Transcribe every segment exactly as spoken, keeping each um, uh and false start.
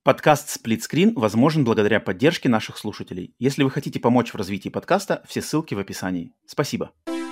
Подкаст «Сплитскрин» возможен благодаря поддержке наших слушателей. Если вы хотите помочь в развитии подкаста, все ссылки в описании. Спасибо.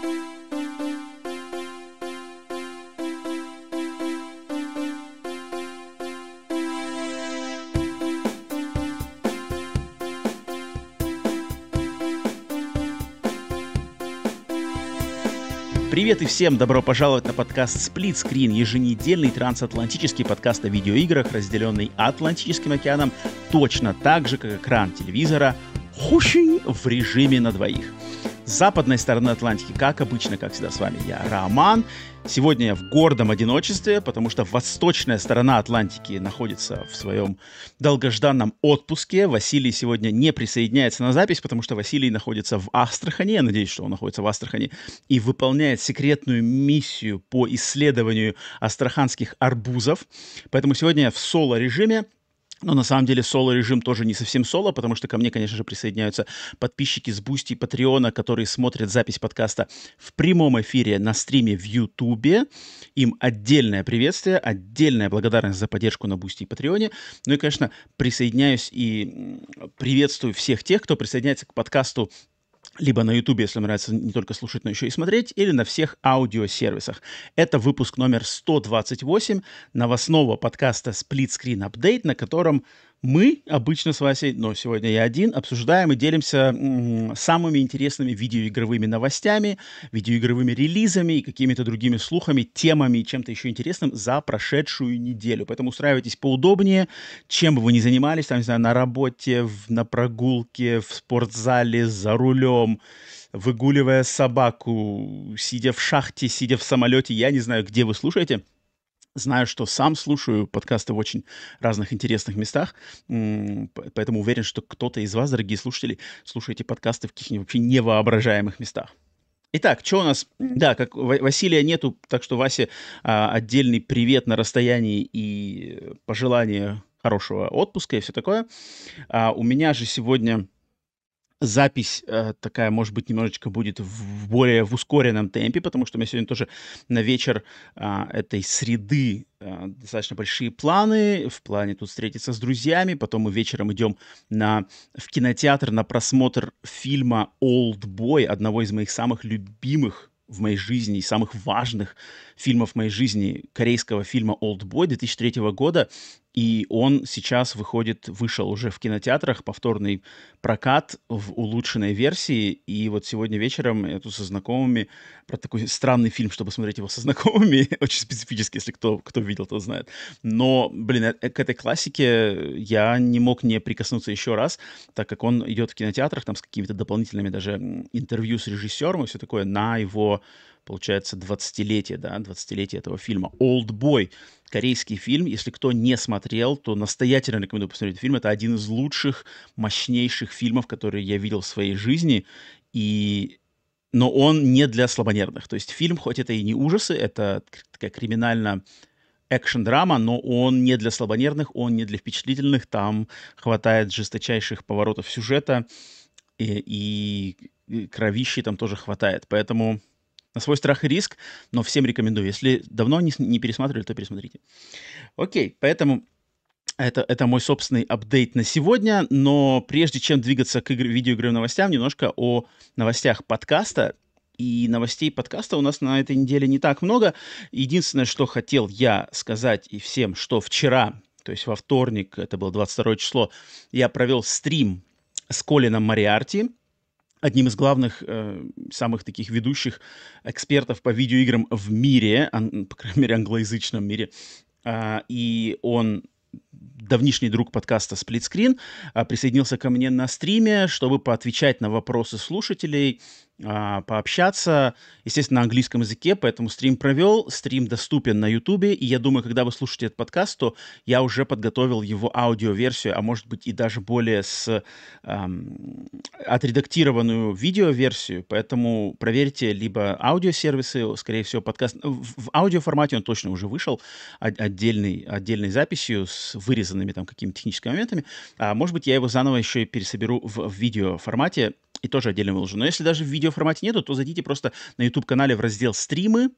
Привет и всем добро пожаловать на подкаст Split Screen, еженедельный трансатлантический подкаст о видеоиграх, разделенный Атлантическим океаном, точно так же, как экран телевизора, хуши в режиме на двоих. С западной стороны Атлантики, как обычно, как всегда, с вами я, Роман. Сегодня я в гордом одиночестве, потому что восточная сторона Атлантики находится в своем долгожданном отпуске. Василий сегодня не присоединяется на запись, потому что Василий находится в Астрахани. Я надеюсь, что он находится в Астрахани и выполняет секретную миссию по исследованию астраханских арбузов. Поэтому сегодня я в соло-режиме. Но на самом деле соло-режим тоже не совсем соло, потому что ко мне, конечно же, присоединяются подписчики с Boosty и Патреона, которые смотрят запись подкаста в прямом эфире на стриме в Ютубе. Им отдельное приветствие, отдельная благодарность за поддержку на Boosty и Патреоне. Ну и, конечно, присоединяюсь и приветствую всех тех, кто присоединяется к подкасту либо на Ютубе, если вам нравится не только слушать, но еще и смотреть, или на всех аудиосервисах. Это выпуск номер сто двадцать восемь новостного подкаста Split Screen Update, на котором мы обычно с Васей, но сегодня я один, обсуждаем и делимся м- самыми интересными видеоигровыми новостями, видеоигровыми релизами и какими-то другими слухами, темами и чем-то еще интересным за прошедшую неделю. Поэтому устраивайтесь поудобнее, чем бы вы ни занимались, там, не знаю, на работе, в, на прогулке, в спортзале, за рулем, выгуливая собаку, сидя в шахте, сидя в самолете, я не знаю, где вы слушаете. Знаю, что сам слушаю подкасты в очень разных интересных местах, поэтому уверен, что кто-то из вас, дорогие слушатели, слушаете подкасты в каких-нибудь вообще невоображаемых местах. Итак, что у нас? Да, как Василия нету, так что Васе а, отдельный привет на расстоянии и пожелание хорошего отпуска и все такое. А, у меня же сегодня запись э, такая, может быть, немножечко будет в более в ускоренном темпе, потому что у меня сегодня тоже на вечер э, этой среды э, достаточно большие планы. В плане тут встретиться с друзьями, потом мы вечером идем на, в кинотеатр на просмотр фильма «Олдбой», одного из моих самых любимых в моей жизни и самых важных фильмов в моей жизни, корейского фильма «Олдбой» две тысячи третьего года. И он сейчас выходит, вышел уже в кинотеатрах, повторный прокат в улучшенной версии. И вот сегодня вечером я тут со знакомыми, про такой странный фильм, чтобы смотреть его со знакомыми, очень специфически, если кто, кто видел, тот знает. Но, блин, э- к этой классике я не мог не прикоснуться еще раз, так как он идет в кинотеатрах, там с какими-то дополнительными даже м, интервью с режиссером и все такое на его, получается, двадцатилетие, да, двадцатилетие этого фильма. «Олдбой». Корейский фильм. Если кто не смотрел, то настоятельно рекомендую посмотреть фильм. Это один из лучших, мощнейших фильмов, которые я видел в своей жизни. И... Но он не для слабонервных. То есть фильм, хоть это и не ужасы, это такая криминально экшн-драма, но он не для слабонервных, он не для впечатлительных. Там хватает жесточайших поворотов сюжета, и, и кровищи там тоже хватает. Поэтому... На свой страх и риск, но всем рекомендую. Если давно не, не пересматривали, то пересмотрите. Окей, поэтому это, это мой собственный апдейт на сегодня. Но прежде чем двигаться к игр, видеоигровым новостям, немножко о новостях подкаста. И новостей подкаста у нас на этой неделе не так много. Единственное, что хотел я сказать и всем, что вчера, то есть во вторник, это было двадцать второе число, я провел стрим с Колином Мориарти, одним из главных, э, самых таких ведущих экспертов по видеоиграм в мире, ан, по крайней мере, англоязычном мире. А, и он, давнишний друг подкаста Split Screen, а, присоединился ко мне на стриме, чтобы поотвечать на вопросы слушателей, а, пообщаться, естественно, на английском языке, поэтому стрим провел, стрим доступен на Ютубе, и я думаю, когда вы слушаете этот подкаст, то я уже подготовил его аудиоверсию, а может быть и даже более с эм, отредактированную видеоверсию, поэтому проверьте либо аудиосервисы, скорее всего, подкаст в, в аудиоформате он точно уже вышел, отдельный, отдельной записью с вырезанными там какими-то техническими моментами, а может быть я его заново еще и пересоберу в, в видеоформате, и тоже отдельно выложу. Но если даже в видеоформате нету, то зайдите просто на YouTube-канале в раздел «Стримы»,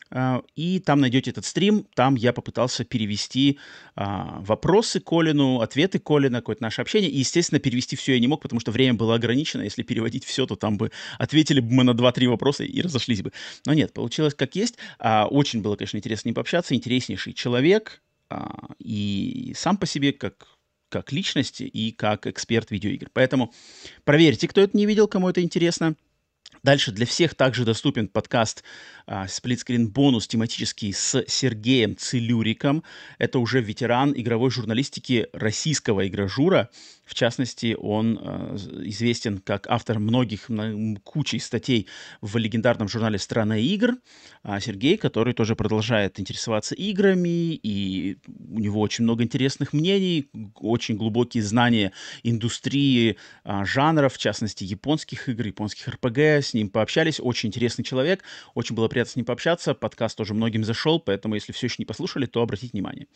А, И там найдете этот стрим. Там я попытался перевести а, вопросы Колину, ответы Колина, какое-то наше общение. И, естественно, перевести все я не мог, потому что время было ограничено. Если переводить все, то там бы ответили бы мы на два-три вопроса и разошлись бы. Но нет, получилось как есть. А, Очень было, конечно, интересно с ним пообщаться. Интереснейший человек. а, И сам по себе как как личность и как эксперт видеоигр. Поэтому проверьте, кто это не видел, кому это интересно. Дальше для всех также доступен подкаст а, «Сплитскрин бонус» тематический с Сергеем Целюриком. Это уже ветеран игровой журналистики российского игражура. В частности, он а, известен как автор многих м, кучей статей в легендарном журнале «Страна игр». А Сергей, который тоже продолжает интересоваться играми, и у него очень много интересных мнений, очень глубокие знания индустрии а, жанров, в частности, японских игр, японских эр пи джи. С ним пообщались. Очень интересный человек. Очень было приятно с ним пообщаться. Подкаст тоже многим зашел, поэтому, если все еще не послушали, то обратите внимание.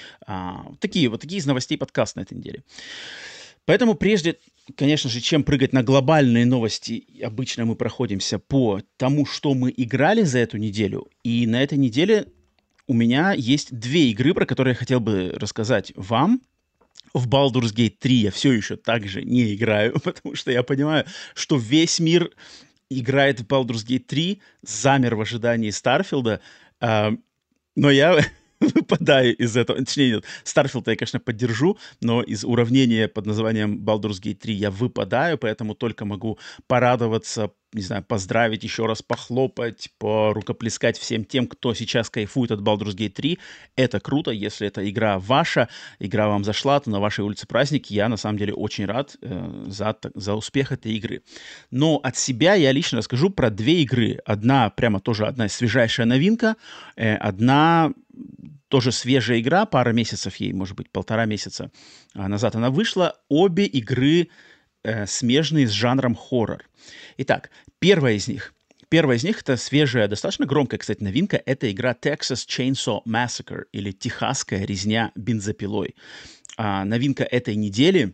А, вот такие вот такие из новостей подкаста на этой неделе. Поэтому прежде, конечно же, чем прыгать на глобальные новости, обычно мы проходимся по тому, что мы играли за эту неделю. И на этой неделе у меня есть две игры, про которые я хотел бы рассказать вам. В Baldur's Gate три я все еще также не играю, потому что я понимаю, что весь мир играет в Baldur's Gate три, замер в ожидании Старфилда, а, но я выпадаю из этого. Точнее, нет, Starfield я, конечно, поддержу, но из уравнения под названием Baldur's Gate три я выпадаю, поэтому только могу порадоваться, не знаю, поздравить, еще раз похлопать, порукоплескать всем тем, кто сейчас кайфует от Baldur's Gate три. Это круто, если эта игра ваша, игра вам зашла, то на вашей улице праздник. Я, на самом деле, очень рад э, за, за успех этой игры. Но от себя я лично расскажу про две игры. Одна, прямо тоже одна свежайшая новинка, э, одна тоже свежая игра, пара месяцев ей, может быть, полтора месяца назад она вышла. Обе игры э, смежные с жанром хоррор. Итак, первая из них. Первая из них — это свежая, достаточно громкая, кстати, новинка. Это игра Texas Chainsaw Massacre, или Техасская резня бензопилой. А, новинка этой недели.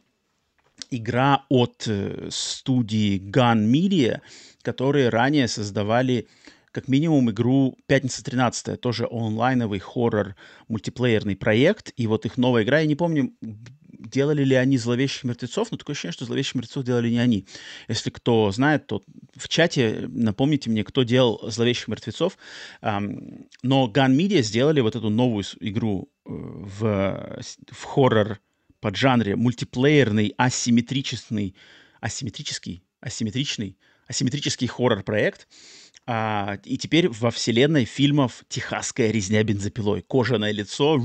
Игра от э, студии Gun Media, которые ранее создавали как минимум игру «Пятница тринадцатая», тоже онлайновый хоррор, мультиплеерный проект. И вот их новая игра, я не помню, делали ли они «Зловещих мертвецов», но такое ощущение, что «Зловещих мертвецов» делали не они. Если кто знает, то в чате напомните мне, кто делал «Зловещих мертвецов». Um, но Gun Media сделали вот эту новую игру в, в хоррор поджанре мультиплеерный, асимметричный, асимметрический, асимметричный, асимметрический хоррор-проект. А, и теперь во вселенной фильмов «Техасская резня бензопилой». Кожаное лицо,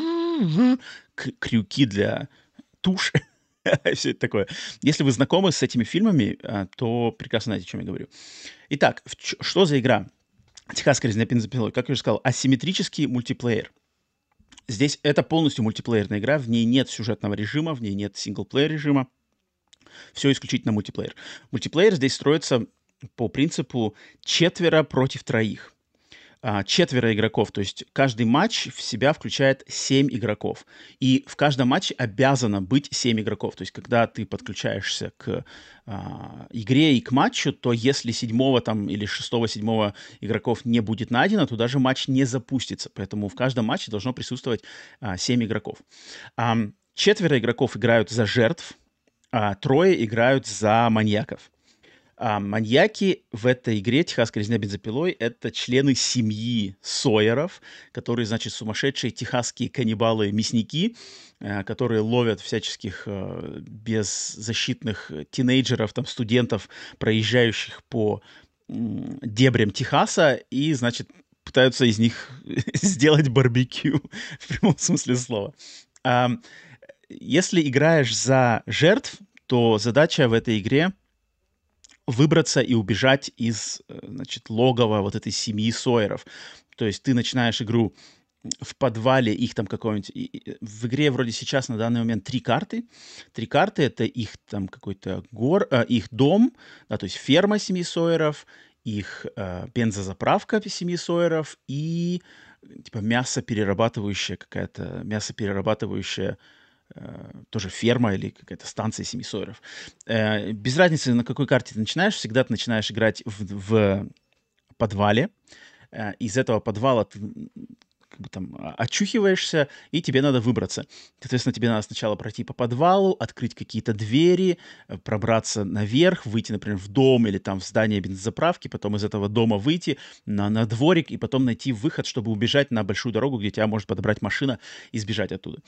крюки для туш, все это такое. Если вы знакомы с этими фильмами, то прекрасно знаете, о чем я говорю. Итак, что за игра? «Техасская резня бензопилой», как я уже сказал, асимметрический мультиплеер. Здесь это полностью мультиплеерная игра, в ней нет сюжетного режима, в ней нет синглплеер режима. Все исключительно мультиплеер. Мультиплеер здесь строится по принципу четверо против троих. А, четверо игроков, то есть каждый матч в себя включает семь игроков. И в каждом матче обязано быть семь игроков. То есть когда ты подключаешься к а, игре и к матчу, то если седьмого там, или шестого-седьмого игроков не будет найдено, то даже матч не запустится. Поэтому в каждом матче должно присутствовать а, семь игроков. А, четверо игроков играют за жертв, а трое играют за маньяков. А маньяки в этой игре «Техасская резня бензопилой» — это члены семьи Сойеров, которые, значит, сумасшедшие техасские каннибалы-мясники, которые ловят всяческих э, беззащитных тинейджеров, там, студентов, проезжающих по м, дебрям Техаса, и, значит, пытаются из них сделать барбекю, в прямом смысле слова. А, если играешь за жертв, то задача в этой игре выбраться и убежать из, значит, логова вот этой семьи Сойеров. То есть ты начинаешь игру в подвале их там какого-нибудь... В игре вроде сейчас на данный момент три карты. Три карты — это их там какой-то гор... Э, их дом, да, то есть ферма семьи Сойеров, их э, бензозаправка семьи Сойеров и типа мясоперерабатывающая какая-то... мясоперерабатывающая тоже ферма или какая-то станция семьи Сойеров. Э, без разницы, на какой карте ты начинаешь, всегда ты начинаешь играть в, в подвале. э, из этого подвала ты как бы там а, очухиваешься, и тебе надо выбраться. Соответственно, тебе надо сначала пройти по подвалу, открыть какие-то двери, э, пробраться наверх, выйти, например, в дом или там в здание бензозаправки, потом из этого дома выйти на, на дворик и потом найти выход, чтобы убежать на большую дорогу, где тебя может подобрать машина и сбежать оттуда.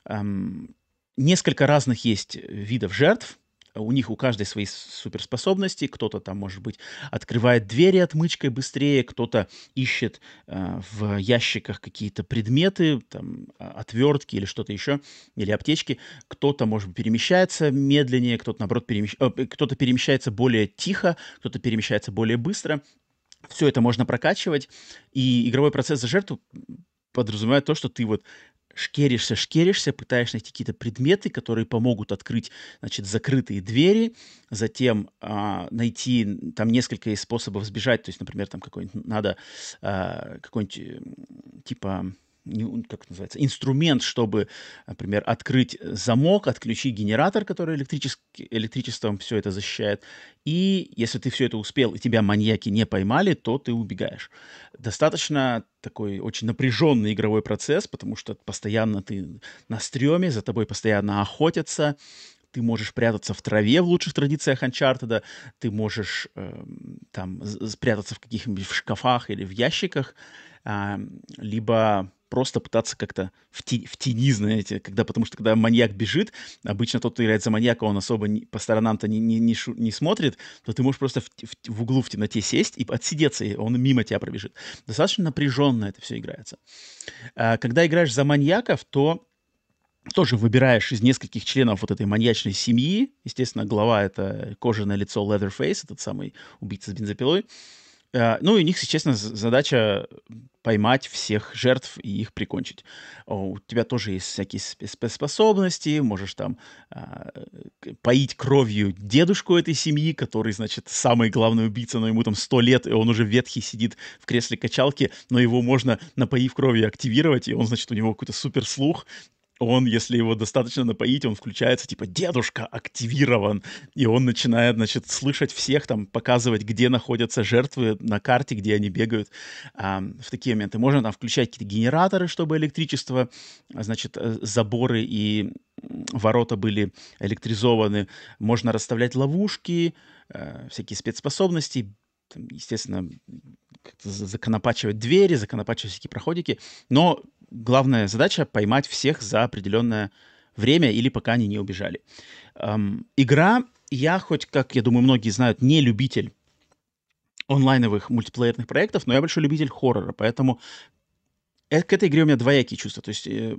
Ам, Несколько разных есть видов жертв. У них у каждой свои с- суперспособности. Кто-то там, может быть, открывает двери отмычкой быстрее, кто-то ищет э, в ящиках какие-то предметы, там, а, отвертки или что-то еще, или аптечки. Кто-то, может быть, перемещается медленнее, кто-то, наоборот, перемещ- э, п- кто-то перемещается более тихо, кто-то перемещается более быстро. Все это можно прокачивать, и игровой процесс за жертву подразумевает то, что ты вот шкеришься, шкеришься, пытаешься найти какие-то предметы, которые помогут открыть, значит, закрытые двери, затем а, найти м, там несколько есть способов сбежать, то есть, например, там какой-нибудь надо а, какой-нибудь м, типа не- ун- как это называется, инструмент, чтобы, например, открыть замок, отключить генератор, который электричес- электричеством все это защищает. И если ты все это успел, и тебя маньяки не поймали, то ты убегаешь. Достаточно такой очень напряженный игровой процесс, потому что постоянно ты на стреме, за тобой постоянно охотятся, ты можешь прятаться в траве в лучших традициях Uncharted, ты можешь эм, там з- спрятаться в каких-нибудь в шкафах или в ящиках, а, либо просто пытаться как-то в, те- в тени, знаете, когда, потому что когда маньяк бежит, обычно тот, кто играет за маньяка, он особо не- по сторонам-то не, не, не, шу- не смотрит, то ты можешь просто в, те- в те- в углу в темноте сесть и отсидеться, и он мимо тебя пробежит. Достаточно напряженно это все играется. А, Когда играешь за маньяков, то тоже выбираешь из нескольких членов вот этой маньячной семьи. Естественно, глава — это кожаное лицо Leatherface, этот самый убийца с бензопилой. Э, Ну, и у них, естественно, з- задача поймать всех жертв и их прикончить. О, У тебя тоже есть всякие спе- спецспособности, можешь там а, к- поить кровью дедушку этой семьи, который, значит, самый главный убийца, но ему там сто лет, и он уже ветхий сидит в кресле качалки, но его можно, напоив кровью, активировать, и он, значит, у него какой-то суперслух, он, если его достаточно напоить, он включается, типа, дедушка активирован, и он начинает, значит, слышать всех, там, показывать, где находятся жертвы на карте, где они бегают. А, в такие моменты можно там включать какие-то генераторы, чтобы электричество, а, значит, э, заборы и м, ворота были электризованы. Можно расставлять ловушки, э, всякие спецспособности, там, естественно, как-то за- законопачивать двери, законопачивать всякие проходики. Но главная задача — поймать всех за определенное время или пока они не убежали. Ам, игра, я хоть, как я думаю, многие знают, не любитель онлайновых мультиплеерных проектов, но я большой любитель хоррора, поэтому э- к этой игре у меня двоякие чувства. То есть э,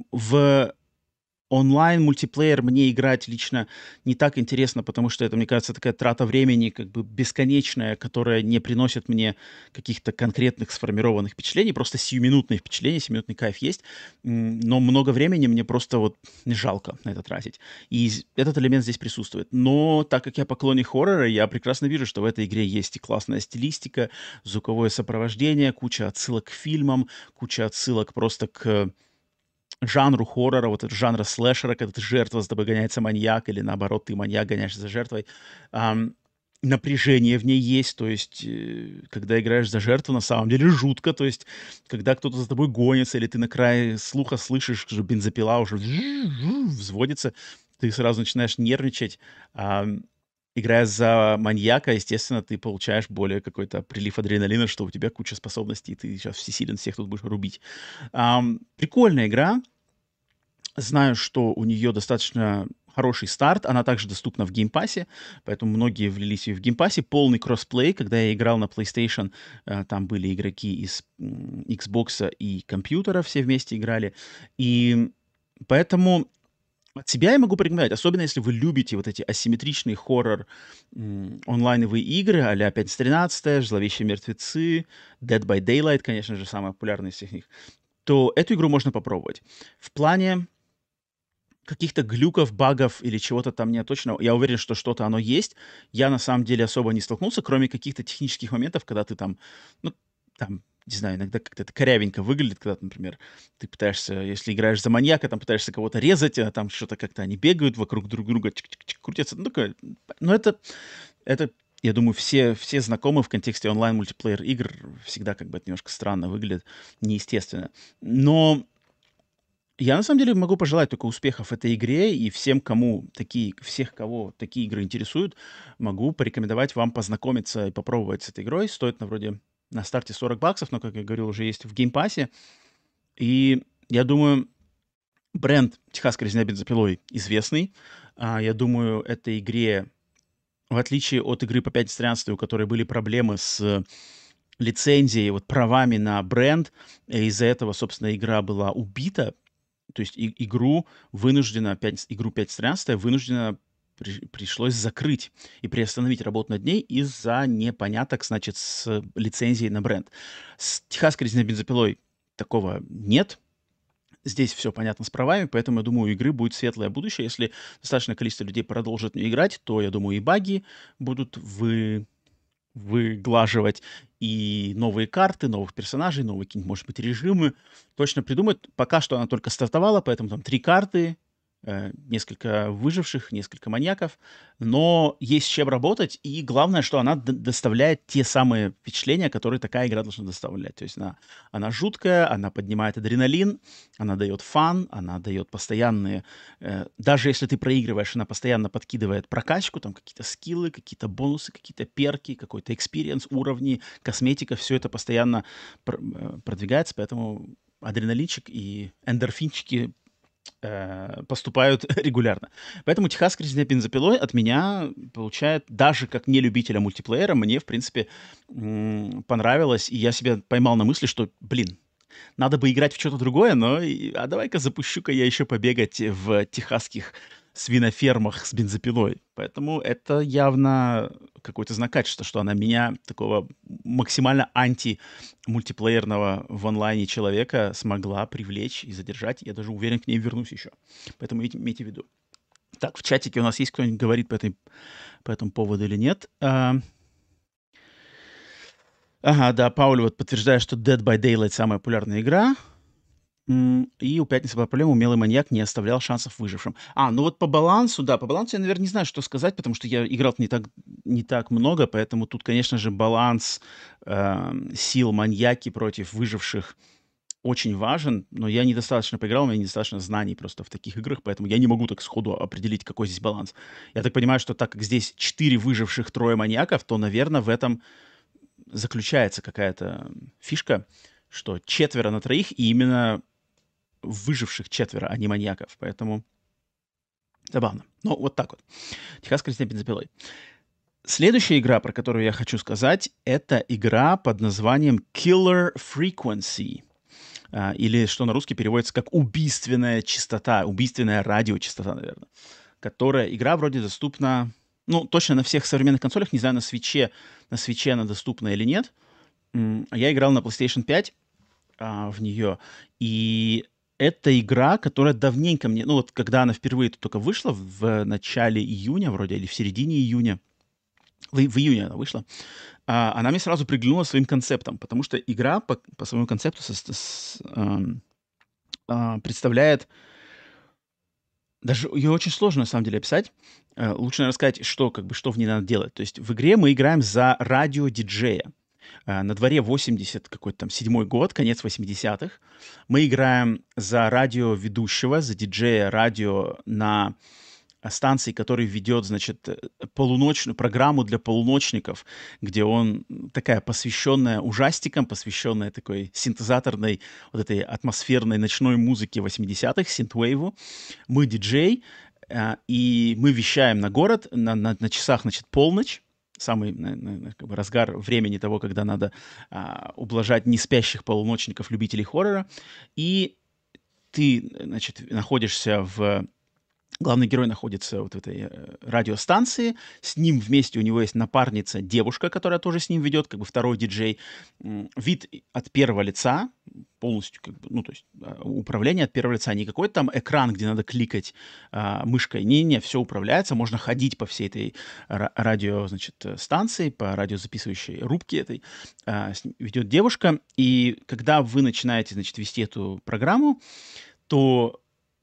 в онлайн мультиплеер мне играть лично не так интересно, потому что это, мне кажется, такая трата времени, как бы бесконечная, которая не приносит мне каких-то конкретных сформированных впечатлений, просто сиюминутные впечатления, сиюминутный кайф есть, м, но много времени мне просто вот не жалко на это тратить. И з- этот элемент здесь присутствует. Но так как я поклонник хоррора, я прекрасно вижу, что в этой игре есть и классная стилистика, звуковое сопровождение, куча отсылок к фильмам, куча отсылок просто к жанру хоррора, вот этого жанра слэшера, когда ты жертва, за тобой гоняется маньяк, или наоборот, ты маньяк, гоняешься за жертвой. Ам, Напряжение в ней есть, то есть, э, когда играешь за жертву, на самом деле жутко, то есть, когда кто-то за тобой гонится, или ты на крае слуха слышишь, что бензопила уже взводится, ты сразу начинаешь нервничать. Ам, Играя за маньяка, естественно, ты получаешь более какой-то прилив адреналина, что у тебя куча способностей, и ты сейчас всесилен, всех тут будешь рубить. Ам, прикольная игра. Знаю, что у нее достаточно хороший старт. Она также доступна в геймпассе, поэтому многие влились ее в геймпассе. Полный кроссплей. Когда я играл на PlayStation, э, там были игроки из м, Xbox и компьютера, все вместе играли. И поэтому от себя я могу порекомендовать, особенно если вы любите вот эти асимметричные хоррор м, онлайновые игры, а-ля пятница тринадцатое, Зловещие мертвецы, Dead by Daylight, конечно же, самая популярная из всех них, то эту игру можно попробовать. В плане каких-то глюков, багов или чего-то там нет точно. Я уверен, что что-то оно есть. Я на самом деле особо не столкнулся, кроме каких-то технических моментов, когда ты там, ну, там, не знаю, иногда как-то это корявенько выглядит, когда, например, ты пытаешься, если играешь за маньяка, там пытаешься кого-то резать, а там что-то как-то они бегают вокруг друг друга, чик-чик-чик, крутятся. Ну, такое, но это, это я думаю, все, все знакомы в контексте онлайн-мультиплеер игр. Всегда как бы это немножко странно выглядит, неестественно. Но я на самом деле могу пожелать только успехов этой игре, и всем, кому такие, всех, кого такие игры интересуют, могу порекомендовать вам познакомиться и попробовать с этой игрой. Стоит на вроде на старте сорок баксов, но, как я говорил, уже есть в геймпассе. И я думаю, бренд «Техасская резня бензопилой» известный. А, я думаю, этой игре, в отличие от игры по пять тринадцать, у которой были проблемы с лицензией, вот правами на бренд, и из-за этого, собственно, игра была убита. То есть и, игру вынуждена, пять, игру пять тринадцать вынуждена при, пришлось закрыть и приостановить работу над ней из-за непоняток, значит, с лицензией на бренд. С «Техасской резня бензопилой» такого нет. Здесь все понятно с правами, поэтому, я думаю, у игры будет светлое будущее. Если достаточное количество людей продолжит в неё играть, то, я думаю, и баги будут вы... выглаживать, и новые карты, новых персонажей, новые какие-нибудь, может быть, режимы точно придумают. Пока что она только стартовала, поэтому там три карты, э, несколько выживших, несколько маньяков, но есть с чем работать, и главное, что она д- доставляет те самые впечатления, которые такая игра должна доставлять. То есть она, она жуткая, она поднимает адреналин, она дает фан, она дает постоянные... э, даже если ты проигрываешь, она постоянно подкидывает прокачку, там какие-то скиллы, какие-то бонусы, какие-то перки, какой-то экспириенс, уровни, косметика, все это постоянно пр- э, продвигается, поэтому адреналинчик и эндорфинчики э, поступают регулярно. Поэтому «Техасская резня бензопилой» от меня получает, даже как не любителя мультиплеера, мне, в принципе, м, понравилось, и я себя поймал на мысли, что, блин, надо бы играть в что-то другое, но и- а давай-ка запущу-ка я еще побегать в техасских свинофермах с бензопилой. Поэтому это явно какой-то знак качества, что она меня, такого максимально анти-мультиплеерного в онлайне человека, смогла привлечь и задержать. Я даже уверен, к ней вернусь еще. Поэтому имейте, имейте в виду. Так, в чатике у нас есть кто-нибудь говорит по, этой, по этому поводу или нет? А, ага, да, Пауль вот подтверждает, что Dead by Daylight самая популярная игра. М, И у «Пятницы» была проблема, умелый маньяк не оставлял шансов выжившим. А, ну вот по балансу, да, по балансу я, наверное, не знаю, что сказать, потому что я играл не так, не так много, поэтому тут, конечно же, баланс эм, сил маньяки против выживших очень важен, но я недостаточно поиграл, у меня недостаточно знаний просто в таких играх, поэтому я не могу так сходу определить, какой здесь баланс. Я так понимаю, что так как здесь четыре выживших, трое маньяков, то, наверное, в этом заключается какая-то фишка, что четверо на троих, и именно выживших четверо, а не маньяков. Поэтому забавно. Ну, вот так вот. «Техасская резня бензопилой». Следующая игра, про которую я хочу сказать, это игра под названием Killer Frequency. А, или, что на русский переводится как «убийственная частота», «убийственная радиочастота», наверное. Которая, игра вроде доступна, ну, точно на всех современных консолях, не знаю, на свитче, на свитче она доступна или нет. М, Я играл на PlayStation пять а, в нее, и это игра, которая давненько мне... Ну, вот когда она впервые только вышла, в начале июня вроде, или в середине июня, в, в июне она вышла, а, она мне сразу приглянула своим концептом, потому что игра по, по своему концепту со- с- с- ам, а, представляет... Даже ее очень сложно, на самом деле, описать. Э, Лучше, наверное, сказать, что, как бы, что в ней надо делать. То есть в игре мы играем за радиодиджея. Э, На дворе восемьдесят какой-то там седьмой год, конец восьмидесятых. Мы играем за радиоведущего, за диджея радио на э, станции, который ведет, значит, э, полуночную программу для полуночников, где он м, такая посвященная ужастикам, посвященная такой синтезаторной, вот этой атмосферной ночной музыке восьмидесятых, синтвейву. Мы диджей, э, и мы вещаем на город, на, на- на часах, значит, полночь, самый на- на- на как бы разгар времени того, когда надо а, ублажать неспящих полуночников, любителей хоррора. И ты, значит, находишься в... Главный герой находится вот в этой э, радиостанции, с ним вместе у него есть напарница, девушка, которая тоже с ним ведет, как бы второй диджей. М, Вид от первого лица, полностью, как бы, ну, то есть а, управление от первого лица, не какой-то там экран, где надо кликать а, мышкой, не-не, все управляется, можно ходить по всей этой ра- радио, значит, э, станции, по радиозаписывающей рубке этой, а, с ним ведет девушка, и когда вы начинаете, значит, вести эту программу, то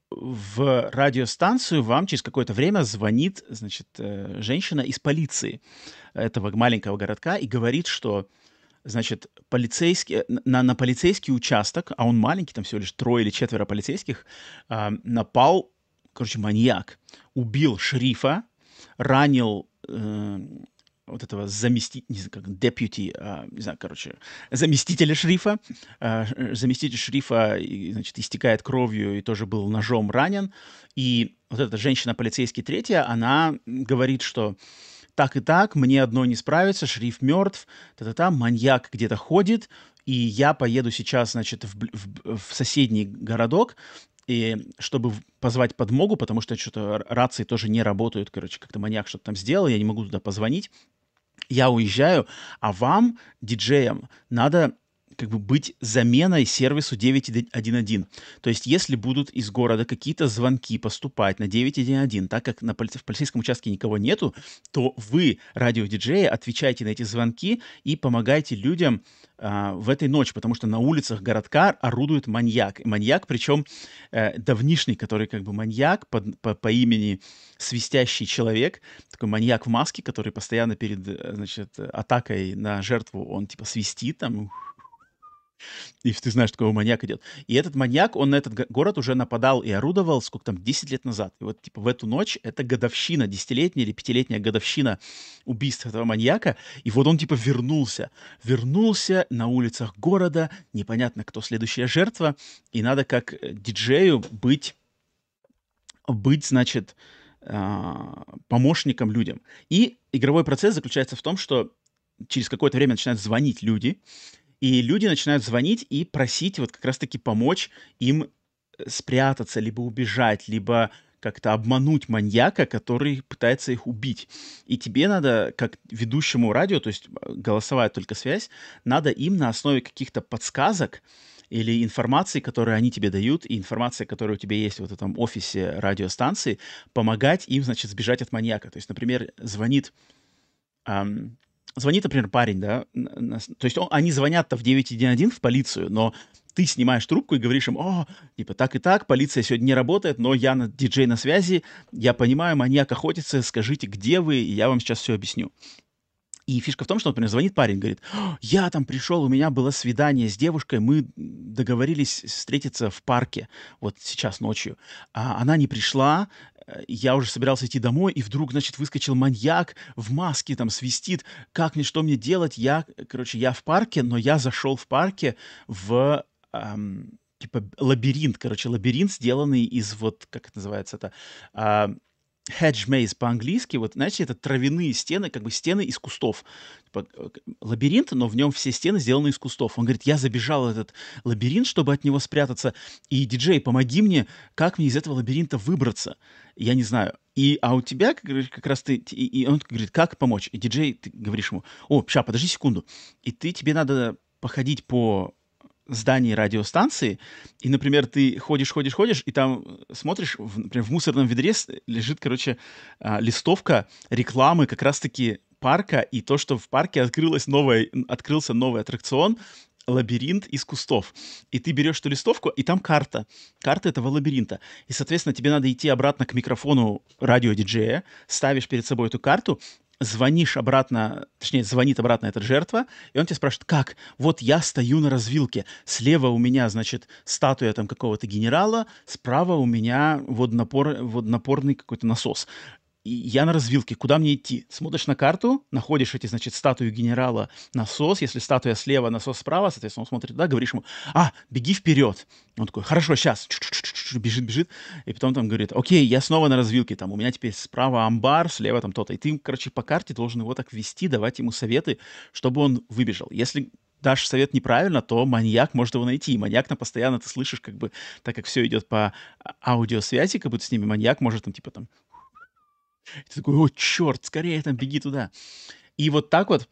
в радиостанцию вам через какое-то время звонит, значит, э, женщина из полиции этого маленького городка и говорит, что, значит, полицейский, э, на, на полицейский участок, а он маленький, там всего лишь трое или четверо полицейских, а, напал, короче, маньяк. Убил шерифа, ранил э, вот этого заместителя, не знаю, как депьюти, а, не знаю, короче, заместителя шерифа. А, ш- заместитель шерифа, и, значит, истекает кровью и тоже был ножом ранен. И вот эта женщина-полицейский третья, она говорит, что так и так, мне одно не справится, шериф мертв, та-та-та, маньяк где-то ходит, и я поеду сейчас, значит, в, бл- в б- в соседний городок, и чтобы в- позвать подмогу, потому что что-то р- рации тоже не работают, короче, как-то маньяк что-то там сделал, я не могу туда позвонить. Я уезжаю, а вам, диджеям, надо как бы быть заменой сервису девять один один. То есть, если будут из города какие-то звонки поступать на девять один один, так как на полице- в полицейском участке никого нету, то вы, радиодиджеи, отвечайте на эти звонки и помогайте людям а, в этой ночи, потому что на улицах городка орудует маньяк. И маньяк, причем э, давнишний, который как бы маньяк под- по, по имени Свистящий человек, такой маньяк в маске, который постоянно перед, э, значит, атакой на жертву, он типа свистит там, и ты знаешь, такого маньяк идет. И этот маньяк, он на этот го- город уже нападал и орудовал, сколько там, десять лет назад. И вот, типа, в эту ночь, это годовщина, десятилетняя или пятилетняя годовщина убийства этого маньяка. И вот он, типа, вернулся. Вернулся на улицах города, непонятно, кто следующая жертва. И надо как э, диджею быть, быть, значит, а, помощником людям. И игровой процесс заключается в том, что через какое-то время начинают звонить люди, и люди начинают звонить и просить вот как раз-таки помочь им э, спрятаться, либо убежать, либо как-то обмануть маньяка, который пытается их убить. И тебе надо, как ведущему радио, то есть э, голосовая только связь, надо им на основе каких-то подсказок или информации, которую они тебе дают, и информация, которая у тебя есть в вот этом офисе радиостанции, помогать им, значит, сбежать от маньяка. То есть, например, звонит ам, звонит, например, парень, да, н- на с- то есть он- они звонят-то в девять один один в полицию, но ты снимаешь трубку и говоришь им, о, типа, так и так, полиция сегодня не работает, но я на, диджей на связи, я понимаю, маньяк охотится, скажите, где вы, и я вам сейчас все объясню. И фишка в том, что, например, звонит парень, говорит, «О, я там пришел, у меня было свидание с девушкой, мы договорились встретиться в парке, вот сейчас ночью. А она не пришла, э, я уже собирался идти домой, и вдруг, значит, выскочил маньяк в маске, там, свистит, как мне, что мне делать? Я, э, короче, я в парке, но я зашел в парке в, ам, типа, лабиринт, короче, лабиринт, сделанный из вот, как это называется это, а, hedge maze по-английски, вот, знаете, это травяные стены, как бы стены из кустов. Типа, э, к- лабиринт, но в нем все стены сделаны из кустов. Он говорит, я забежал в этот лабиринт, чтобы от него спрятаться, и, диджей, помоги мне, как мне из этого лабиринта выбраться? Я не знаю. И, а у тебя как, раз как раз ты, и, и он говорит, как помочь? И диджей, ты говоришь ему, о, ща, подожди секунду. И ты, тебе надо походить по здании радиостанции, и, например, ты ходишь, ходишь, ходишь, и там э, смотришь, в, например, в мусорном ведре с- лежит, короче, а, листовка рекламы как раз-таки парка, и то, что в парке открылась новая, н- открылся новый аттракцион, лабиринт из кустов. И ты берешь эту листовку, и там карта. Карта этого лабиринта. И, соответственно, тебе надо идти обратно к микрофону радиодиджея, ставишь перед собой эту карту, звонишь обратно, точнее, звонит обратно эта жертва, и он тебя спрашивает, как? Вот я стою на развилке, слева у меня, значит, статуя там какого-то генерала, справа у меня водонапор, водонапорный какой-то насос. И я на развилке, куда мне идти? Смотришь на карту, находишь эти, значит, статую генерала, насос, если статуя слева, насос справа, соответственно, он смотрит туда, говоришь ему, а, беги вперед. Он такой, хорошо, сейчас, бежит, бежит, и потом там говорит, окей, я снова на развилке, там, у меня теперь справа амбар, слева там то-то, и ты, короче, по карте должен его так вести, давать ему советы, чтобы он выбежал. Если дашь совет неправильно, то маньяк может его найти. И маньяк на постоянно ты слышишь, как бы, так как все идет по а, аудиосвязи, как будто с ними маньяк может там, типа, там, и ты такой, о, черт, скорее там беги туда. И вот так вот,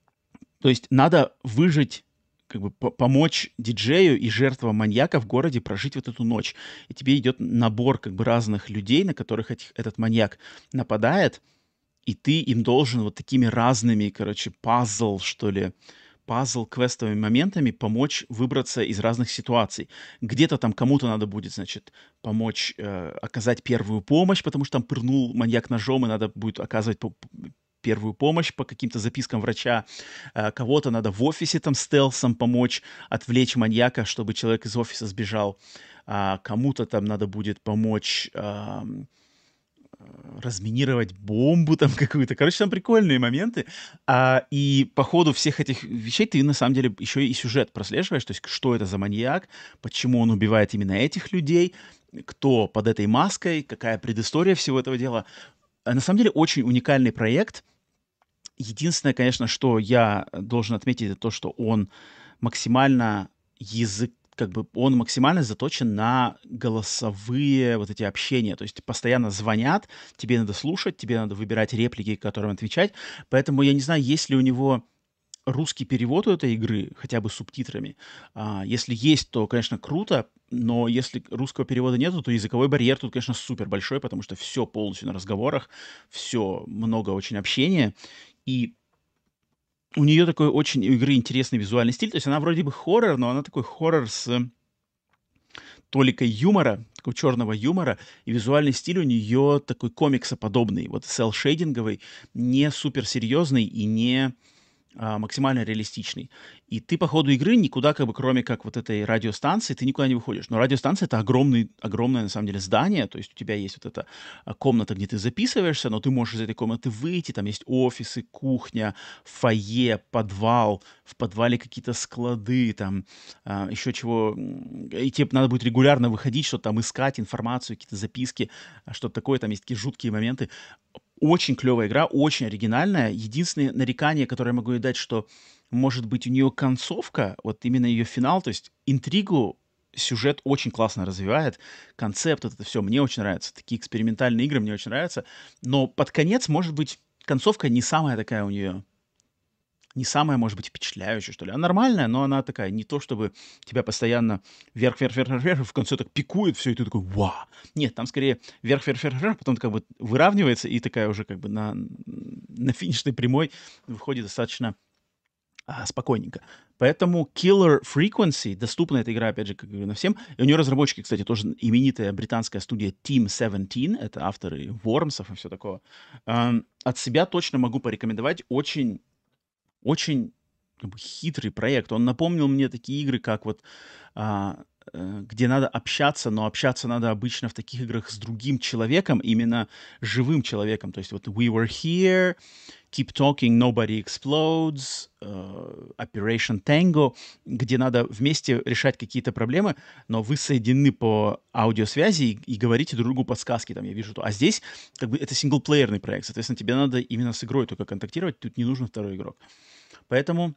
то есть надо выжить, как бы по- помочь диджею и жертвам маньяка в городе прожить вот эту ночь. И тебе идет набор как бы разных людей, на которых этих, этот маньяк нападает, и ты им должен вот такими разными, короче, пазл, что ли, пазл-квестовыми моментами помочь выбраться из разных ситуаций. Где-то там кому-то надо будет, значит, помочь э, оказать первую помощь, потому что там пырнул маньяк ножом, и надо будет оказывать по- первую помощь по каким-то запискам врача. Э, кого-то надо в офисе там стелсом помочь, отвлечь маньяка, чтобы человек из офиса сбежал. А кому-то там надо будет помочь ам, разминировать бомбу там какую-то. Короче, там прикольные моменты. А, и по ходу всех этих вещей ты на самом деле еще и сюжет прослеживаешь, то есть что это за маньяк, почему он убивает именно этих людей, кто под этой маской, какая предыстория всего этого дела. А на самом деле очень уникальный проект. Единственное, конечно, что я должен отметить, это то, что он максимально язык, как бы он максимально заточен на голосовые вот эти общения. То есть постоянно звонят, тебе надо слушать, тебе надо выбирать реплики, которым отвечать. Поэтому я не знаю, есть ли у него русский перевод у этой игры, хотя бы с субтитрами. А, если есть, то, конечно, круто, но если русского перевода нету, то языковой барьер тут, конечно, супер большой, потому что все полностью на разговорах, все много очень общения. И у нее такой очень у игры интересный визуальный стиль. То есть она вроде бы хоррор, но она такой хоррор с толикой юмора, такого черного юмора, и визуальный стиль у нее такой комиксоподобный, вот селл-шейдинговый, не суперсерьезный и не а, максимально реалистичный. И ты по ходу игры никуда, как бы, кроме как вот этой радиостанции, ты никуда не выходишь. Но радиостанция — это огромный, огромное, на самом деле, здание, то есть у тебя есть вот эта а, комната, где ты записываешься, но ты можешь из этой комнаты выйти, там есть офисы, кухня, фойе, подвал, в подвале какие-то склады, там а, еще чего. м, И тебе надо будет регулярно выходить, что-то там искать, информацию, какие-то записки, а, что-то такое, там есть такие жуткие моменты. Очень клевая игра, очень оригинальная. Единственное нарекание, которое я могу ей дать, что, может быть, у нее концовка, вот именно ее финал, то есть интригу, сюжет очень классно развивает, концепт, вот это все мне очень нравится. Такие экспериментальные игры мне очень нравятся. Но под конец, может быть, концовка не самая такая у нее, не самая, может быть, впечатляющая, что ли. Она нормальная, но она такая, не то чтобы тебя постоянно вверх, вверх, вверх, вверх, вверх, и в конце так пикует все, и ты такой, вау. Нет, там скорее вверх, вверх, вверх, вверх, потом как бы выравнивается, и такая уже как бы на, на финишной прямой выходит достаточно а, спокойненько. Поэтому Killer Frequency, доступна эта игра, опять же, как говорю, на всем. И у нее разработчики, кстати, тоже именитая британская студия Team семнадцать, это авторы Вормсов и все такого. Ам, от себя точно могу порекомендовать. Очень очень как бы хитрый проект. Он напомнил мне такие игры, как вот а, э, где надо общаться, но общаться надо обычно в таких играх с другим человеком, именно живым человеком. То есть вот We Were Here, Keep Talking, Nobody Explodes, э, Operation Tango, где надо вместе решать какие-то проблемы, но вы соединены по аудиосвязи и, и говорите друг другу подсказки. Там я вижу то. А здесь как бы это синглплеерный проект, соответственно, тебе надо именно с игрой только контактировать, тут не нужен второй игрок. Поэтому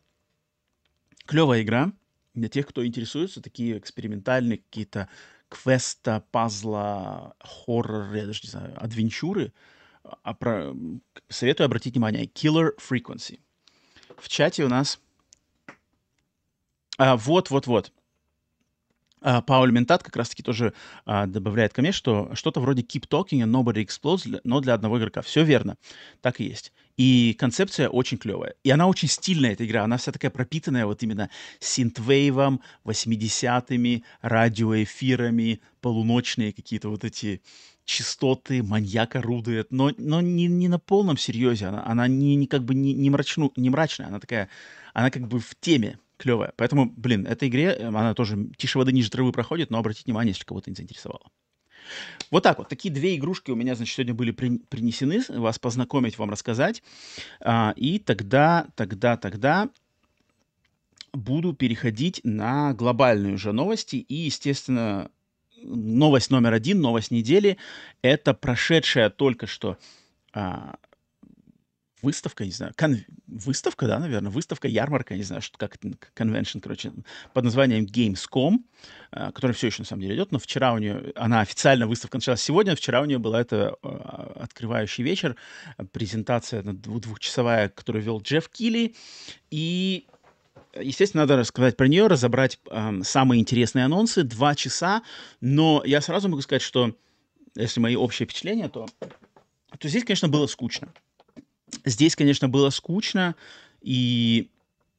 клевая игра для тех, кто интересуется, такие экспериментальные какие-то квеста, пазла, хоррор, я даже не знаю, адвенчуры. А про- м, Советую обратить внимание. Killer Frequency. В чате у нас... а, вот, вот, вот. А, Пауль Ментат как раз-таки тоже а, добавляет ко мне, что что-то вроде Keep Talking and Nobody Explodes, для- но для одного игрока. Все верно. Так и есть. И концепция очень клевая. И она очень стильная, эта игра. Она вся такая пропитанная вот именно синтвейвом, восьмидесятыми, радиоэфирами, полуночные какие-то вот эти частоты, маньяк орудует, но, но не, не на полном серьезе. Она, она не, не как бы не, не, мрачну, не мрачная, она такая, она как бы в теме клевая. Поэтому, блин, эта игре, э, она тоже тише воды, ниже травы проходит, но обратите внимание, если кого-то не заинтересовало. Вот так вот. Такие две игрушки у меня, значит, сегодня были при- принесены, вас познакомить, вам рассказать. А, и тогда, тогда, тогда буду переходить на глобальные уже новости. И, естественно, новость номер один, новость недели, это прошедшая только что а, выставка, не знаю, кон- выставка, да, наверное, выставка, ярмарка, не знаю, что, как это, конвеншн, короче, под названием Gamescom, а, которая все еще, на самом деле, идет, но вчера у нее, она официально, выставка началась сегодня, вчера у нее была это а, открывающий вечер, а, презентация на дву- двухчасовая, которую вел Джефф Килли, и естественно, надо рассказать про нее, разобрать ам, самые интересные анонсы, два часа, но я сразу могу сказать, что если мои общие впечатления, то, то здесь, конечно, было скучно. Здесь, конечно, было скучно, и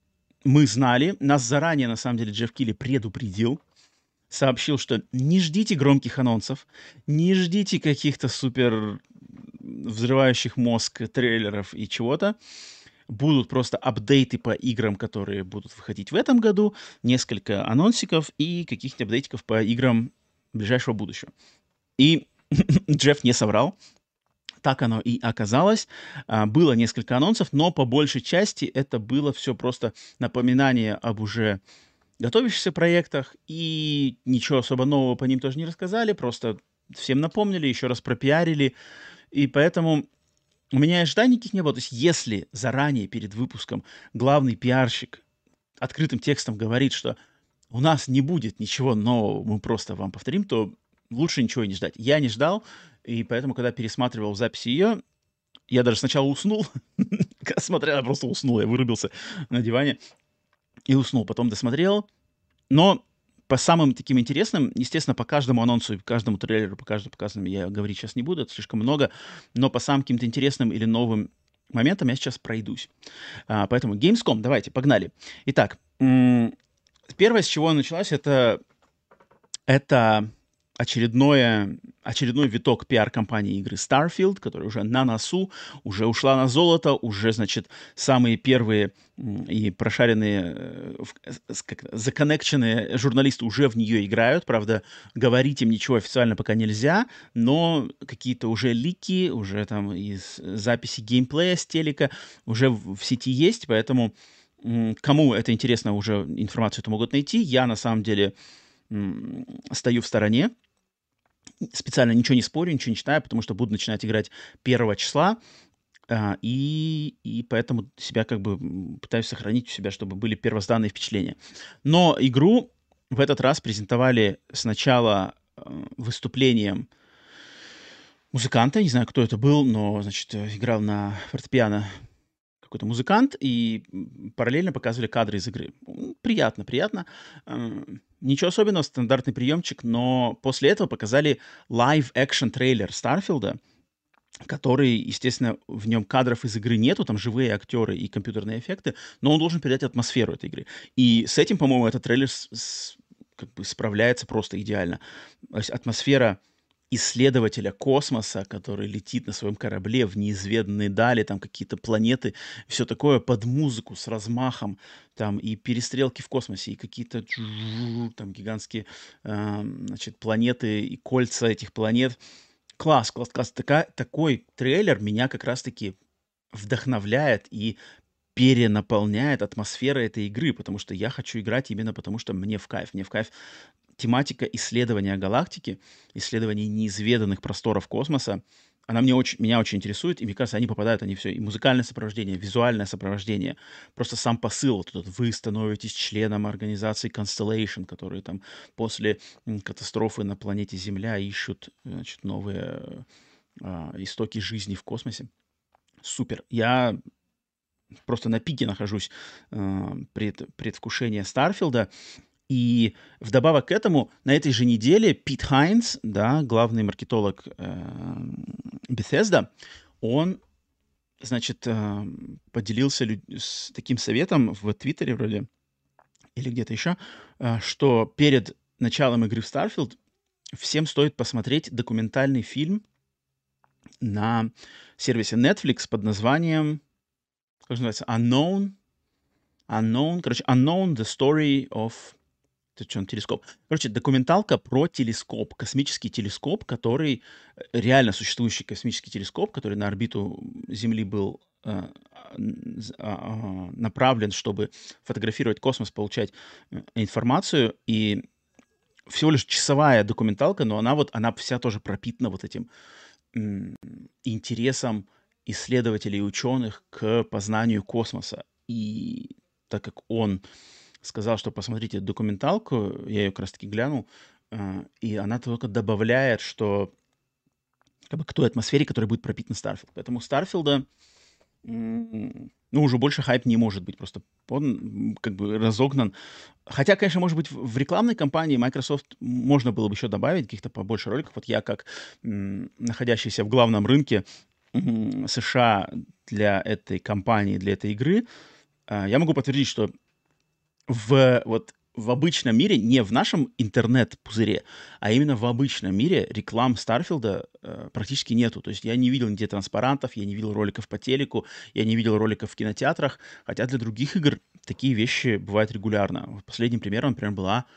мы знали, нас заранее, на самом деле, Джефф Килли предупредил, сообщил, что не ждите громких анонсов, не ждите каких-то супер взрывающих мозг трейлеров и чего-то. Будут просто апдейты по играм, которые будут выходить в этом году, несколько анонсиков и каких-то апдейтиков по играм ближайшего будущего. И Джефф не соврал. Так оно и оказалось. А, Было несколько анонсов, но по большей части это было все просто напоминание об уже готовящихся проектах, и ничего особо нового по ним тоже не рассказали, просто всем напомнили, еще раз пропиарили, и поэтому у меня и ожиданий никаких не было. То есть если заранее перед выпуском главный пиарщик открытым текстом говорит, что у нас не будет ничего нового, мы просто вам повторим, то лучше ничего и не ждать. Я не ждал, и поэтому, когда пересматривал записи ее, я даже сначала уснул, когда смотрел, я просто уснул, я вырубился на диване и уснул. Потом досмотрел, но по самым таким интересным, естественно, по каждому анонсу, и каждому трейлеру, по каждому показанному я говорить сейчас не буду, это слишком много, но по самым каким-то интересным или новым моментам я сейчас пройдусь. А, поэтому Gamescom, давайте, погнали. Итак, м, первое, с чего началось, это, это очередное, очередной виток пиар-компании игры Starfield, которая уже на носу, уже ушла на золото, уже, значит, самые первые м, и прошаренные, э, в- с- как это, законнекченные журналисты уже в нее играют. Правда, говорить им ничего официально пока нельзя, но какие-то уже лики, уже там из записи геймплея с телека уже в, в сети есть, поэтому м, кому это интересно, уже информацию это могут найти. Я, на самом деле, м, стою в стороне, специально ничего не спорю, ничего не читаю, потому что буду начинать играть первого числа, а, и, и поэтому себя как бы м, пытаюсь сохранить у себя, чтобы были первозданные впечатления. Но игру в этот раз презентовали сначала э, выступлением музыканта, не знаю, кто это был, но, значит, э, играл на фортепиано какой-то музыкант, и м, параллельно показывали кадры из игры. М, Приятно, приятно. Эм, Ничего особенного, стандартный приемчик, но после этого показали лайв-экшн трейлер Старфилда, который, естественно, в нем кадров из игры нету, там живые актеры и компьютерные эффекты, но он должен передать атмосферу этой игры. И с этим, по-моему, этот трейлер с- с- как бы справляется просто идеально. То есть атмосфера исследователя космоса, который летит на своем корабле в неизведанные дали, там какие-то планеты, все такое под музыку с размахом, там и перестрелки в космосе, и какие-то джу- там гигантские, эм, значит, планеты и кольца этих планет. Класс, класс, класс. Така- такой трейлер меня как раз-таки вдохновляет и перенаполняет атмосфера этой игры, потому что я хочу играть именно потому, что мне в кайф. Мне в кайф тематика исследования галактики, исследования неизведанных просторов космоса. Она мне очень, меня очень интересует, и мне кажется, они попадают, они все, и музыкальное сопровождение, визуальное сопровождение, просто сам посыл, вот этот, вы становитесь членом организации Constellation, которые там после м, катастрофы на планете Земля ищут, значит, новые а, истоки жизни в космосе. Супер. Я просто на пике нахожусь а, пред, предвкушения Старфилда. И вдобавок к этому, на этой же неделе Пит Хайнс, да, главный маркетолог э, Bethesda, он, значит, э, поделился лю- с таким советом в Твиттере вроде или где-то еще, э, что перед началом игры в Starfield всем стоит посмотреть документальный фильм на сервисе Netflix под названием, как же называется, Unknown, Unknown, короче, Unknown, The Story of... Это что, он телескоп? Короче, документалка про телескоп, космический телескоп, который, э, реально существующий космический телескоп, который на орбиту Земли был э, а, н- з- а, а, направлен, чтобы фотографировать космос, получать э, информацию. И всего лишь часовая документалка, но она вот, она вся тоже пропитана вот этим м, интересом исследователей и ученых к познанию космоса. И так как он сказал, что посмотрите документалку, я ее как раз-таки глянул, а, и она только добавляет, что как бы к той атмосфере, которая будет пропитана Старфилд. Поэтому Старфилда, м, ну, уже больше хайп не может быть, просто он м, как бы разогнан. Хотя, конечно, может быть, в в рекламной кампании Microsoft можно было бы еще добавить каких-то побольше роликов. Вот я, как м, находящийся в главном рынке м, США для этой компании, для этой игры, а, я могу подтвердить, что в вот в обычном мире, не в нашем интернет-пузыре, а именно в обычном мире реклам Старфилда э, практически нету. То есть я не видел нигде транспарантов, я не видел роликов по телеку, я не видел роликов в кинотеатрах, хотя для других игр такие вещи бывают регулярно. Последним примером, например, была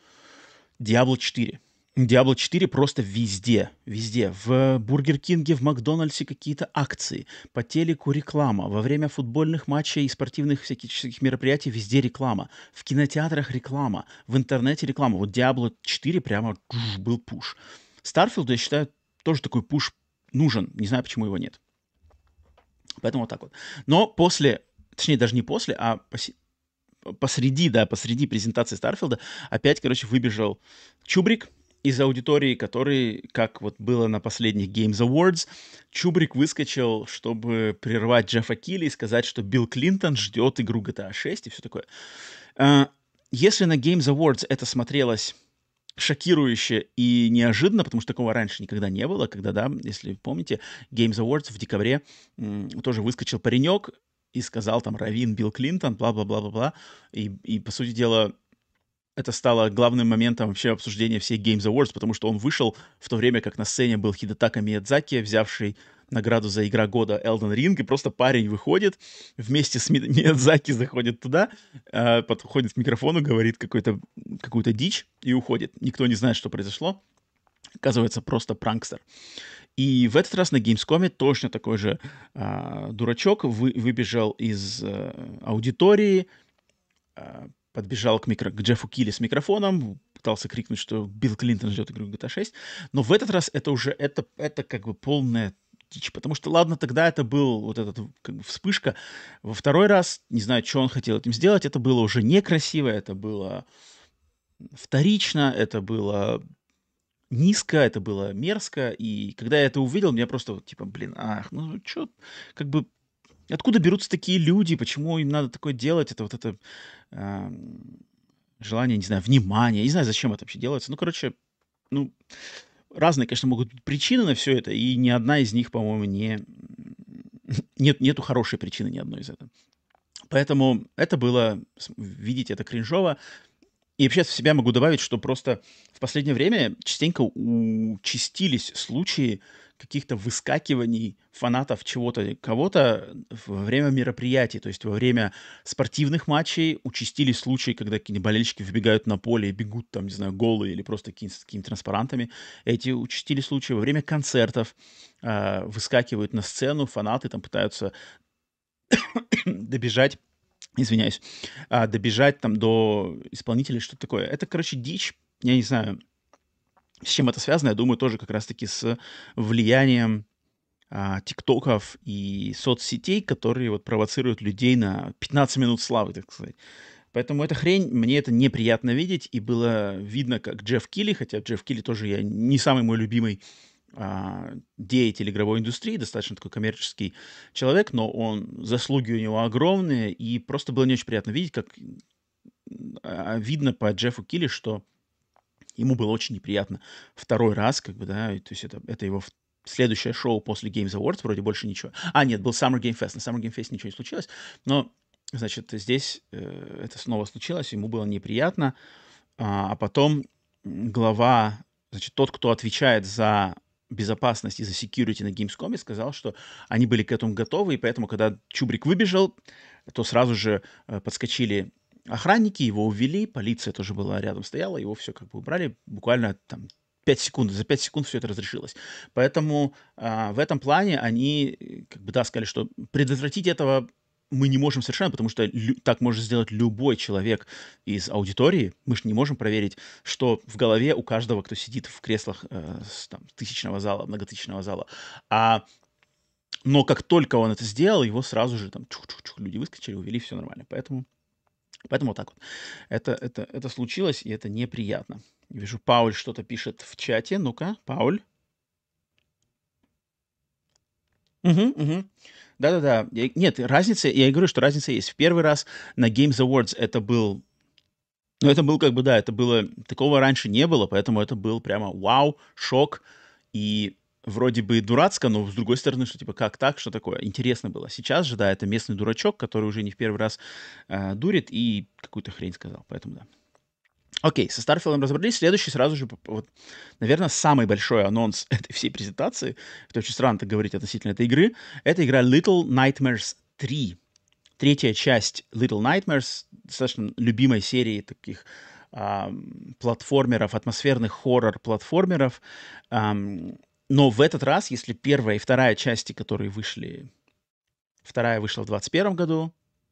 Diablo четыре. Diablo четыре просто везде, везде. В Бургер Кинге, в Макдональдсе какие-то акции, по телеку реклама, во время футбольных матчей и спортивных всяких, всяких мероприятий везде реклама, в кинотеатрах реклама, в интернете реклама. Вот Diablo четыре прямо туш, был пуш. Starfield, я считаю, тоже такой пуш нужен. Не знаю, почему его нет. Поэтому вот так вот. Но после, точнее, даже не после, а поси- посреди, да, посреди презентации Старфилда опять, короче, выбежал Чубрик из аудитории, который, как вот было на последних Games Awards, Чубрик выскочил, чтобы прервать Джеффа Килли и сказать, что Билл Клинтон ждет игру джи ти эй шесть и все такое. А, Если на Games Awards это смотрелось шокирующе и неожиданно, потому что такого раньше никогда не было, когда, да, если помните, Games Awards в декабре м, тоже выскочил паренек и сказал там Равин Билл Клинтон, бла-бла-бла-бла-бла, и, и, по сути дела, это стало главным моментом вообще обсуждения всей Games Awards, потому что он вышел в то время, как на сцене был Хидетака Миядзаки, взявший награду за игра года Elden Ring, и просто парень выходит, вместе с Ми- Миядзаки заходит туда, э, подходит к микрофону, говорит какой-то, какую-то дичь и уходит. Никто не знает, что произошло. Оказывается, просто пранкстер. И в этот раз на Gamescom точно такой же а, дурачок вы- выбежал из э, аудитории, а, подбежал к, микро- к Джеффу Килли с микрофоном, пытался крикнуть, что Билл Клинтон ждет игру джи ти эй шесть, но в этот раз это уже, это, это как бы полная дичь, потому что, ладно, тогда это был вот этот как бы вспышка, во второй раз, не знаю, что он хотел этим сделать, это было уже некрасиво, это было вторично, это было низко, это было мерзко, и когда я это увидел, меня просто вот, типа, блин, ах, ну что, как бы, откуда берутся такие люди, почему им надо такое делать, это вот это ам, желание, не знаю, внимания, не знаю, зачем это вообще делается, ну, короче, ну, разные, конечно, могут быть причины на все это, и ни одна из них, по-моему, не... Нет, нету хорошей причины ни одной из этого. Поэтому это было, с- видите, это кринжово, и вообще в себя могу добавить, что просто в последнее время частенько участились случаи каких-то выскакиваний фанатов чего-то, кого-то во время мероприятий, то есть во время спортивных матчей участились случаи, когда какие-нибудь болельщики выбегают на поле и бегут там, не знаю, голые или просто какими- с какими-то транспарантами. Эти участились случаи во время концертов, а, выскакивают на сцену, фанаты там пытаются добежать, извиняюсь, а, добежать там до исполнителей, что-то такое. Это, короче, дичь. Я не знаю, с чем это связано. Я думаю, тоже как раз-таки с влиянием а, тиктоков и соцсетей, которые вот провоцируют людей на пятнадцать минут славы, так сказать. Поэтому эта хрень, мне это неприятно видеть, и было видно, как Джефф Килли, хотя Джефф Килли тоже я не самый мой любимый а, деятель игровой индустрии, достаточно такой коммерческий человек, но он, заслуги у него огромные, и просто было не очень приятно видеть, как а, видно по Джеффу Килли, что ему было очень неприятно второй раз, как бы, да, и то есть это, это его в- следующее шоу после Games Awards, вроде больше ничего. А, нет, был Summer Game Fest, на Summer Game Fest ничего не случилось, но, значит, здесь э, это снова случилось, ему было неприятно, а, а потом м, глава, значит, тот, кто отвечает за безопасность и за security на Gamescom, сказал, что они были к этому готовы, и поэтому, когда Чубрик выбежал, то сразу же э, подскочили охранники, его увели, полиция тоже была рядом, стояла, его все как бы убрали, буквально там пять секунд, за пять секунд все это разрешилось. Поэтому а, в этом плане они, э, как бы, да, сказали, что предотвратить этого мы не можем совершенно, потому что лю- так может сделать любой человек из аудитории. Мы же не можем проверить, что в голове у каждого, кто сидит в креслах э, с, там, тысячного зала, многотысячного зала. А, но как только он это сделал, его сразу же там чух-чух-чух, люди выскочили, увели, все нормально. Поэтому, поэтому вот так вот. Это, это, это случилось, и это неприятно. Вижу, Пауль что-то пишет в чате. Ну-ка, Пауль. Мгм, мгм. Да-да-да. Я- Нет, разница, я и говорю, что разница есть. В первый раз на Games Awards это был, ну, это был как бы, да, это было, такого раньше не было, поэтому это был прямо вау, шок. И вроде бы дурацко, но с другой стороны, что типа как так, что такое? Интересно было. Сейчас же, да, это местный дурачок, который уже не в первый раз э, дурит и какую-то хрень сказал, поэтому да. Окей, со Старфилдом разобрались. Следующий сразу же, п- вот, наверное, самый большой анонс этой всей презентации, это очень странно так говорить относительно этой игры, это игра Little Nightmares три. Третья часть Little Nightmares, достаточно любимой серии таких ам, платформеров, атмосферных хоррор-платформеров. Ам, но в этот раз, если первая и вторая части, которые вышли... Вторая вышла в двадцать первом году,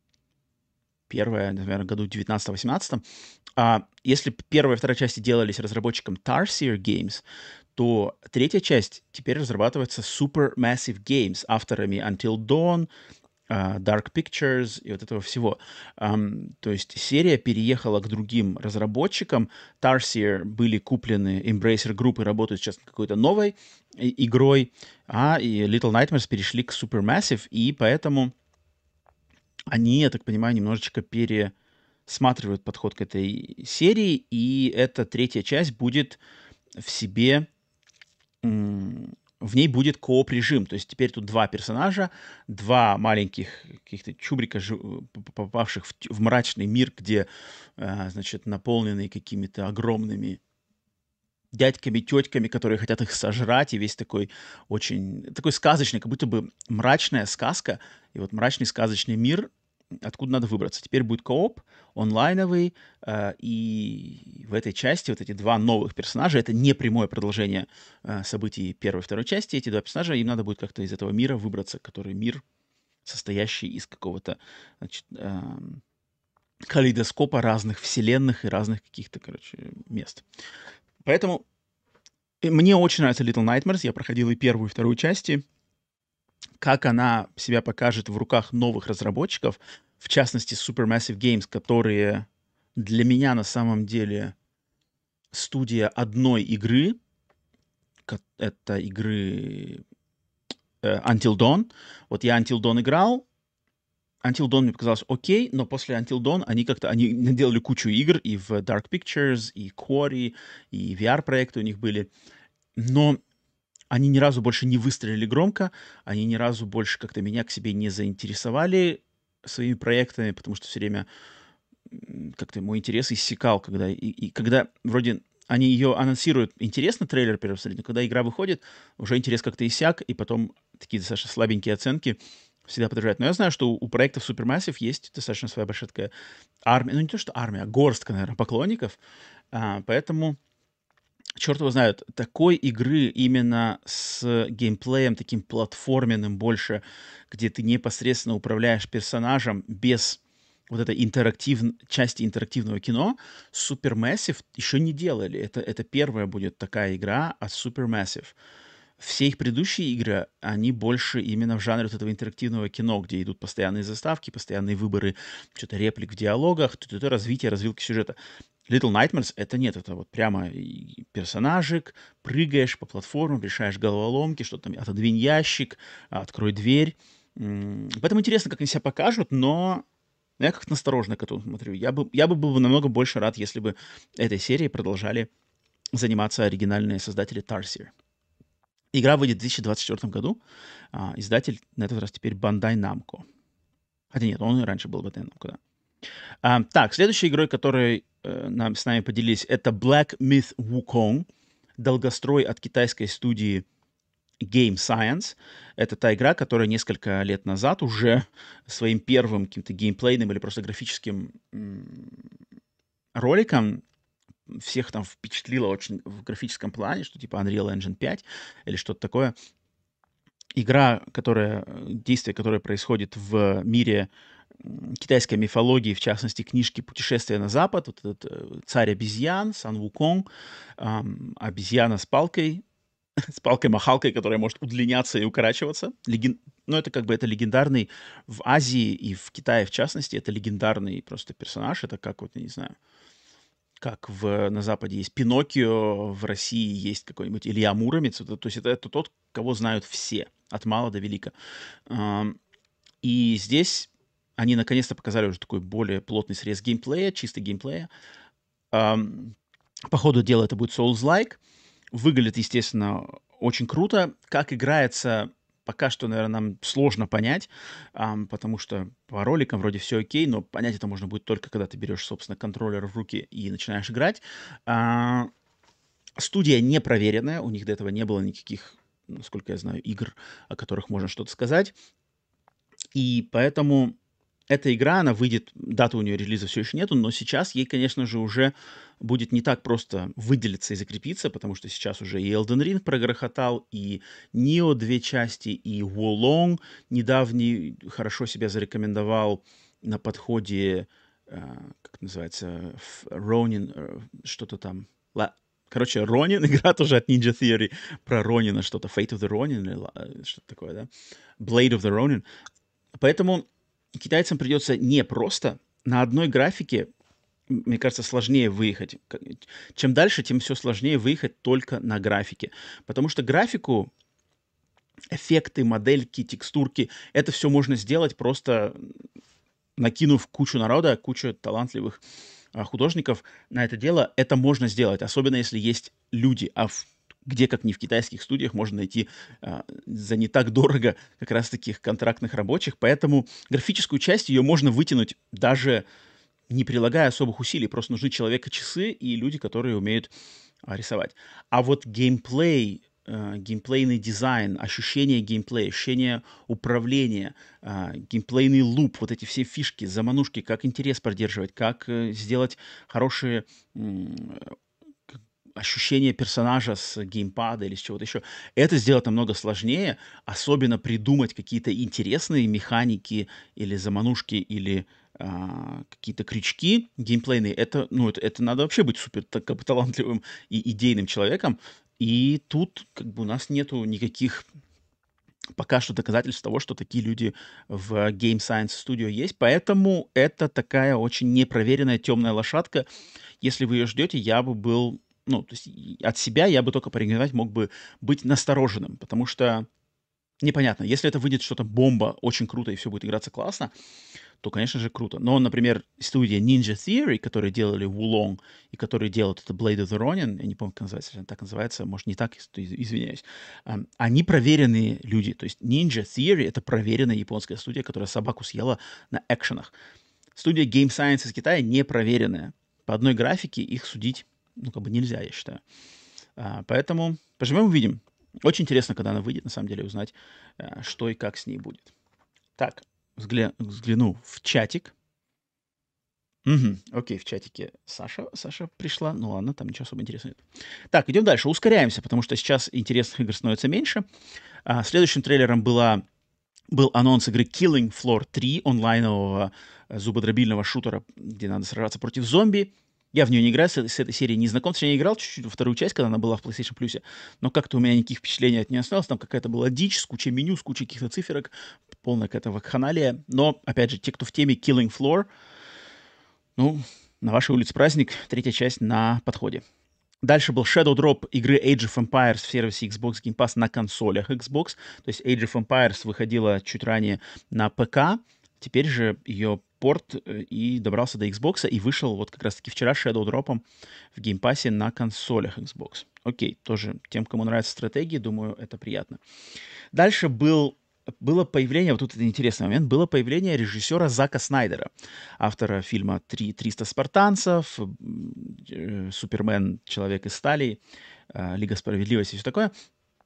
первая, наверное, году девятнадцатом-восемнадцатом. А если п- первая и вторая части делались разработчиком Tarsier Games, то третья часть теперь разрабатывается Supermassive Games, авторами Until Dawn, а, Dark Pictures и вот этого всего. Ам, то есть серия переехала к другим разработчикам. Tarsier были куплены Embracer Group и работают сейчас над какой-то новой и- игрой, а и Little Nightmares перешли к Supermassive, и поэтому они, я так понимаю, немножечко пересматривают подход к этой серии, и эта третья часть будет в себе, м, в ней будет кооп-режим. То есть теперь тут два персонажа, два маленьких каких-то чубрика, жи- п- п- попавших в, т- в мрачный мир, где, а, значит, наполненный какими-то огромными дядьками, тетками, которые хотят их сожрать, и весь такой очень, такой сказочный, как будто бы мрачная сказка, и вот мрачный сказочный мир, откуда надо выбраться. Теперь будет кооп, онлайновый, э, и в этой части вот эти два новых персонажа, это не прямое продолжение э, событий первой и второй части, эти два персонажа, им надо будет как-то из этого мира выбраться, который мир, состоящий из какого-то, значит, эм, калейдоскопа разных вселенных и разных каких-то, короче, мест. Поэтому и мне очень нравится Little Nightmares. Я проходил и первую, и вторую части. Как она себя покажет в руках новых разработчиков, в частности Supermassive Games, которые для меня на самом деле студия одной игры. ко- Это игры э, Until Dawn. Вот я Until Dawn играл. Until Dawn мне показалось окей, но после Until Dawn они как-то они наделали кучу игр и в Dark Pictures, и Quarry, и ви ар-проекты у них были. Но они ни разу больше не выстрелили громко, они ни разу больше как-то меня к себе не заинтересовали своими проектами, потому что все время м, как-то мой интерес иссякал, когда, и, и когда вроде они ее анонсируют, интересно трейлер первый посмотреть, но когда игра выходит, уже интерес как-то иссяк, и потом такие достаточно слабенькие оценки всегда подражают. Но я знаю, что у, у проектов Supermassive есть достаточно своя большая такая армия, ну не то, что армия, а горстка, наверное, поклонников, а, поэтому черт его знает, такой игры именно с геймплеем таким платформенным больше, где ты непосредственно управляешь персонажем без вот этой интерактив... части интерактивного кино, Supermassive еще не делали. Это, это первая будет такая игра от Supermassive. Все их предыдущие игры, они больше именно в жанре вот этого интерактивного кино, где идут постоянные заставки, постоянные выборы, что-то реплик в диалогах, т-т-т, развитие, развилки сюжета. Little Nightmares — это нет, это вот прямо и персонажик, прыгаешь по платформам, решаешь головоломки, что-то там, отодвинь ящик, а, открой дверь. М, Поэтому интересно, как они себя покажут, но я как-то настороженно к этому смотрю. Я бы, я бы был намного больше рад, если бы этой серией продолжали заниматься оригинальные создатели Tarsier. Игра выйдет в две тысячи двадцать четвёртом году. А, издатель на этот раз теперь Bandai Namco. Хотя нет, он и раньше был Bandai Namco, да. А, так, следующей игрой, которой э, нам, с нами поделились, это Black Myth Wukong. Долгострой от китайской студии Game Science. Это та игра, которая несколько лет назад уже своим первым каким-то геймплейным или просто графическим м, роликом всех там впечатлила очень в графическом плане, что типа Unreal Engine пять или что-то такое. Игра, которая, э, действие, которое происходит в мире м, китайской мифологии, в частности, книжки «Путешествие на Запад», вот этот э, царь обезьян, Сан Вуконг, ам, обезьяна с палкой, с палкой-махалкой, которая может удлиняться и укорачиваться. Леген... Ну, это как бы это легендарный в Азии и в Китае, в частности, это легендарный просто персонаж. Это как вот, я не знаю, как в, на Западе есть Пиноккио, в России есть какой-нибудь Илья Муромец. Это- то есть это, это тот, кого знают все, от мала до велика. Ам, И здесь они наконец-то показали уже такой более плотный срез геймплея, чисто геймплея. Ам, По ходу дела это будет Souls-like. Выглядит, естественно, очень круто. Как играется, пока что, наверное, нам сложно понять, ам, потому что по роликам вроде все окей, но понять это можно будет только когда ты берешь, собственно, контроллер в руки и начинаешь играть. А, Студия непроверенная, у них до этого не было никаких, насколько я знаю, игр, о которых можно что-то сказать. И поэтому эта игра, она выйдет, даты у нее релиза все еще нету, но сейчас ей, конечно же, уже будет не так просто выделиться и закрепиться, потому что сейчас уже и Elden Ring прогрохотал, и Nioh две части, и Wolong недавний хорошо себя зарекомендовал на подходе, э, как называется, ф- Ronin, э, что-то там. Ла- Короче, Ронин, игра тоже от Ninja Theory, про Ронина что-то, Fate of the Ronin, или ла- э, что-то такое, да? Blade of the Ronin. Поэтому китайцам придется не просто на одной графике, м, мне кажется, сложнее выехать. К- Чем дальше, тем все сложнее выехать только на графике. Потому что графику, эффекты, модельки, текстурки, это все можно сделать просто накинув кучу народа, кучу талантливых а, художников на это дело. Это можно сделать, особенно если есть люди, а в где, как не в китайских студиях, можно найти а, за не так дорого как раз таких контрактных рабочих. Поэтому графическую часть ее можно вытянуть даже не прилагая особых усилий. Просто нужны человека часы и люди, которые умеют а, рисовать. А вот геймплей, э, геймплейный дизайн, ощущение геймплея, ощущение управления, а, геймплейный луп, вот эти все фишки, заманушки, как интерес поддерживать, как э, сделать хорошие м, к- ощущение персонажа с геймпада или с чего-то еще. Это сделать намного сложнее, особенно придумать какие-то интересные механики или заманушки, или а, какие-то крючки геймплейные. Это, ну, это, это надо вообще быть супер так, как бы талантливым и идейным человеком. И тут как бы у нас нету никаких пока что доказательств того, что такие люди в Game Science Studio есть. Поэтому это такая очень непроверенная темная лошадка. Если вы ее ждете, я бы был, ну, то есть и от себя я бы только порекомендовать мог бы быть настороженным, потому что непонятно, если это выйдет что-то бомба, очень круто и все будет играться классно, то, конечно же, круто. Но, например, студия Ninja Theory, которые делали Wulong и которые делают это Blade of the Ronin, я не помню, как называется, если она так называется, может, не так, из- извиняюсь, ам, они проверенные люди. То есть Ninja Theory — это проверенная японская студия, которая собаку съела на экшенах. Студия Game Science из Китая не проверенная. По одной графике их судить, ну, как бы нельзя, я считаю. А, поэтому поживем, увидим. Очень интересно, когда она выйдет, на самом деле, узнать, а, что и как с ней будет. Так, взгля- взгляну в чатик. Мгм. Окей, в чатике Саша, Саша пришла. Ну ладно, там ничего особо интересного нет. Так, идем дальше. Ускоряемся, потому что сейчас интересных игр становится меньше. А, следующим трейлером была, был анонс игры Killing Floor три, онлайнового э, зубодробильного шутера, где надо сражаться против зомби. Я в нее не играю, с, с этой серией не знаком. Точнее, я играл чуть-чуть во вторую часть, когда она была в PlayStation Plus, но как-то у меня никаких впечатлений от нее не осталось. Там какая-то была дичь с кучей меню, с кучей каких-то циферок, полная какая-то вакханалия. Но, опять же, те, кто в теме Killing Floor, ну, на вашей улице праздник, третья часть на подходе. Дальше был Shadow Drop игры Age of Empires в сервисе Xbox Game Pass на консолях Xbox. То есть Age of Empires выходила чуть ранее на ПК, теперь же ее порт э, и добрался до Xbox, и вышел вот как раз-таки вчера Shadow Drop в Game Pass на консолях Xbox. Окей, тоже тем, кому нравятся стратегии, думаю, это приятно. Дальше был было появление, вот тут это интересный момент, было появление режиссера Зака Снайдера, автора фильма «Три- триста спартанцев», м, э, «Супермен. Человек из стали», э, «Лига справедливости» и все такое.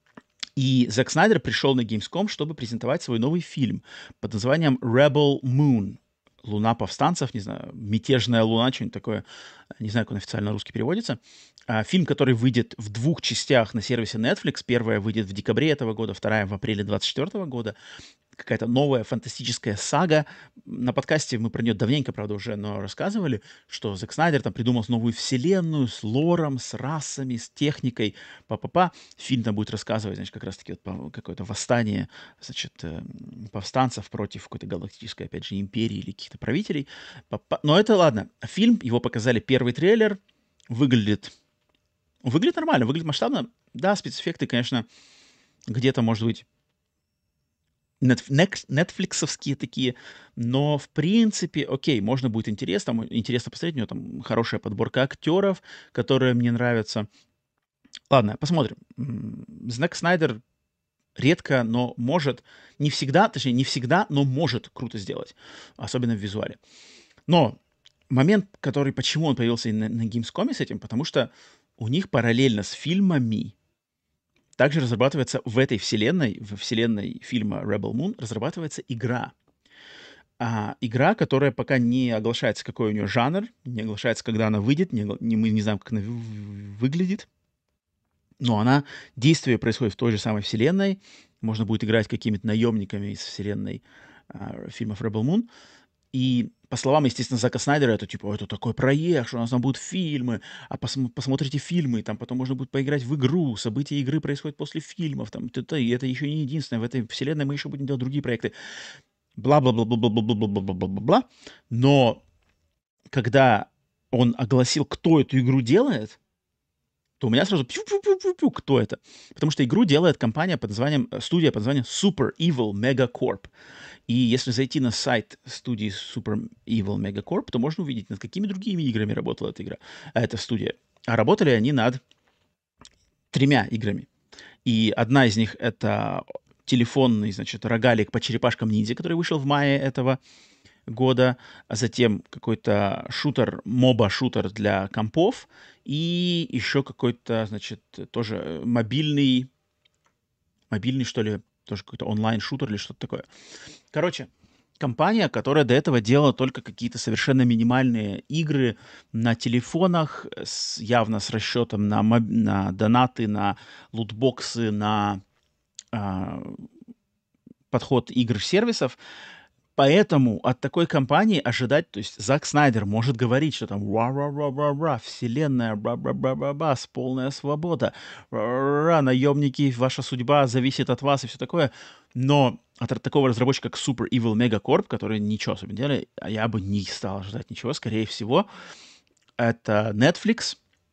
И Зак Снайдер пришел на Gamescom, чтобы презентовать свой новый фильм под названием Rebel Moon. Луна повстанцев, не знаю, мятежная луна, что-нибудь такое. Не знаю, как он официально на русский переводится. А, фильм, который выйдет в двух частях на сервисе Netflix. Первая выйдет в декабре этого года, вторая в апреле двадцать четвёртого года. Какая-то новая фантастическая сага. На подкасте мы про нее давненько, правда, уже но рассказывали, что Зак Снайдер там придумал новую вселенную с лором, с расами, с техникой. Па-па-па. Фильм там будет рассказывать, значит, как раз-таки вот по- какое-то восстание, значит, э, повстанцев против какой-то галактической, опять же, империи или каких-то правителей. Па-па. Но это ладно. Фильм, его показали первый трейлер, выглядит... Выглядит нормально, выглядит масштабно. Да, спецэффекты, конечно, где-то, может быть, Нетф- нек- нетфликсовские такие, но в принципе, окей, можно будет интересно, мо- интересно посмотреть, у него там хорошая подборка актеров, которые мне нравятся. Ладно, посмотрим. М, Зак Снайдер редко, но может, не всегда, точнее, не всегда, но может круто сделать, особенно в визуале. Но момент, который, почему он появился и на, на Gamescom с этим, потому что у них параллельно с фильмами также разрабатывается в этой вселенной, в вселенной фильма Rebel Moon, разрабатывается игра. А, игра, которая пока не оглашается, какой у нее жанр, не оглашается, когда она выйдет, не, огла- не- мы не знаем, как она вы- вы- выглядит, но она, действие происходит в той же самой вселенной, можно будет играть какими-то наемниками из вселенной а, фильмов Rebel Moon, и по словам, естественно, Зака Снайдера, это типа, это такой проект, что у нас там будут фильмы, а посм- посмотрите фильмы, там потом можно будет поиграть в игру, события игры происходят после фильмов, там, это, и это еще не единственное, в этой вселенной мы еще будем делать другие проекты, бла-бла-бла-бла-бла-бла-бла-бла-бла-бла, но когда он огласил, кто эту игру делает, то у меня сразу пью-пью-пью-пью, кто это? Потому что игру делает компания под названием, э, студия под названием Super Evil Megacorp. И если зайти на сайт студии Super Evil Megacorp, то можно увидеть, над какими другими играми работала эта игра, а эта студия. А работали они над тремя играми. И одна из них — это телефонный, значит, рогалик по черепашкам ниндзя, который вышел в мае этого года, а затем какой-то шутер, моба-шутер для компов, и еще какой-то, значит, тоже э, мобильный, мобильный, что ли, тоже какой-то онлайн-шутер или что-то такое. Короче, компания, которая до этого делала только какие-то совершенно минимальные игры на телефонах, э, с, явно с расчетом на, моб- на донаты, на лутбоксы, на а, подход игр-сервисов. Поэтому от такой компании ожидать, то есть Зак Снайдер может говорить, что там ра-ра-ра-ра-ра, вселенная, бра-бра-бра-бра-бра, полная свобода, ра-ра-ра, наемники, ваша судьба зависит от вас и все такое. Но от такого разработчика, как Super Evil Megacorp, который ничего особо не делает, а я бы не стал ожидать ничего, скорее всего, это Netflix.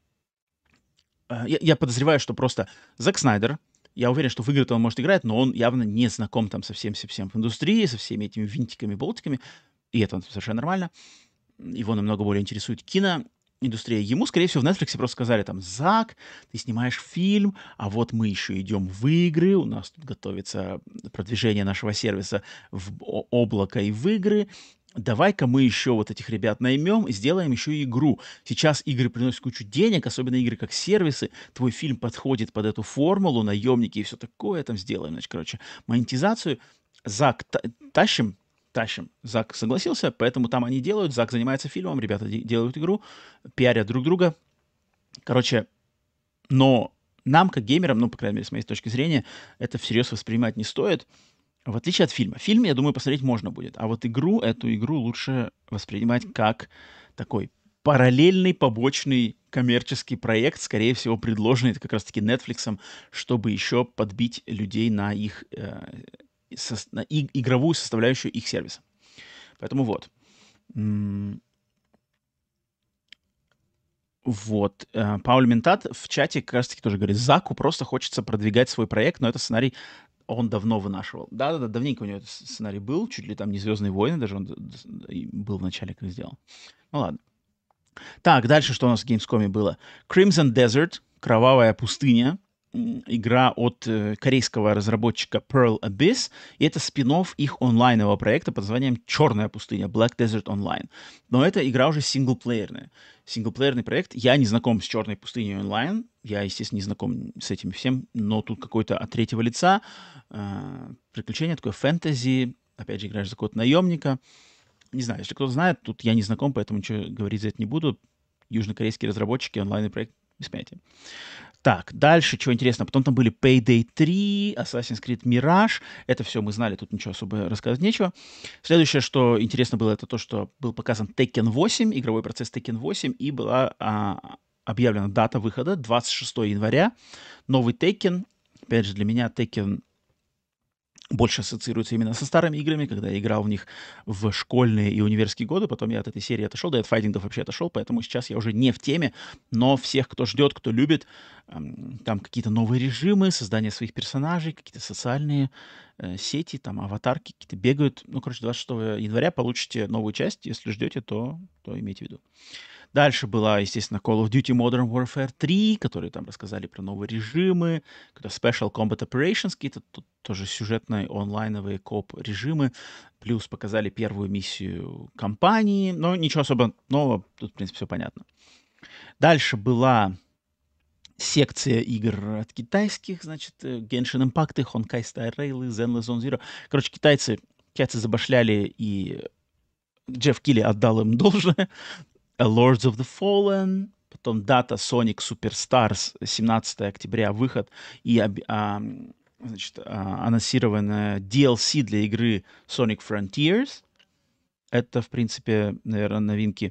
Э, Я, я подозреваю, что просто Зак Снайдер, я уверен, что в игры-то он может играть, но он явно не знаком там со всем, со всем в индустрии, со всеми этими винтиками, болтиками, и это совершенно нормально. Его намного более интересует киноиндустрия. Ему, скорее всего, в Netflix просто сказали там: Зак, ты снимаешь фильм, а вот мы еще идем в игры, у нас тут готовится продвижение нашего сервиса в о- облако и в игры. Давай-ка мы еще вот этих ребят наймем и сделаем еще и игру. Сейчас игры приносят кучу денег, особенно игры как сервисы. Твой фильм подходит под эту формулу, наемники и все такое там сделаем. Значит, короче, монетизацию. Зак, та- тащим, тащим. Зак согласился, поэтому там они делают. Зак занимается фильмом, ребята де- делают игру, пиарят друг друга. Короче, но нам, как геймерам, ну, по крайней мере, с моей точки зрения, это всерьез воспринимать не стоит. В отличие от фильма. Фильм, я думаю, посмотреть можно будет. А вот игру, эту игру лучше воспринимать как такой параллельный, побочный коммерческий проект, скорее всего, предложенный как раз-таки Netflix, чтобы еще подбить людей на их э, сос- на и- игровую составляющую их сервиса. Поэтому вот. М, Вот. э, Пауль Ментат в чате как раз-таки тоже говорит, Заку просто хочется продвигать свой проект, но это сценарий он давно вынашивал. Да-да-да, давненько у него этот с- сценарий был, чуть ли там не «Звездные войны» даже он д- д- и был в начале, как сделал. Ну ладно. Так, дальше что у нас в Gamescom было? Crimson Desert, Кровавая пустыня, м, игра от э, корейского разработчика Pearl Abyss, и это спин-офф их онлайнового проекта под названием «Черная пустыня», Black Desert Online. Но эта игра уже синглплеерная. Синглплеерный проект. Я не знаком с «Черной пустыней онлайн», я, естественно, не знаком с этим всем, но тут какой-то от третьего лица э, приключение, такое фэнтези, опять же, играешь за код наемника. Не знаю, если кто-то знает, тут я не знаком, поэтому ничего говорить за это не буду. Южнокорейские разработчики, онлайн проект, без понятия. Так, дальше, чего интересно. Потом там были Payday три, Assassin's Creed Mirage. Это все мы знали, тут ничего особо рассказать нечего. Следующее, что интересно было, это то, что был показан Tekken восемь, игровой процесс Tekken восемь, и была а, объявлена дата выхода двадцать шестого января. Новый Tekken. Опять же, для меня Tekken больше ассоциируется именно со старыми играми, когда я играл в них в школьные и универские годы, потом я от этой серии отошел, да и от файтингов вообще отошел, поэтому сейчас я уже не в теме, но всех, кто ждет, кто любит, эм, там какие-то новые режимы, создание своих персонажей, какие-то социальные э, сети, там аватарки какие-то бегают. Ну, короче, двадцать шестого января получите новую часть, если ждете, то, то имейте в виду. Дальше была, естественно, Call of Duty Modern Warfare три, которые там рассказали про новые режимы, какие-то Special Combat Operations, какие-то тут тоже сюжетные онлайновые коп-режимы, плюс показали первую миссию кампании, но ничего особо нового, тут, в принципе, все понятно. Дальше была секция игр от китайских, значит, э, Genshin Impact, Honkai Star Rail, Zenless Zone Zero. Короче, китайцы, китайцы забашляли, и Джефф Килли отдал им должное. Lords of the Fallen, потом дата Sonic Superstars, семнадцатого октября выход, и об- а, значит, а, анонсированная ди эл си для игры Sonic Frontiers. Это, в принципе, наверное, новинки.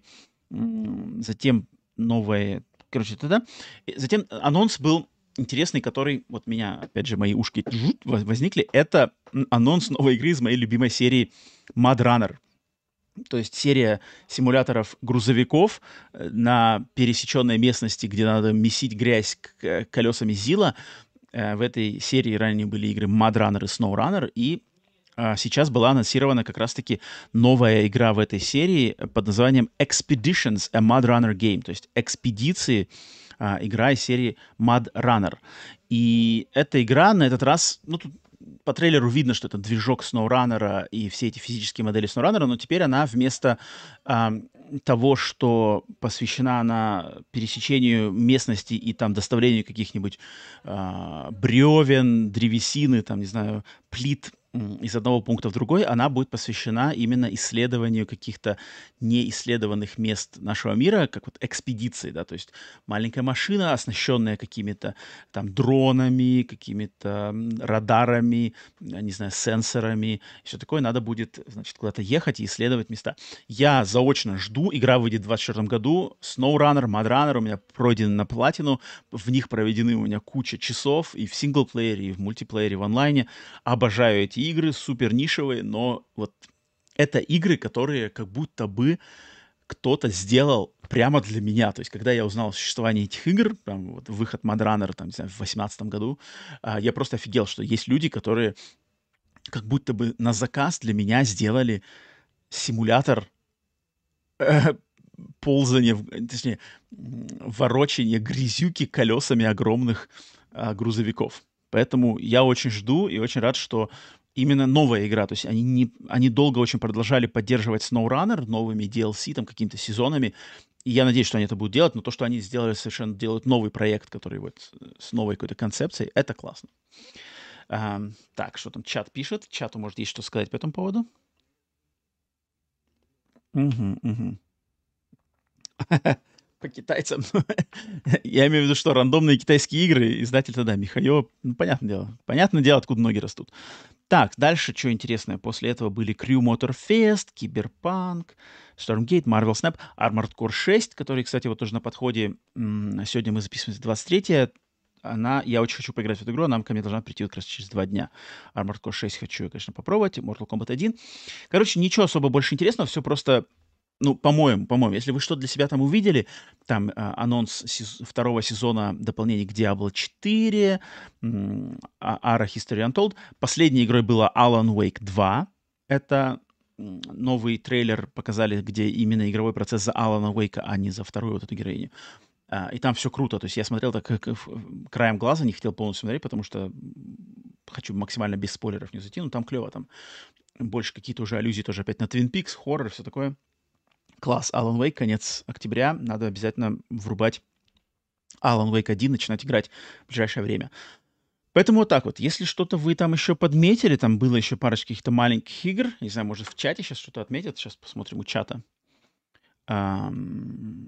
М, Затем новые... Короче, тогда... Затем анонс был интересный, который... Вот меня, опять же, мои ушки жут, воз- возникли. Это м, анонс новой игры из моей любимой серии Mud Runner. То есть серия симуляторов грузовиков э, на пересеченной местности, где надо месить грязь к- к- колесами Зила. Э, В этой серии ранее были игры Mud Runner и Snow Runner, и а, сейчас была анонсирована как раз-таки новая игра в этой серии э, под названием Expeditions, a Mud Runner Game, то есть экспедиции, а, игра из серии Mud Runner. И эта игра на этот раз, ну, тут по трейлеру видно, что это движок SnowRunner и все эти физические модели SnowRunner, но теперь она вместо ам, того, что посвящена она пересечению местности и там доставлению каких-нибудь а, бревен, древесины, там, не знаю, плит м, из одного пункта в другой, она будет посвящена именно исследованию каких-то неисследованных мест нашего мира, как вот экспедиции, да, то есть маленькая машина, оснащенная какими-то там дронами, какими-то м, радарами, я не знаю, сенсорами, все такое, надо будет, значит, куда-то ехать и исследовать места. Я заочно жду, игра выйдет в двадцать четвёртом году, SnowRunner, MudRunner у меня пройдены на платину, в них проведены у меня куча часов и в синглплеере, и в мультиплеере, в онлайне. Обожаю эти игры, супер нишевые, но вот это игры, которые как будто бы кто-то сделал прямо для меня. То есть, когда я узнал о существовании этих игр, там, вот, выход Mudrunner, там, не знаю, в восемнадцатом году, а, я просто офигел, что есть люди, которые как будто бы на заказ для меня сделали симулятор э, ползания, в- э, точнее, м, ворочания грязюки колесами огромных а, грузовиков. Поэтому я очень жду и очень рад, что именно новая игра, то есть они, не, они долго очень продолжали поддерживать SnowRunner новыми ди эл си, там, какими-то сезонами, и я надеюсь, что они это будут делать, но то, что они сделали, совершенно делают новый проект, который вот э, с новой какой-то концепцией, это классно. Ам, так, что там чат пишет? Чату, может, есть что сказать по этому поводу? Мгм, мгм. По китайцам. Я имею в виду, что рандомные китайские игры, издатель тогда Михаё, ну, понятное дело. Понятное дело, откуда ноги растут. Так, дальше что интересное? После этого были Crew Motorfest, Киберпанк, Stormgate, Marvel Snap, Armored Core шесть, который, кстати, вот тоже на подходе. М, Сегодня мы записываемся двадцать третье. Она, я очень хочу поиграть в эту игру, она ко мне должна прийти вот как раз через два дня. Armored Core шесть хочу я, конечно, попробовать, Mortal Kombat один. Короче, ничего особо больше интересного, все просто, ну, по-моему, по-моему, если вы что для себя там увидели, там а, анонс сез- второго сезона дополнений к Diablo четыре, м, а- Ara History Untold. Последней игрой была Alan Wake два. Это м, новый трейлер показали, где именно игровой процесс за Алана Уэйка, а не за вторую вот эту героиню. А, и там все круто. То есть я смотрел так как в- в- краем глаза, не хотел полностью смотреть, потому что м, хочу максимально без спойлеров не зайти. Но там клево, там больше какие-то уже аллюзии тоже опять на Twin Peaks, хоррор, все такое. Класс, Alan Wake, конец октября. Надо обязательно врубать Alan Wake один, начинать играть в ближайшее время. Поэтому вот так вот. Если что-то вы там еще подметили, там было еще парочка каких-то маленьких игр, не знаю, может в чате сейчас что-то отметят, сейчас посмотрим у чата. Ам,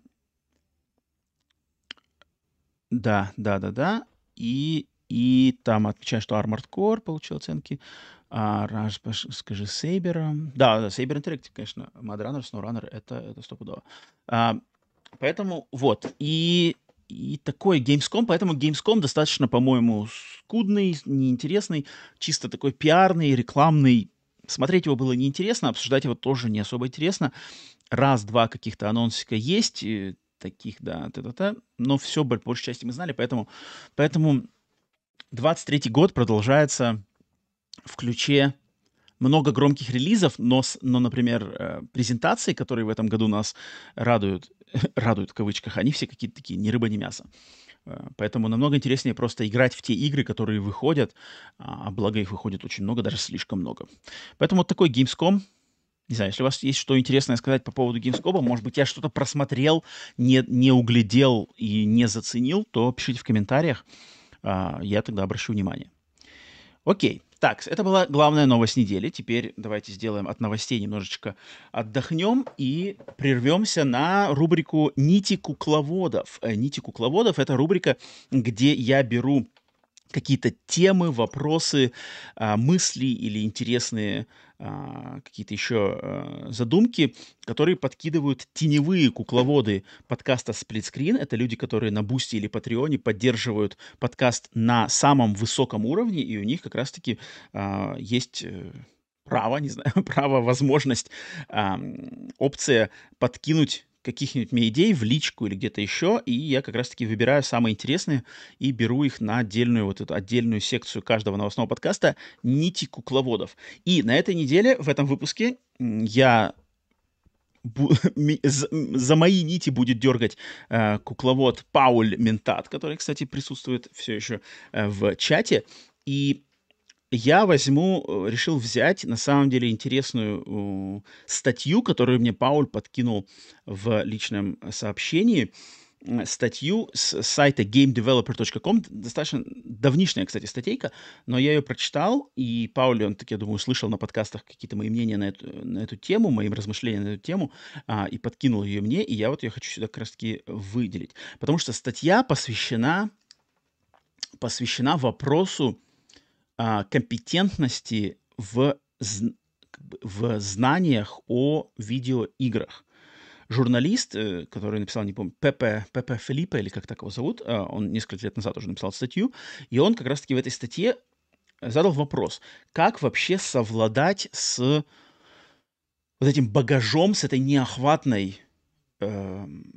да, да, да, да. И, и там отмечаю, что Armored Core получил оценки. А, Rush, пош- скажи, Saber. Да, да, Saber Interactive, конечно. Mad Runner, SnowRunner, это, это стопудово. А, поэтому вот. И, и такой Gamescom, поэтому Gamescom достаточно, по-моему, скудный, неинтересный, чисто такой пиарный, рекламный. Смотреть его было неинтересно, обсуждать его тоже не особо интересно. Раз-два каких-то анонсика есть, э, таких, да, та-та-та, но все, по большей части мы знали, поэтому, поэтому двадцать третий год продолжается в ключе много громких релизов, но, с- но например, э, презентации, которые в этом году нас радуют, радуют в кавычках, они все какие-то такие ни рыба, ни мясо. Э, Поэтому намного интереснее просто играть в те игры, которые выходят, а а благо их выходит очень много, даже слишком много. Поэтому вот такой Gamescom. Не знаю, если у вас есть что интересное сказать по поводу Gamescom, может быть, я что-то просмотрел, не, не углядел и не заценил, то пишите в комментариях, а, я тогда обращу внимание. Окей, так, это была главная новость недели. Теперь давайте сделаем от новостей немножечко отдохнем и прервемся на рубрику «Нити кукловодов». Э, «Нити кукловодов» — это рубрика, где я беру какие-то темы, вопросы, а, мысли или интересные а, какие-то еще а, задумки, которые подкидывают теневые кукловоды подкаста «Сплитскрин». Это люди, которые на Бусти или Патреоне поддерживают подкаст на самом высоком уровне, и у них как раз-таки а, есть э, право, не знаю, право, возможность, а, м, опция подкинуть каких-нибудь мне идей в личку или где-то еще, и я как раз-таки выбираю самые интересные и беру их на отдельную вот эту отдельную секцию каждого новостного подкаста «Нити кукловодов». И на этой неделе, в этом выпуске, м, я бу- ми- з- м, за мои нити будет дергать э, кукловод Пауль Ментат, который, кстати, присутствует все еще э, в чате. И я возьму, э, решил взять, на самом деле, интересную э, статью, которую мне Пауль подкинул в личном сообщении. М, Статью с сайта game developer точка com. Достаточно давнишняя, кстати, статейка, но я ее прочитал, и Пауль, он, так я думаю, слышал на подкастах какие-то мои мнения на эту, на эту тему, мои размышления на эту тему, а, и подкинул ее мне, и я вот ее хочу сюда как раз-таки выделить. Потому что статья посвящена, посвящена вопросу а, компетентности в, зн- как бы в знаниях о видеоиграх. Журналист, э, который написал, не помню, Пепе, Пепе Филиппе, или как так его зовут, а, он несколько лет назад уже написал статью, и он как раз-таки в этой статье задал вопрос, как вообще совладать с вот этим багажом, с этой неохватной эм,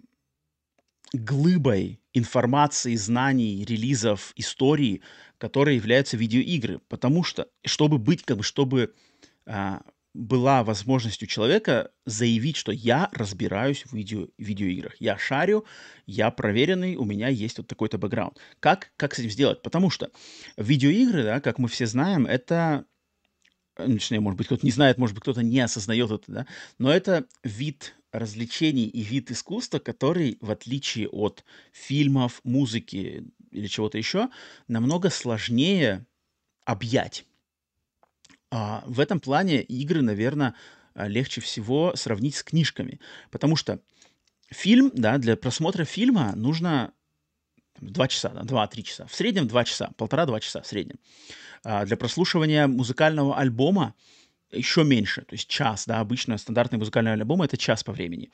глыбой информации, знаний, релизов, истории, которые являются видеоигры. Потому что, чтобы быть, как бы, чтобы а, была возможность у человека заявить, что я разбираюсь в видео, видеоиграх. Я шарю, я проверенный, у меня есть вот такой-то бэкграунд. Как, как с этим сделать? Потому что видеоигры, да, как мы все знаем, это, э, ну, точнее, может быть, кто-то не знает, может быть, кто-то не осознает это, да, но это вид развлечений и вид искусства, который, в отличие от фильмов, музыки или чего-то еще, намного сложнее объять. А, в этом плане игры, наверное, легче всего сравнить с книжками, потому что фильм, да, для просмотра фильма нужно там два часа, да, два-три часа. В среднем два часа, полтора-два часа в среднем. А, для прослушивания музыкального альбома еще меньше, то есть час, да, обычно стандартный музыкальный альбом — это час по времени.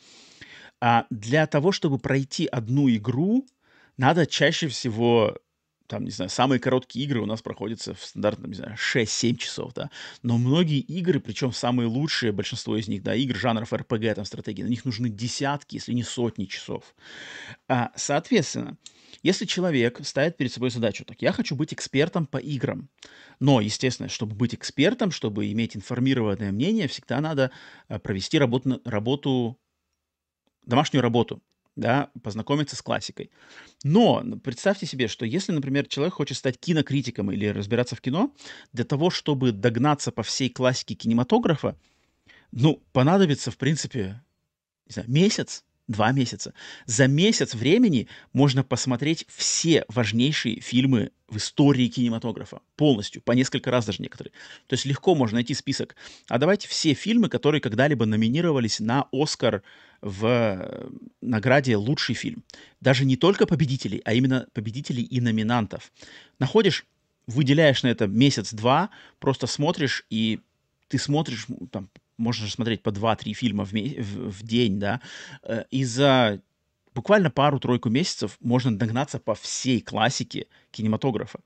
А для того, чтобы пройти одну игру, надо чаще всего, там, не знаю, самые короткие игры у нас проходятся в стандартном, не знаю, шесть-семь часов, да. Но многие игры, причем самые лучшие, большинство из них, да, игр жанров эр пи джи, там, стратегии, на них нужны десятки, если не сотни часов. А, соответственно, если человек ставит перед собой задачу, так, я хочу быть экспертом по играм, но, естественно, чтобы быть экспертом, чтобы иметь информированное мнение, всегда надо а, провести работу, работу домашнюю работу, да, познакомиться с классикой. Но н- представьте себе, что если, например, человек хочет стать кинокритиком или разбираться в кино, для того, чтобы догнаться по всей классике кинематографа, ну, понадобится, в принципе, не знаю, месяц, два месяца. За месяц времени можно посмотреть все важнейшие фильмы в истории кинематографа. Полностью, по несколько раз даже некоторые. То есть легко можно найти список. А давайте все фильмы, которые когда-либо номинировались на «Оскар» в э, награде «Лучший фильм». Даже не только победителей, а именно победителей и номинантов. Находишь, выделяешь на это месяц-два, просто смотришь, и ты смотришь, м, там, можно же смотреть по два-три фильма в, ме- в, в день, да, э, и за буквально пару-тройку месяцев можно догнаться по всей классике кинематографа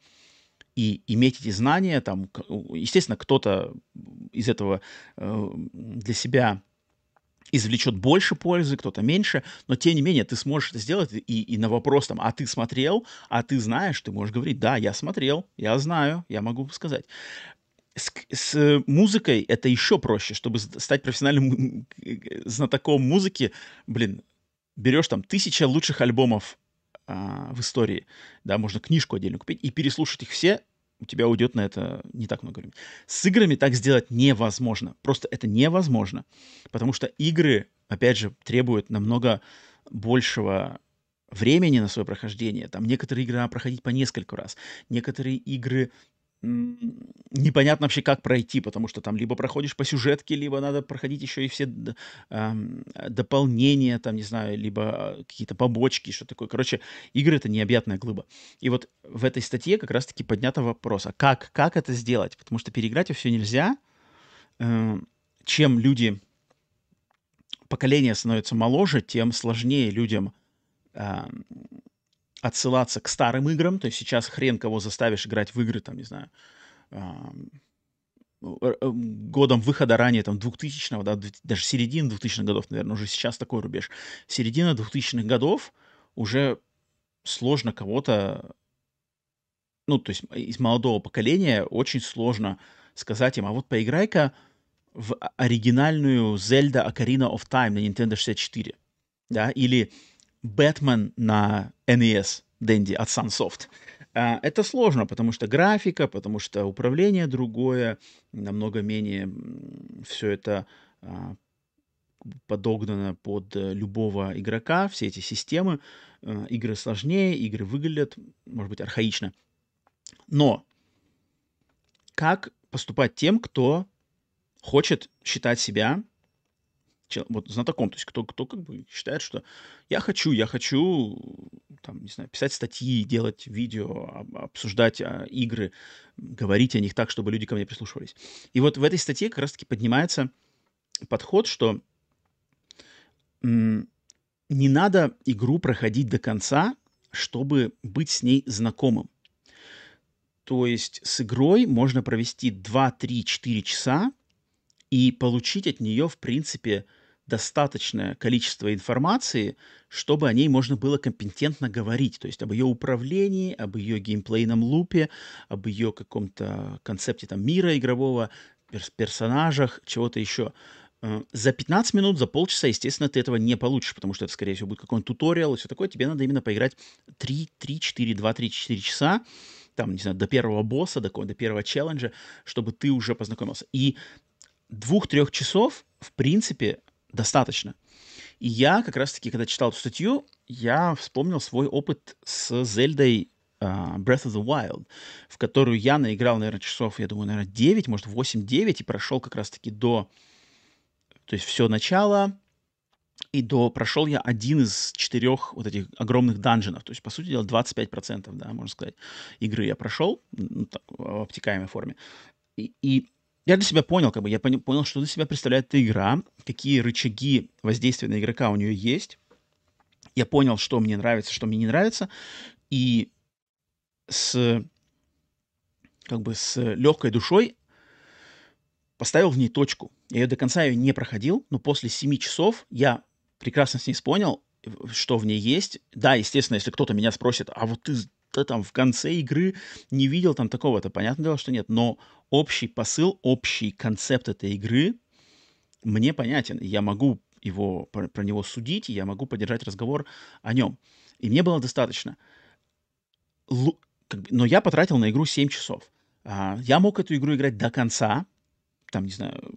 и иметь эти знания, там, к- у- естественно, кто-то из этого э, для себя извлечет больше пользы, кто-то меньше, но тем не менее ты сможешь это сделать, и, и на вопрос там, а ты смотрел, а ты знаешь, ты можешь говорить, да, я смотрел, я знаю, я могу сказать. С, к- с, э, музыкой это еще проще, чтобы с- стать профессиональным м, э, знатоком музыки, блин, берешь там тысяча лучших альбомов а, в истории, да, можно книжку отдельно купить и переслушать их все, у тебя уйдет на это не так много времени. С играми так сделать невозможно. Просто это невозможно. Потому что игры, опять же, требуют намного большего времени на свое прохождение. Там некоторые игры надо проходить по несколько раз. Некоторые игры м, непонятно вообще, как пройти, потому что там либо проходишь по сюжетке, либо надо проходить еще и все д- ам, дополнения, там, не знаю, либо а, какие-то побочки, что такое. Короче, игры — это необъятная глыба. И вот в этой статье как раз-таки поднято вопрос, а как, как это сделать? Потому что переиграть все нельзя. Эм, Чем люди, поколение становится моложе, тем сложнее людям ам, отсылаться к старым играм. То есть сейчас хрен кого заставишь играть в игры, там, не знаю, ам, э, э, годом выхода ранее, там, двухтысячного, да, дв- даже середины двухтысячных годов, наверное, уже сейчас такой рубеж. Середина двухтысячных годов уже сложно кого-то, ну, то есть из молодого поколения очень сложно сказать им, а вот поиграй-ка в о- оригинальную Zelda Ocarina of Time на Nintendo шестьдесят четыре, да, или Бэтмен на эн и эс Dendy от Sunsoft. А, Это сложно, потому что графика, потому что управление другое, намного менее все это а, подогнано под э, любого игрока, все эти системы. Э, Игры сложнее, игры выглядят, может быть, архаично. Но как поступать тем, кто хочет считать себя чел- вот знатоком, то есть кто, кто как бы считает, что я хочу, я хочу, там, не знаю, писать статьи, делать видео, об- обсуждать а, игры, говорить о них так, чтобы люди ко мне прислушивались. И вот в этой статье как раз-таки поднимается подход, что м, не надо игру проходить до конца, чтобы быть с ней знакомым. То есть с игрой можно провести два, три, четыре часа и получить от нее, в принципе, достаточное количество информации, чтобы о ней можно было компетентно говорить. То есть об ее управлении, об ее геймплейном лупе, об ее каком-то концепте там, мира игрового, перс- персонажах, чего-то еще. Э, За пятнадцать минут, за полчаса, естественно, ты этого не получишь, потому что это, скорее всего, будет какой-нибудь туториал и все такое. Тебе надо именно поиграть три, три, четыре, два, три, четыре часа, там, не знаю, до первого босса, до, до первого челленджа, чтобы ты уже познакомился. И двух-трех часов, в принципе, достаточно. И я как раз-таки, когда читал эту статью, я вспомнил свой опыт с Зельдой а, Breath of the Wild, в которую я наиграл, наверное, часов, я думаю, наверное, девять, может, восемь-девять, и прошел как раз-таки до, то есть все начало, и до, прошел я один из четырех вот этих огромных данженов, то есть, по сути дела, двадцать пять процентов, да, можно сказать, игры я прошел, ну, так, в обтекаемой форме. И, и я для себя понял, как бы, я пони- понял, что для себя представляет эта игра, какие рычаги воздействия на игрока у нее есть. Я понял, что мне нравится, что мне не нравится. И с, как бы, с легкой душой поставил в ней точку. Я ее до конца ее не проходил, но после семи часов я прекрасно с ней понял, в- что в ней есть. Да, естественно, если кто-то меня спросит, а вот ты, ты там в конце игры не видел там такого-то, понятное дело, что нет. Но общий посыл, общий концепт этой игры мне понятен, и я могу его, про, про него судить, и я могу поддержать разговор о нем. И мне было достаточно. Лу- как бы- но я потратил на игру семь часов. А, я мог эту игру играть до конца, там, не знаю,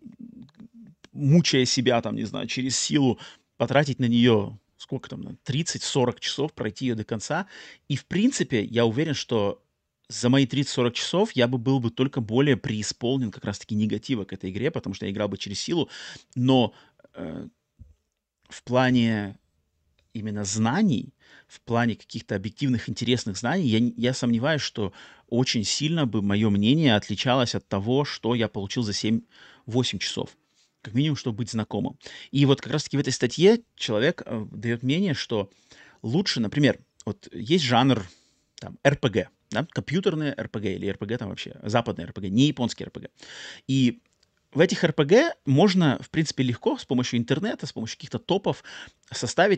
мучая себя, там, не знаю, через силу, потратить на нее сколько там, на тридцать-сорок часов, пройти ее до конца. И, в принципе, я уверен, что за мои тридцать-сорок часов я бы был бы только более преисполнен как раз-таки негатива к этой игре, потому что я играл бы через силу. Но э, в плане именно знаний, в плане каких-то объективных интересных знаний, я, не- я сомневаюсь, что очень сильно бы мое мнение отличалось от того, что я получил за семь-восемь часов. Как минимум, чтобы быть знакомым. И вот как раз-таки в этой статье человек э, дает мнение, что лучше, например, вот есть жанр там эр пи джи, да, компьютерные эр пи джи или эр пи джи там вообще, западные эр пи джи, не японские эр пи джи. И в этих эр пи джи можно, в принципе, легко с помощью интернета, с помощью каких-то топов составить,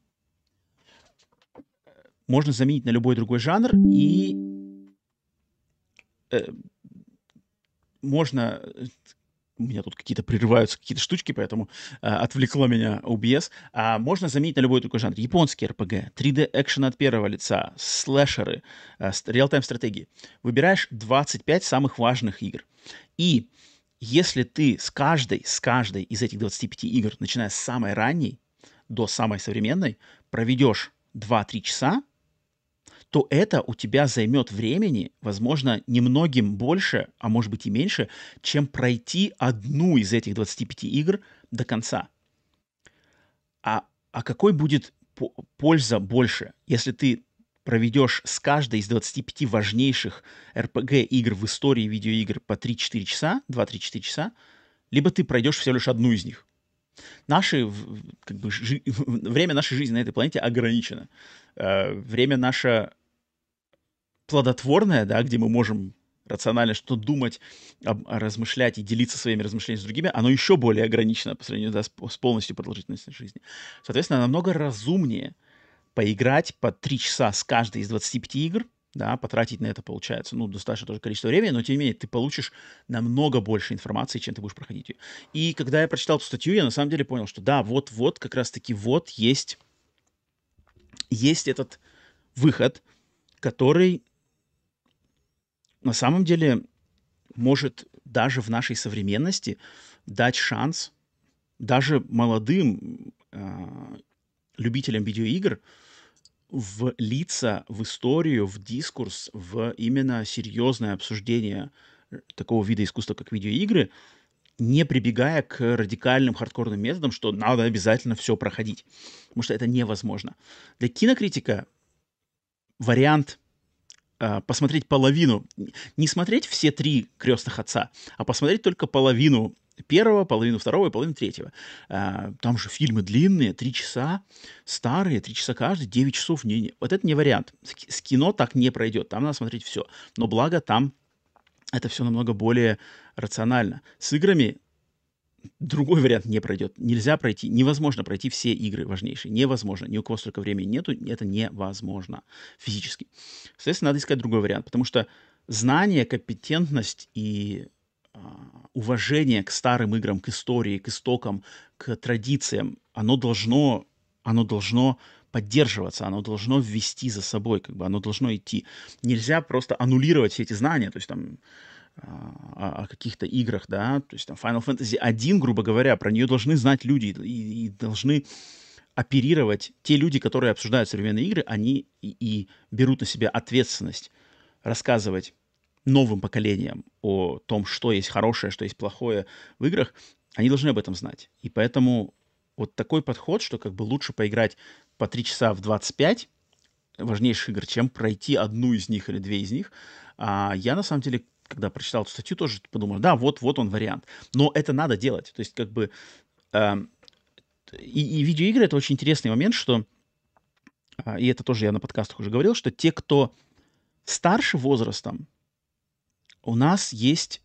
можно заменить на любой другой жанр, и э, можно, э, у меня тут какие-то прерываются какие-то штучки, поэтому э, отвлекло меня о би эс. А можно заменить на любой такой жанр. Японский эр пи джи, три дэ экшен от первого лица, слэшеры, э, ст- реал-тайм стратегии. Выбираешь двадцать пять самых важных игр. И если ты с каждой, с каждой из этих двадцати пяти игр, начиная с самой ранней до самой современной, проведешь два-три часа, то это у тебя займет времени, возможно, немногим больше, а может быть и меньше, чем пройти одну из этих двадцати пяти игр до конца. А, а какой будет по- польза больше, если ты проведешь с каждой из двадцати пяти важнейших эр пи джи-игр в истории видеоигр по три-четыре часа, два-три-четыре часа, либо ты пройдешь всего лишь одну из них. Наши, в- как бы, жи- время нашей жизни на этой планете ограничено. Э, Время наше плодотворное, да, где мы можем рационально что думать, об- размышлять и делиться своими размышлениями с другими, оно еще более ограничено по сравнению, да, с, по- с полностью продолжительностью жизни. Соответственно, намного разумнее поиграть по три часа с каждой из двадцати пяти игр, да, потратить на это получается, ну, достаточно тоже количество времени, но тем не менее ты получишь намного больше информации, чем ты будешь проходить ее. И когда я прочитал эту статью, я на самом деле понял, что да, вот-вот, как раз-таки вот есть, есть этот выход, который на самом деле может даже в нашей современности дать шанс даже молодым а, любителям видеоигр влиться в историю, в дискурс, в именно серьезное обсуждение э, такого вида искусства, как видеоигры, не прибегая к радикальным хардкорным методам, что надо обязательно все проходить. Потому что это невозможно. Для кинокритика вариант а, посмотреть половину, не смотреть все три крестных отца, а посмотреть только половину первого, половину второго и половину третьего. А, там же фильмы длинные, три часа, старые, три часа каждый, девять часов. Не, не. Вот это не вариант. С, ки- с кино так не пройдет, там надо смотреть все. Но благо там это все намного более рационально. С играми другой вариант не пройдет. Нельзя пройти, невозможно пройти все игры важнейшие. Невозможно. Ни у кого столько времени нету, это невозможно физически. Соответственно, надо искать другой вариант, потому что знание, компетентность и а, уважение к старым играм, к истории, к истокам, к традициям, оно должно, оно должно поддерживаться, оно должно ввести за собой, как бы оно должно идти. Нельзя просто аннулировать все эти знания, то есть там а, о каких-то играх, да, то есть там Final Fantasy один, грубо говоря, про нее должны знать люди и, и должны оперировать те люди, которые обсуждают современные игры, они и, и берут на себя ответственность рассказывать новым поколениям о том, что есть хорошее, что есть плохое в играх, они должны об этом знать. И поэтому вот такой подход, что как бы лучше поиграть по три часа в двадцать пять важнейших игр, чем пройти одну из них или две из них, а, я на самом деле, когда прочитал эту статью, тоже подумал, да, вот, вот он вариант. Но это надо делать. То есть как бы эм, и, и видеоигры — это очень интересный момент, что, а, и это тоже я на подкастах уже говорил, что те, кто старше возрастом, у нас есть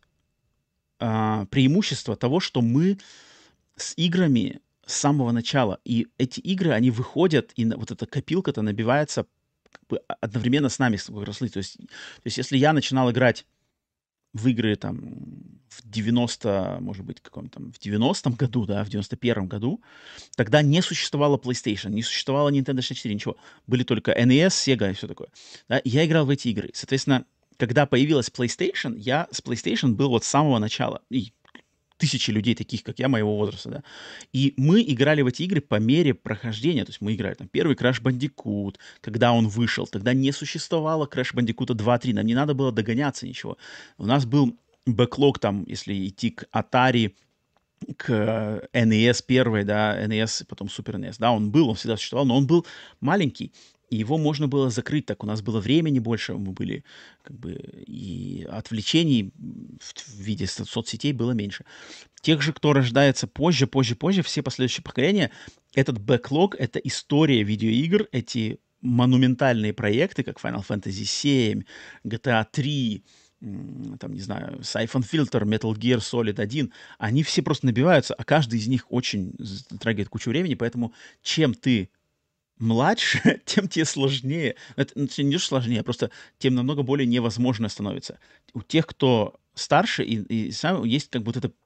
а, преимущество того, что мы с играми с самого начала. И эти игры, они выходят, и на- вот эта копилка-то набивается как бы а- одновременно с нами, с тобой росли. То есть, то есть если я начинал играть в игры там в девяносто, может быть, каком там, в девяностом году, да, в девяносто первом году, тогда не существовало PlayStation, не существовало Nintendo шестьдесят четыре, ничего. Были только эн и эс, Sega и все такое. Да, и я играл в эти игры. Соответственно, когда появилась PlayStation, я с PlayStation был вот с самого начала. И тысячи людей, таких как я, моего возраста, да. И мы играли в эти игры по мере прохождения. То есть мы играли там первый Crash Bandicoot, когда он вышел. Тогда не существовало Crash Bandicoot два, три, нам не надо было догоняться ничего. У нас был бэклог там, если идти к Atari, к э, эн и эс первой, да, эн и эс, потом Super эн и эс, да, он был, он всегда существовал, но он был маленький, и его можно было закрыть, так у нас было времени больше, мы были, как бы, и отвлечений в, в виде со- соцсетей было меньше. Тех же, кто рождается позже, позже, позже, все последующие поколения, этот бэклог, это история видеоигр, эти монументальные проекты, как Final Fantasy семь, джи ти эй три, м, там, не знаю, Siphon Filter, Metal Gear Solid один, они все просто набиваются, а каждый из них очень затрагивает кучу времени, поэтому чем ты младше, тем тебе сложнее. Это ну, не то, что сложнее, а просто тем намного более невозможно становится. У тех, кто старше, и, и сам есть как бы вот это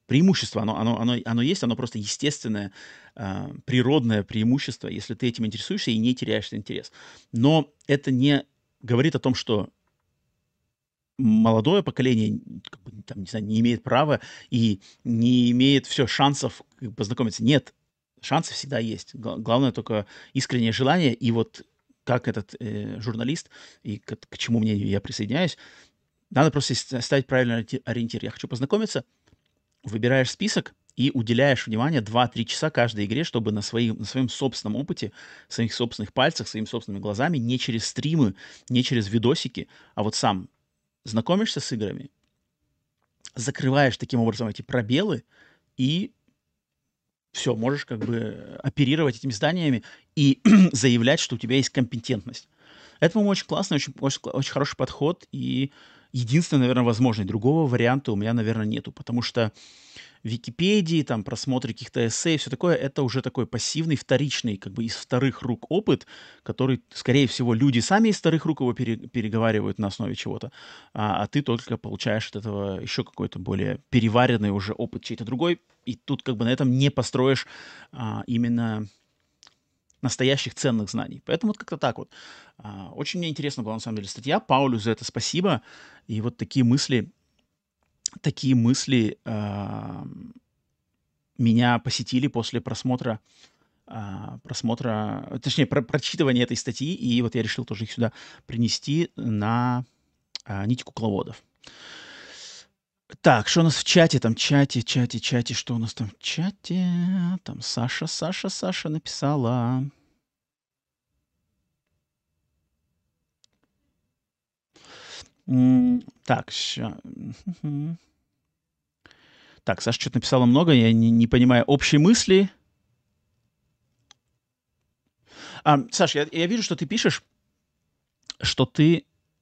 преимущество, оно, оно, оно, оно есть, оно просто естественное, а, природное преимущество, если ты этим интересуешься и не теряешь интерес. Но это не говорит о том, что молодое поколение, как бы, там, не знаю, не имеет права и не имеет все шансов как бы познакомиться. Нет, шансы всегда есть. Гла- Главное только искреннее желание. И вот как этот э, журналист, и к, к чему мнению я присоединяюсь, надо просто с- ставить правильный ориенти- ориентир. Я хочу познакомиться, выбираешь список и уделяешь внимание два-три часа каждой игре, чтобы на, свои, на своем собственном опыте, своих собственных пальцах, своими собственными глазами, не через стримы, не через видосики, а вот сам знакомишься с играми, закрываешь таким образом эти пробелы и все, можешь как бы оперировать этими зданиями и заявлять, что у тебя есть компетентность. Это, по-моему, очень классный, очень, очень, кла- очень хороший подход и единственный, наверное, возможный. Другого варианта у меня, наверное, нету, потому что Википедии, там, просмотры каких-то эссе, все такое, это уже такой пассивный, вторичный, как бы из вторых рук опыт, который, скорее всего, люди сами из вторых рук его пере- переговаривают на основе чего-то, а, а ты только получаешь от этого еще какой-то более переваренный уже опыт чей-то другой, и тут как бы на этом не построишь а, именно настоящих ценных знаний. Поэтому вот как-то так вот. А, очень мне интересна была, на самом деле, статья. Паулю за это спасибо. И вот такие мысли, такие мысли а, меня посетили после просмотра, а, просмотра, точнее, про- прочитывания этой статьи, и вот я решил тоже их сюда принести на а, нить кукловодов. Так, что у нас в чате, там, чате, чате, чате, что у нас там в чате? Там Саша, Саша, Саша написала. М, Так, ща. Мгм. Так, Саша что-то написала много, я не, не понимаю общей мысли. А, Саш, я, я вижу, что ты пишешь, что ты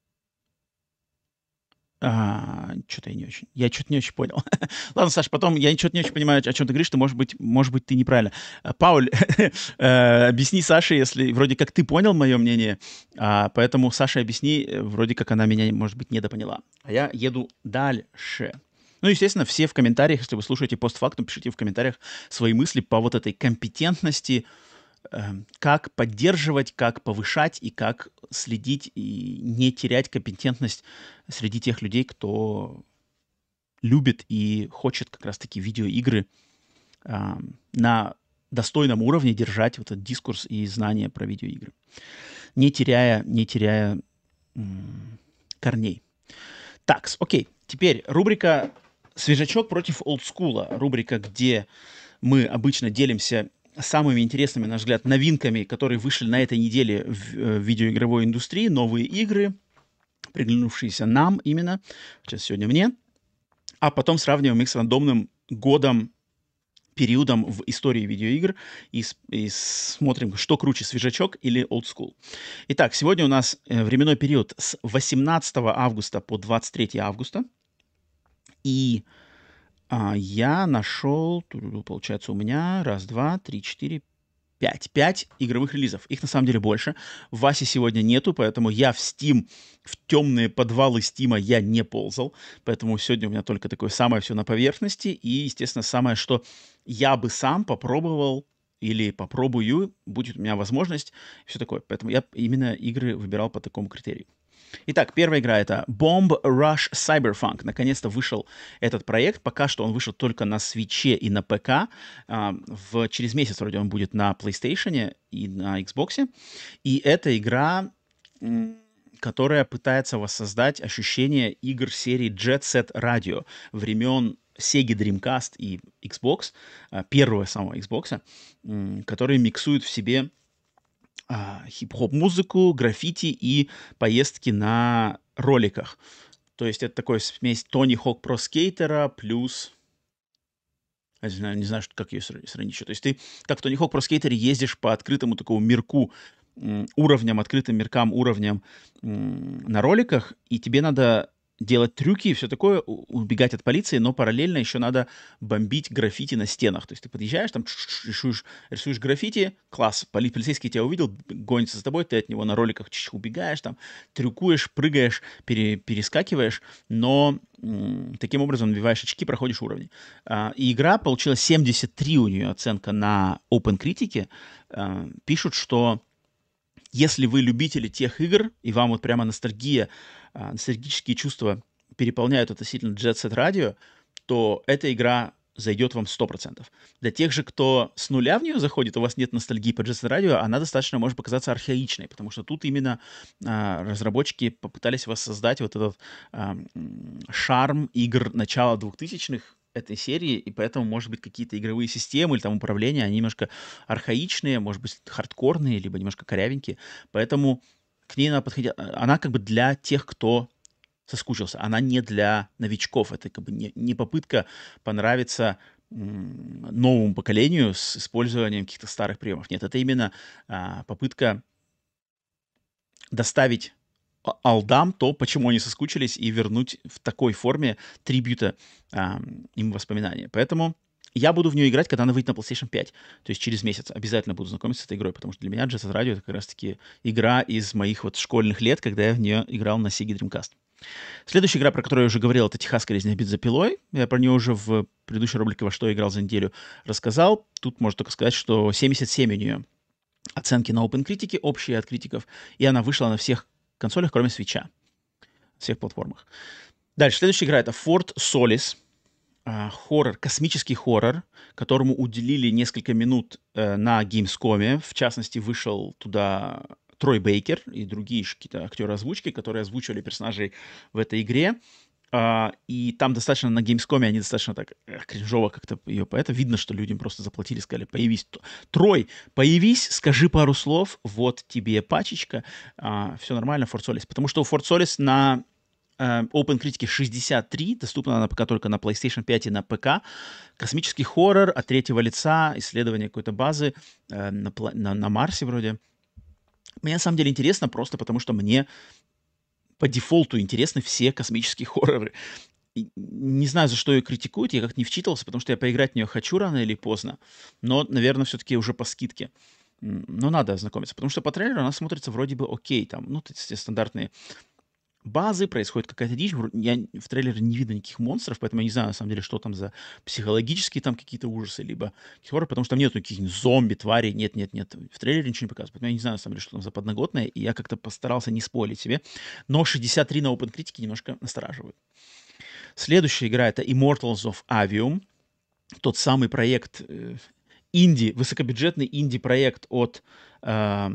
А, что-то я не очень. Я что-то не очень понял. Ладно, Саш, потом я что-то не очень понимаю, о чем ты говоришь, что, может быть, может быть, ты неправильно. А, Пауль, э, объясни Саше, если вроде как ты понял мое мнение, а, поэтому Саше объясни, э, вроде как она меня, может быть, недопоняла. А я еду дальше. Ну, естественно, все в комментариях, если вы слушаете постфактум, пишите в комментариях свои мысли по вот этой компетентности, эм, как поддерживать, как повышать и как следить и не терять компетентность среди тех людей, кто любит и хочет как раз-таки видеоигры ам, на достойном уровне держать вот этот дискурс и знания про видеоигры, не теряя, не теряя м, корней. Так, окей. Теперь рубрика «Свежачок против олдскула». Рубрика, где мы обычно делимся самыми интересными, на наш взгляд, новинками, которые вышли на этой неделе в, э, в видеоигровой индустрии, новые игры, приглянувшиеся нам именно, сейчас сегодня мне, а потом сравниваем их с рандомным годом, периодом в истории видеоигр и, с- и смотрим, что круче, свежачок или олдскул. Итак, сегодня у нас э, временной период с восемнадцатого августа по двадцать третье августа, и а, я нашел, ту-ду-ду, получается, у меня раз, два, три, четыре, пять. Пять игровых релизов. Их на самом деле больше. Васи сегодня нету, поэтому я в Steam, в темные подвалы Стима я не ползал. Поэтому сегодня у меня только такое самое все на поверхности. И, естественно, самое, что я бы сам попробовал или попробую, будет у меня возможность, все такое. Поэтому я именно игры выбирал по такому критерию. Итак, первая игра — это Bomb Rush Cyberpunk. Наконец-то вышел этот проект. Пока что он вышел только на Switch и на ПК. А, в, через месяц вроде он будет на PlayStation и на Xbox. И эта игра, м, которая пытается воссоздать ощущение игр серии Jet Set Radio времен Sega Dreamcast и Xbox, а, первого самого Xbox, м, которые миксуют в себе а, хип-хоп-музыку, граффити и поездки на роликах. То есть это такой смесь Тони Хок про скейтера плюс... Я не знаю, не знаю, что- как ее сра- сравнить еще. То есть ты, как в Тони Хок про скейтере, ездишь по открытому такому мирку, м, уровням, открытым миркам, уровням м, на роликах, и тебе надо делать трюки и все такое, у- убегать от полиции, но параллельно еще надо бомбить граффити на стенах. То есть ты подъезжаешь, там чш-чш, рисуешь, рисуешь граффити, класс, поли- полицейский тебя увидел, б- гонится за тобой, ты от него на роликах чш, убегаешь, там трюкуешь, прыгаешь, пере- перескакиваешь, но м, таким образом набиваешь очки, проходишь уровни. А, и игра получила семьдесят три у нее оценка на OpenCritic. А, пишут, что если вы любители тех игр, и вам вот прямо ностальгия, а, ностальгические чувства переполняют относительно Jet Set Radio, то эта игра зайдет вам сто процентов. Для тех же, кто с нуля в нее заходит, у вас нет ностальгии по Jet Set Radio, она достаточно может показаться архаичной, потому что тут именно а, разработчики попытались воссоздать вот этот а, м, шарм игр начала двухтысячных этой серии, и поэтому, может быть, какие-то игровые системы или там управления, они немножко архаичные, может быть, хардкорные, либо немножко корявенькие. Поэтому к ней надо подходить. а, Она как бы для тех, кто соскучился. Она не для новичков. Это как бы не, не попытка понравиться м, новому поколению с использованием каких-то старых приемов. Нет, это именно а, попытка доставить а- алдам то, почему они соскучились, и вернуть в такой форме трибюта а, им воспоминания. Поэтому я буду в нее играть, когда она выйдет на PlayStation пять. То есть через месяц обязательно буду знакомиться с этой игрой, потому что для меня Jet Set Radio — это как раз-таки игра из моих вот школьных лет, когда я в нее играл на Sega Dreamcast. Следующая игра, про которую я уже говорил, это «Техасская резня бензопилой». Я про нее уже в предыдущей рубрике «Во что я играл за неделю» рассказал. Тут можно только сказать, что семьдесят семь у нее оценки на OpenCritic, общие от критиков, и она вышла на всех консолях, кроме Свитча, всех платформах. Дальше, следующая игра — это Fort Solis, а, хоррор, космический хоррор, которому уделили несколько минут э, на Gamescom. В частности, вышел туда Трой Бейкер и другие ш- какие-то актеры озвучки, которые озвучивали персонажей в этой игре. А, и там достаточно на Gamescom они достаточно так э, кринжово как-то ее поэта. Видно, что людям просто заплатили, сказали: появись. Т- Трой, появись, скажи пару слов, вот тебе пачечка. Все нормально, Fort Solis. Потому что у Fort Solis на э, OpenCritic шестьдесят три, доступна она пока только на PlayStation пять и на ПК. Космический хоррор от третьего лица, исследование какой-то базы э, на, пла- на, на Марсе вроде. Мне на самом деле интересно просто потому, что мне по дефолту интересны все космические хорроры. И не знаю, за что ее критикуют, я как-то не вчитывался, потому что я поиграть в нее хочу рано или поздно, но, наверное, все-таки уже по скидке. М, Но надо ознакомиться, потому что по трейлеру она смотрится вроде бы окей, там, ну, эти стандартные базы, происходит какая-то дичь. Вро- Я в трейлере не видно никаких монстров, поэтому я не знаю, на самом деле, что там за психологические там какие-то ужасы, либо хоррор, потому что там нет никаких зомби, тварей, нет, нет, нет. В трейлере ничего не показывают, поэтому я не знаю, на самом деле, что там за подноготное, и я как-то постарался не спойлить себе. Но шестьдесят три на OpenCritic немножко настораживают. Следующая игра — это Immortals of Avium, тот самый проект э, инди, высокобюджетный инди-проект от э,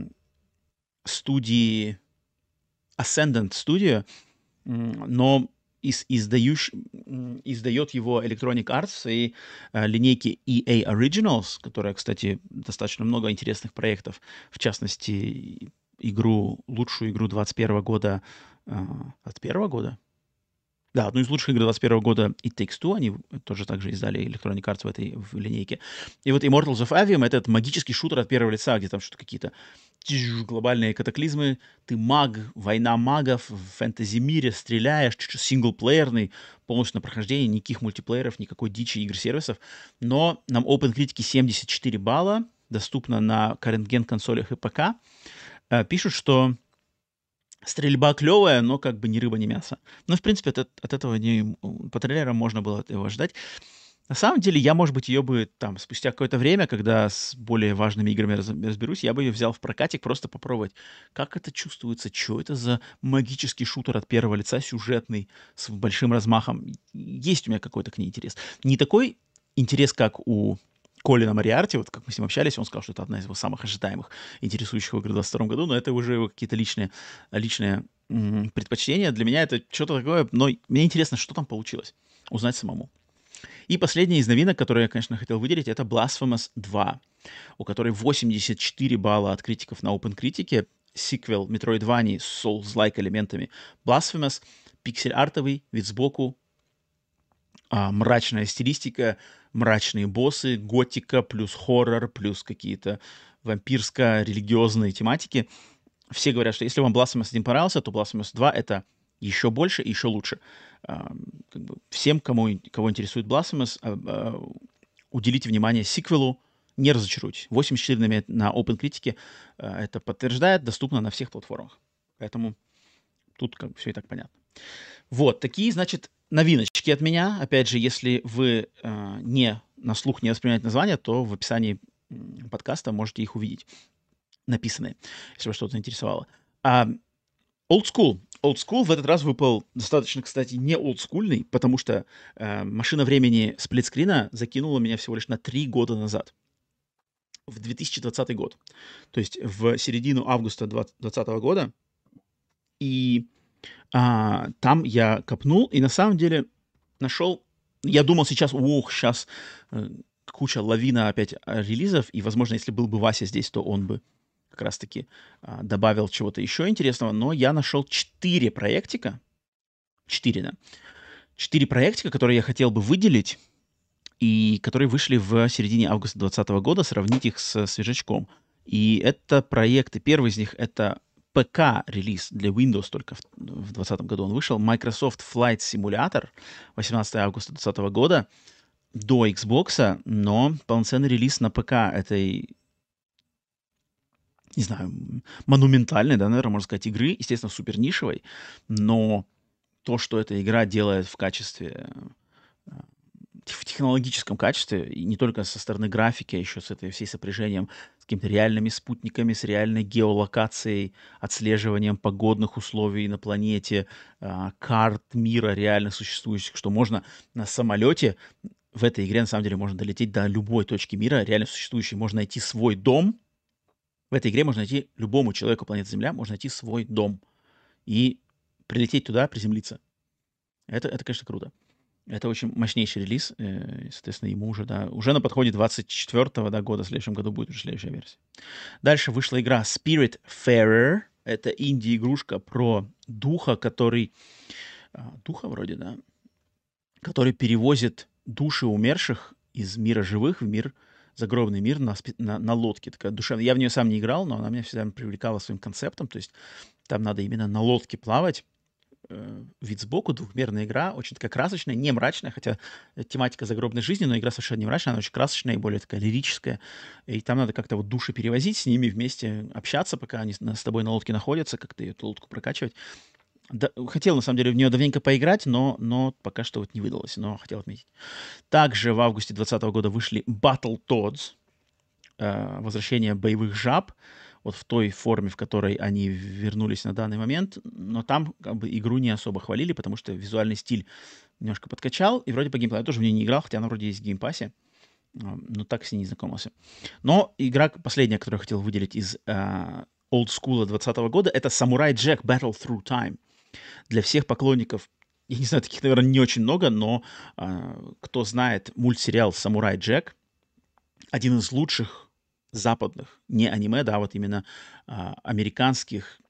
студии Ascendant Studio, м, но из, издающ- м, издает его Electronic Arts в своей э, линейке и эй Originals, которая, кстати, достаточно много интересных проектов, в частности, игру, лучшую игру двадцать первого года, э, двадцать первого года? Да, одну из лучших игр двадцать первого года It Takes Two, они тоже также издали Electronic Arts в этой в линейке. И вот Immortals of Avium — это этот магический шутер от первого лица, где там что-то какие-то тиш, глобальные катаклизмы, ты маг, война магов в фэнтези-мире, стреляешь, синглплеерный, полностью на прохождение, никаких мультиплееров, никакой дичи игр-сервисов. Но нам OpenCritic семьдесят четыре балла, доступно на current-gen консолях и ПК. Э, Пишут, что стрельба клевая, но как бы ни рыба, ни мясо. Ну, в принципе, от, от этого не, по трейлерам можно было этого ожидать. На самом деле, я, может быть, ее бы там спустя какое-то время, когда с более важными играми раз- разберусь, я бы ее взял в прокатик просто попробовать, как это чувствуется, что это за магический шутер от первого лица, сюжетный, с большим размахом. Есть у меня какой-то к ней интерес. Не такой интерес, как у Колина Мариарти, вот как мы с ним общались, он сказал, что это одна из его самых ожидаемых, интересующих его игр в двадцать втором году, но это уже его какие-то личные, личные м, предпочтения. Для меня это что-то такое, но мне интересно, что там получилось, узнать самому. И последняя из новинок, которую я, конечно, хотел выделить, это Blasphemous два, у которой восемьдесят четыре балла от критиков на OpenCritic, сиквел Metroidvania с Souls-like элементами. Blasphemous, пиксель-артовый, вид сбоку, а, мрачная стилистика, мрачные боссы, готика, плюс хоррор, плюс какие-то вампирско-религиозные тематики. Все говорят, что если вам Blasphemous один понравился, то Blasphemous два — это еще больше и еще лучше. А, как бы всем, кому, кого интересует Blasphemous, а, а, уделите внимание сиквелу, не разочаруйтесь. восемьдесят четыре на, на OpenCritic а, это подтверждает, доступно на всех платформах. Поэтому тут как бы все и так понятно. Вот, такие, значит, новиночки от меня. Опять же, если вы э, не на слух не воспринимаете названия, то в описании подкаста можете их увидеть, написанные, если вас что-то заинтересовало. А, Old School. Old School в этот раз выпал достаточно, кстати, не олдскульный, потому что э, машина времени сплитскрина закинула меня всего лишь на три года назад, в две тысячи двадцатый год. То есть в середину августа две тысячи двадцатого года. И а, там я копнул и на самом деле нашел... Я думал сейчас, ух, сейчас э, куча, лавина опять а, релизов, и, возможно, если был бы Вася здесь, то он бы как раз-таки а, добавил чего-то еще интересного, но я нашел четыре проектика, четыре, да, четыре проектика, которые я хотел бы выделить, и которые вышли в середине августа двадцатого года, сравнить их с свежачком. И это проекты, первый из них — это пэ ка-релиз для Windows, только в двадцатом году он вышел, Microsoft Flight Simulator, восемнадцатого августа двадцатого года, до Xbox, но полноценный релиз на пэ ка этой, не знаю, монументальной, да, наверное, можно сказать, игры, естественно, супер нишевой, но то, что эта игра делает в качестве, в технологическом качестве, и не только со стороны графики, а еще с этой всей сопряжением с какими-то реальными спутниками, с реальной геолокацией, отслеживанием погодных условий на планете, а, карт мира реально существующих, что можно на самолете, в этой игре на самом деле можно долететь до любой точки мира, реально существующей, можно найти свой дом. В этой игре можно найти любому человеку планеты Земля, можно найти свой дом и прилететь туда, приземлиться. Это, это конечно, круто. Это очень мощнейший релиз, э, соответственно, ему уже, да, уже на подходе двадцать четвёртого да, года, в следующем году будет уже следующая версия. Дальше вышла игра Spiritfarer. Это инди-игрушка про духа, который... а, духа вроде, да? Который перевозит души умерших из мира живых в мир, загробный мир на, спи- на, на лодке. Такая душевная. Я в нее сам не играл, но она меня всегда привлекала своим концептом. То есть там надо именно на лодке плавать. Э, вид сбоку, двухмерная игра, очень такая красочная, не мрачная, хотя тематика загробной жизни, но игра совершенно не мрачная, она очень красочная и более такая лирическая. И там надо как-то вот души перевозить, с ними вместе общаться, пока они с с тобой на лодке находятся, как-то эту лодку прокачивать. Да, хотел, на самом деле, в нее давненько поиграть, но, но пока что вот не выдалось, но хотел отметить. Также в августе двадцатого года вышли Battletoads, э, возвращение боевых жаб, вот в той форме, в которой они вернулись на данный момент, но там как бы игру не особо хвалили, потому что визуальный стиль немножко подкачал, и вроде по геймплею я тоже в нее не играл, хотя она вроде есть в геймпассе, а, но так с ней не знакомился. Но игра последняя, которую я хотел выделить из uh, Old School двадцатого года, это Samurai Jack Battle Through Time. Для всех поклонников, я не знаю, таких, наверное, не очень много, но uh, кто знает мультсериал Samurai Jack, один из лучших западных, не аниме, да, вот именно а, американских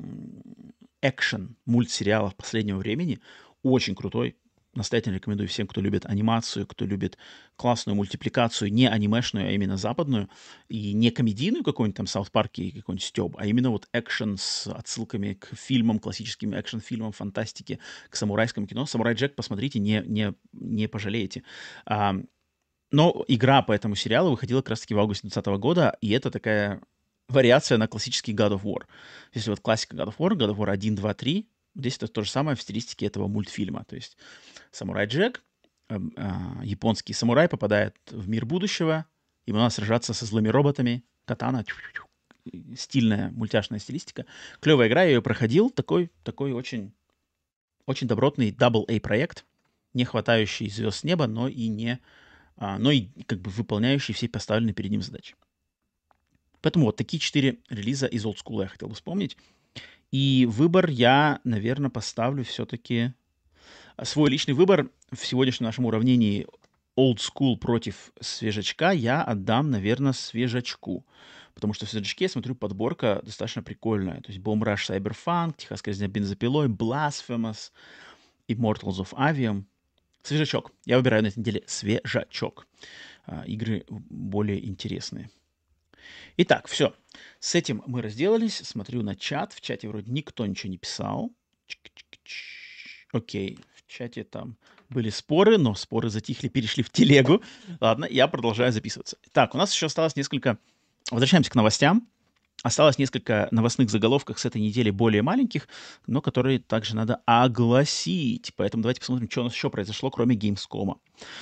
экшен мультсериалов последнего времени. Очень крутой. Настоятельно рекомендую всем, кто любит анимацию, кто любит классную мультипликацию, не анимешную, а именно западную, и не комедийную какую-нибудь там Саут Парк и какой-нибудь стёб, а именно вот экшен с отсылками к фильмам, классическим экшен-фильмам, фантастике, к самурайскому кино. «Самурай Джек» посмотрите, не, не, не пожалеете. А, но игра по этому сериалу выходила как раз-таки в августе двадцатого года, и это такая вариация на классический God of War. Если вот классика God of War, God of War один, два, три, здесь это то же самое в стилистике этого мультфильма. То есть самурай Джек, э, э, японский самурай, попадает в мир будущего, ему надо сражаться со злыми роботами, катана, стильная мультяшная стилистика. Клевая игра, я ее проходил, такой, такой очень, очень добротный дабл-A проект, не хватающий звезд с неба, но и не а, но и как бы выполняющий все поставленные перед ним задачи. Поэтому вот такие четыре релиза из Old School я хотел бы вспомнить. И выбор я, наверное, поставлю все-таки... Свой личный выбор в сегодняшнем нашем уравнении Old School против свежачка я отдам, наверное, свежачку. Потому что в свежачке, я смотрю, подборка достаточно прикольная. То есть Bomb Rush Cyberpunk, Техасская резня бензопилой, Blasphemous, Immortals of Avium. Свежачок. Я выбираю на этой неделе свежачок. А, игры более интересные. Итак, все. С этим мы разделались. Смотрю на чат. В чате вроде никто ничего не писал. Окей, в чате там были споры, но споры затихли, перешли в телегу. Ладно, я продолжаю записываться. Так, у нас еще осталось несколько... Возвращаемся к новостям. Осталось несколько новостных заголовков с этой недели более маленьких, но которые также надо огласить. Поэтому давайте посмотрим, что у нас еще произошло, кроме Gamescom.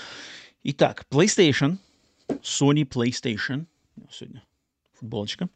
Итак, PlayStation, Sony PlayStation, сегодня футболочка,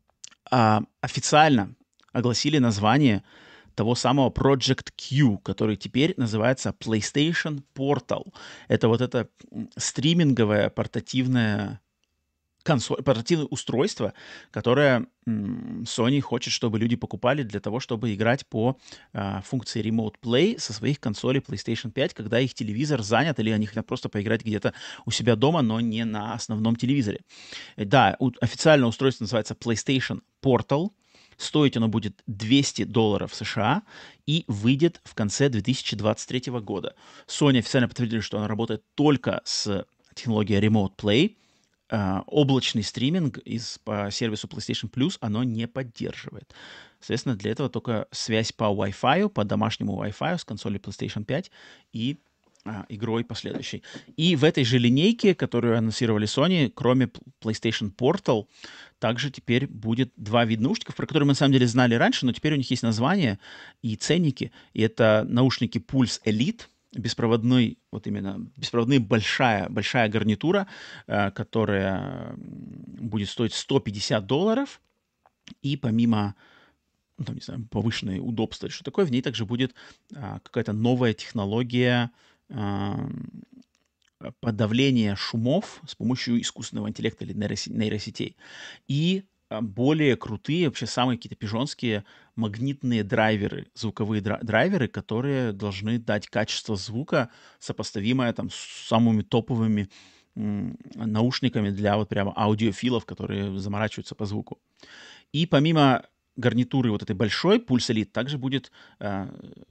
а, официально огласили название того самого Project Q, который теперь называется PlayStation Portal. Это вот это стриминговое портативное консоль, портативное устройство, которое м, Sony хочет, чтобы люди покупали для того, чтобы играть по а, функции Remote Play со своих консолей PlayStation пять, когда их телевизор занят, или они хотят просто поиграть где-то у себя дома, но не на основном телевизоре. Э, Да, у- официально устройство называется PlayStation Portal. Стоить оно будет двести долларов США и выйдет в конце две тысячи двадцать третьего года. Sony официально подтвердили, что она работает только с технологией Remote Play. А, облачный стриминг из, по сервису PlayStation Plus оно не поддерживает. Соответственно, для этого только связь по Wi-Fi, по домашнему Wi-Fi с консоли PlayStation пять и а, игрой последующей. И в этой же линейке, которую анонсировали Sony, кроме Pl- PlayStation Portal, также теперь будет два вида наушников, про которые мы на самом деле знали раньше, но теперь у них есть название и ценники. И это наушники Pulse Elite, беспроводной, вот именно беспроводная большая, большая гарнитура, э, которая м, будет стоить сто пятьдесят долларов. И помимо, ну, там, не знаю, повышенное удобство или что такое, в ней также будет а, какая-то новая технология ам, э, подавления шумов с помощью искусственного интеллекта или нейросе- нейросетей. И а, более крутые, вообще самые какие-то пижонские магнитные драйверы, звуковые дра- драйверы, которые должны дать качество звука, сопоставимое там с самыми топовыми м, наушниками для вот прямо аудиофилов, которые заморачиваются по звуку. И помимо гарнитуры вот этой большой Pulse Elite также будет а,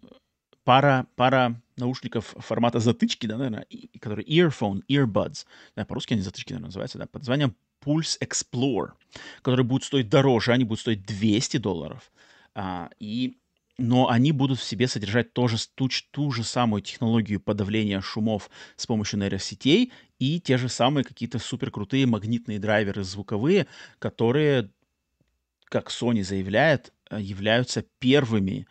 пара, пара наушников формата затычки, да, наверное, и- которые earphone, earbuds. Да, по-русски они затычки, наверное, называются, да, под названием Pulse Explore, которые будут стоить дороже, они будут стоить двести долларов. А, и, но они будут в себе содержать тоже с- ту, ч- ту же самую технологию подавления шумов с помощью нейросетей и те же самые какие-то суперкрутые магнитные драйверы звуковые, которые, как Sony заявляет, э, являются первыми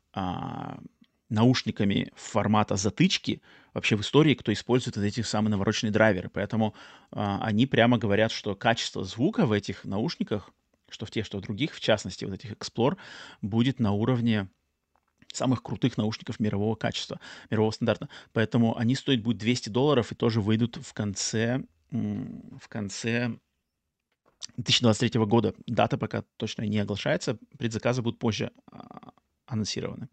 а, наушниками формата затычки вообще в истории, кто использует вот эти самые навороченные драйверы. Поэтому а, они прямо говорят, что качество звука в этих наушниках, что в тех, что в других, в частности, вот этих Explore, будет на уровне самых крутых наушников мирового качества, мирового стандарта. Поэтому они стоить будут двести долларов и тоже выйдут в конце, м, в конце две тысячи двадцать третьего года. Дата пока точно не оглашается, предзаказы будут позже а, анонсированы.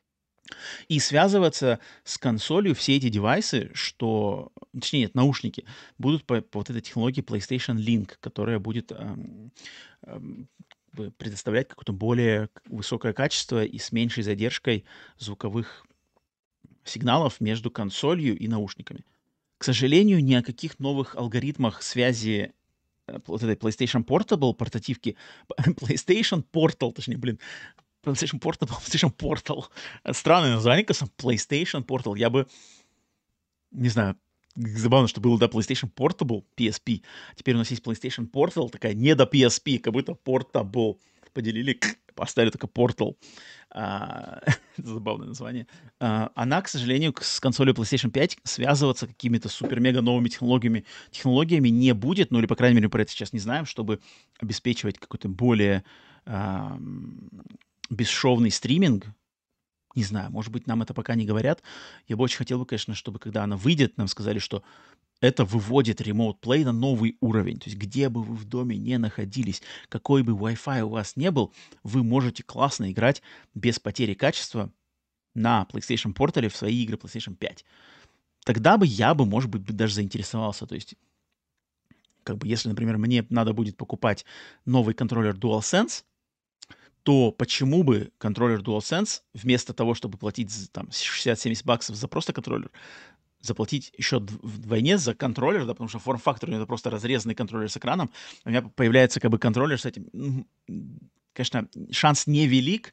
И связываться с консолью все эти девайсы, что, точнее, нет, наушники, будут по, по вот этой технологии PlayStation Link, которая будет эм, эм, как бы предоставлять какое-то более к- высокое качество и с меньшей задержкой звуковых сигналов между консолью и наушниками. К сожалению, ни о каких новых алгоритмах связи э, вот этой PlayStation Portable портативки, PlayStation Portal, точнее, блин, PlayStation Portable, PlayStation Portal. Странное название, конечно, PlayStation Portal. Я бы, не знаю, забавно, что было, да, PlayStation Portable, пи эс пи. Теперь у нас есть PlayStation Portal, такая не до пи эс пи, как будто Portable. Поделили, поставили только Portal. А, это забавное название. А, она, к сожалению, к- с консолью PlayStation пять связываться какими-то супер-мега новыми технологиями, технологиями не будет, ну или, по крайней мере, мы про это сейчас не знаем, чтобы обеспечивать какой-то более ам, бесшовный стриминг. Не знаю, может быть, нам это пока не говорят. Я бы очень хотел бы, конечно, чтобы когда она выйдет, нам сказали, что это выводит Remote Play на новый уровень. То есть где бы вы в доме не находились, какой бы Wi-Fi у вас не был, вы можете классно играть без потери качества на PlayStation Portal в свои игры PlayStation пять. Тогда бы я бы, может быть, бы даже заинтересовался. То есть, как бы, если, например, мне надо будет покупать новый контроллер DualSense, то почему бы контроллер DualSense вместо того, чтобы платить з- там шестьдесят-семьдесят баксов за просто контроллер, заплатить еще д- вдвойне за контроллер, да, потому что форм-фактор у него это просто разрезанный контроллер с экраном, у меня появляется как бы контроллер с этим. М, Конечно, шанс невелик,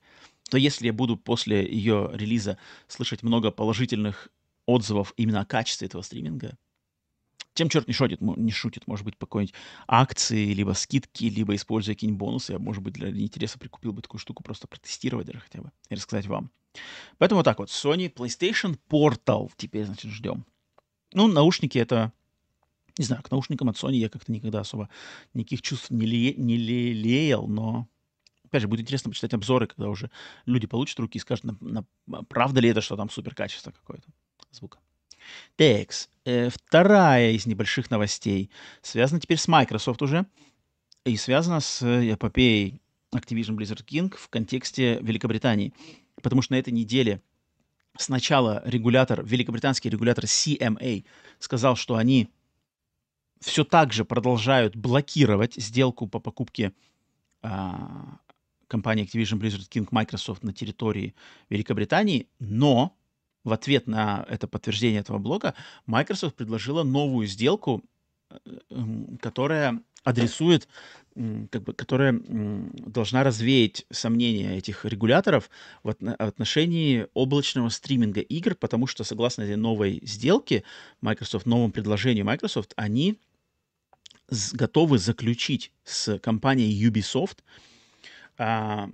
то если я буду после ее релиза слышать много положительных отзывов именно о качестве этого стриминга, чем черт не шутит, не шутит, может быть, по какой-нибудь акции, либо скидки, либо используя какие-нибудь бонусы, я, может быть, для интереса прикупил бы такую штуку, просто протестировать даже хотя бы и рассказать вам. Поэтому вот так вот, Sony PlayStation Portal теперь, значит, ждем. Ну, наушники это... Не знаю, к наушникам от Sony я как-то никогда особо никаких чувств не, ле... не лелеял, но... Опять же, будет интересно почитать обзоры, когда уже люди получат руки и скажут, на, на, правда ли это, что там супер качество какое-то звука. Текс. Э, вторая из небольших новостей связана теперь с Microsoft уже и связана с эпопеей Activision Blizzard King в контексте Великобритании. Потому что на этой неделе сначала регулятор, великобританский регулятор си эм эй сказал, что они все так же продолжают блокировать сделку по покупке а, компании Activision Blizzard King Microsoft на территории Великобритании, но в ответ на это подтверждение этого блока Microsoft предложила новую сделку, которая адресует, как бы, которая должна развеять сомнения этих регуляторов в отношении облачного стриминга игр, потому что, согласно этой новой сделке Microsoft, новому предложению Microsoft, они готовы заключить с компанией Ubisoft а,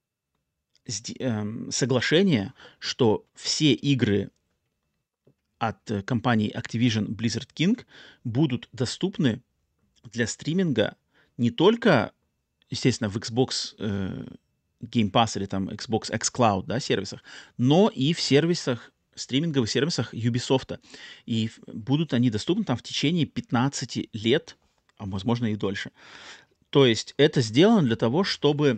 соглашение, что все игры от компании Activision Blizzard King будут доступны для стриминга не только, естественно, в Xbox э, Game Pass или там Xbox xCloud, да, сервисах, но и в сервисах, стриминговых сервисах Ubisoft. И будут они доступны там в течение пятнадцати лет, а возможно и дольше. То есть это сделано для того, чтобы